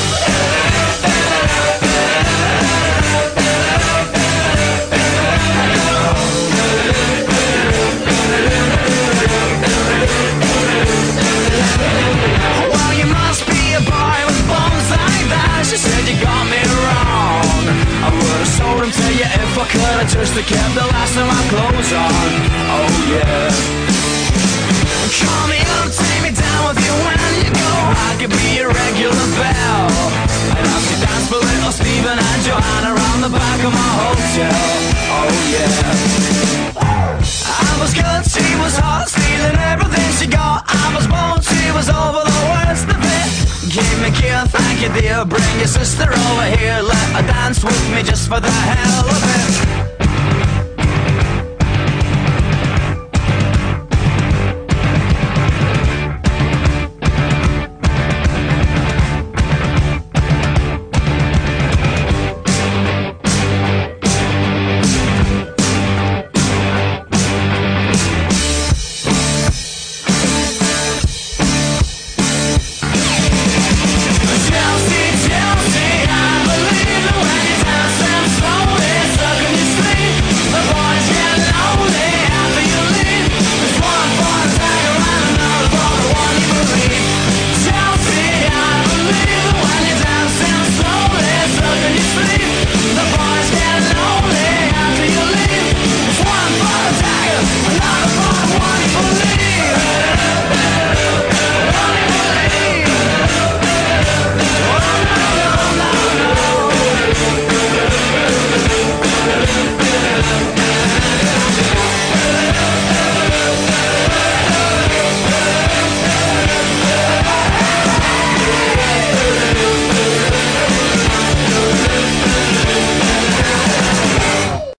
Well, you must be a boy with bones like that. She said you got me wrong. I would've sold him to you if I could. I just kept the last of my clothes on. Oh yeah. Call me up, take me down with you when you go. I could be your regular belle. I'd have to dance for little Stephen and Joanna around the back of my hotel. Oh yeah. I was good, she was hot, stealing everything she got. I was born, she was over the worst of it. Give me gear, thank you dear. Bring your sister over here, let her dance with me just for the hell of it.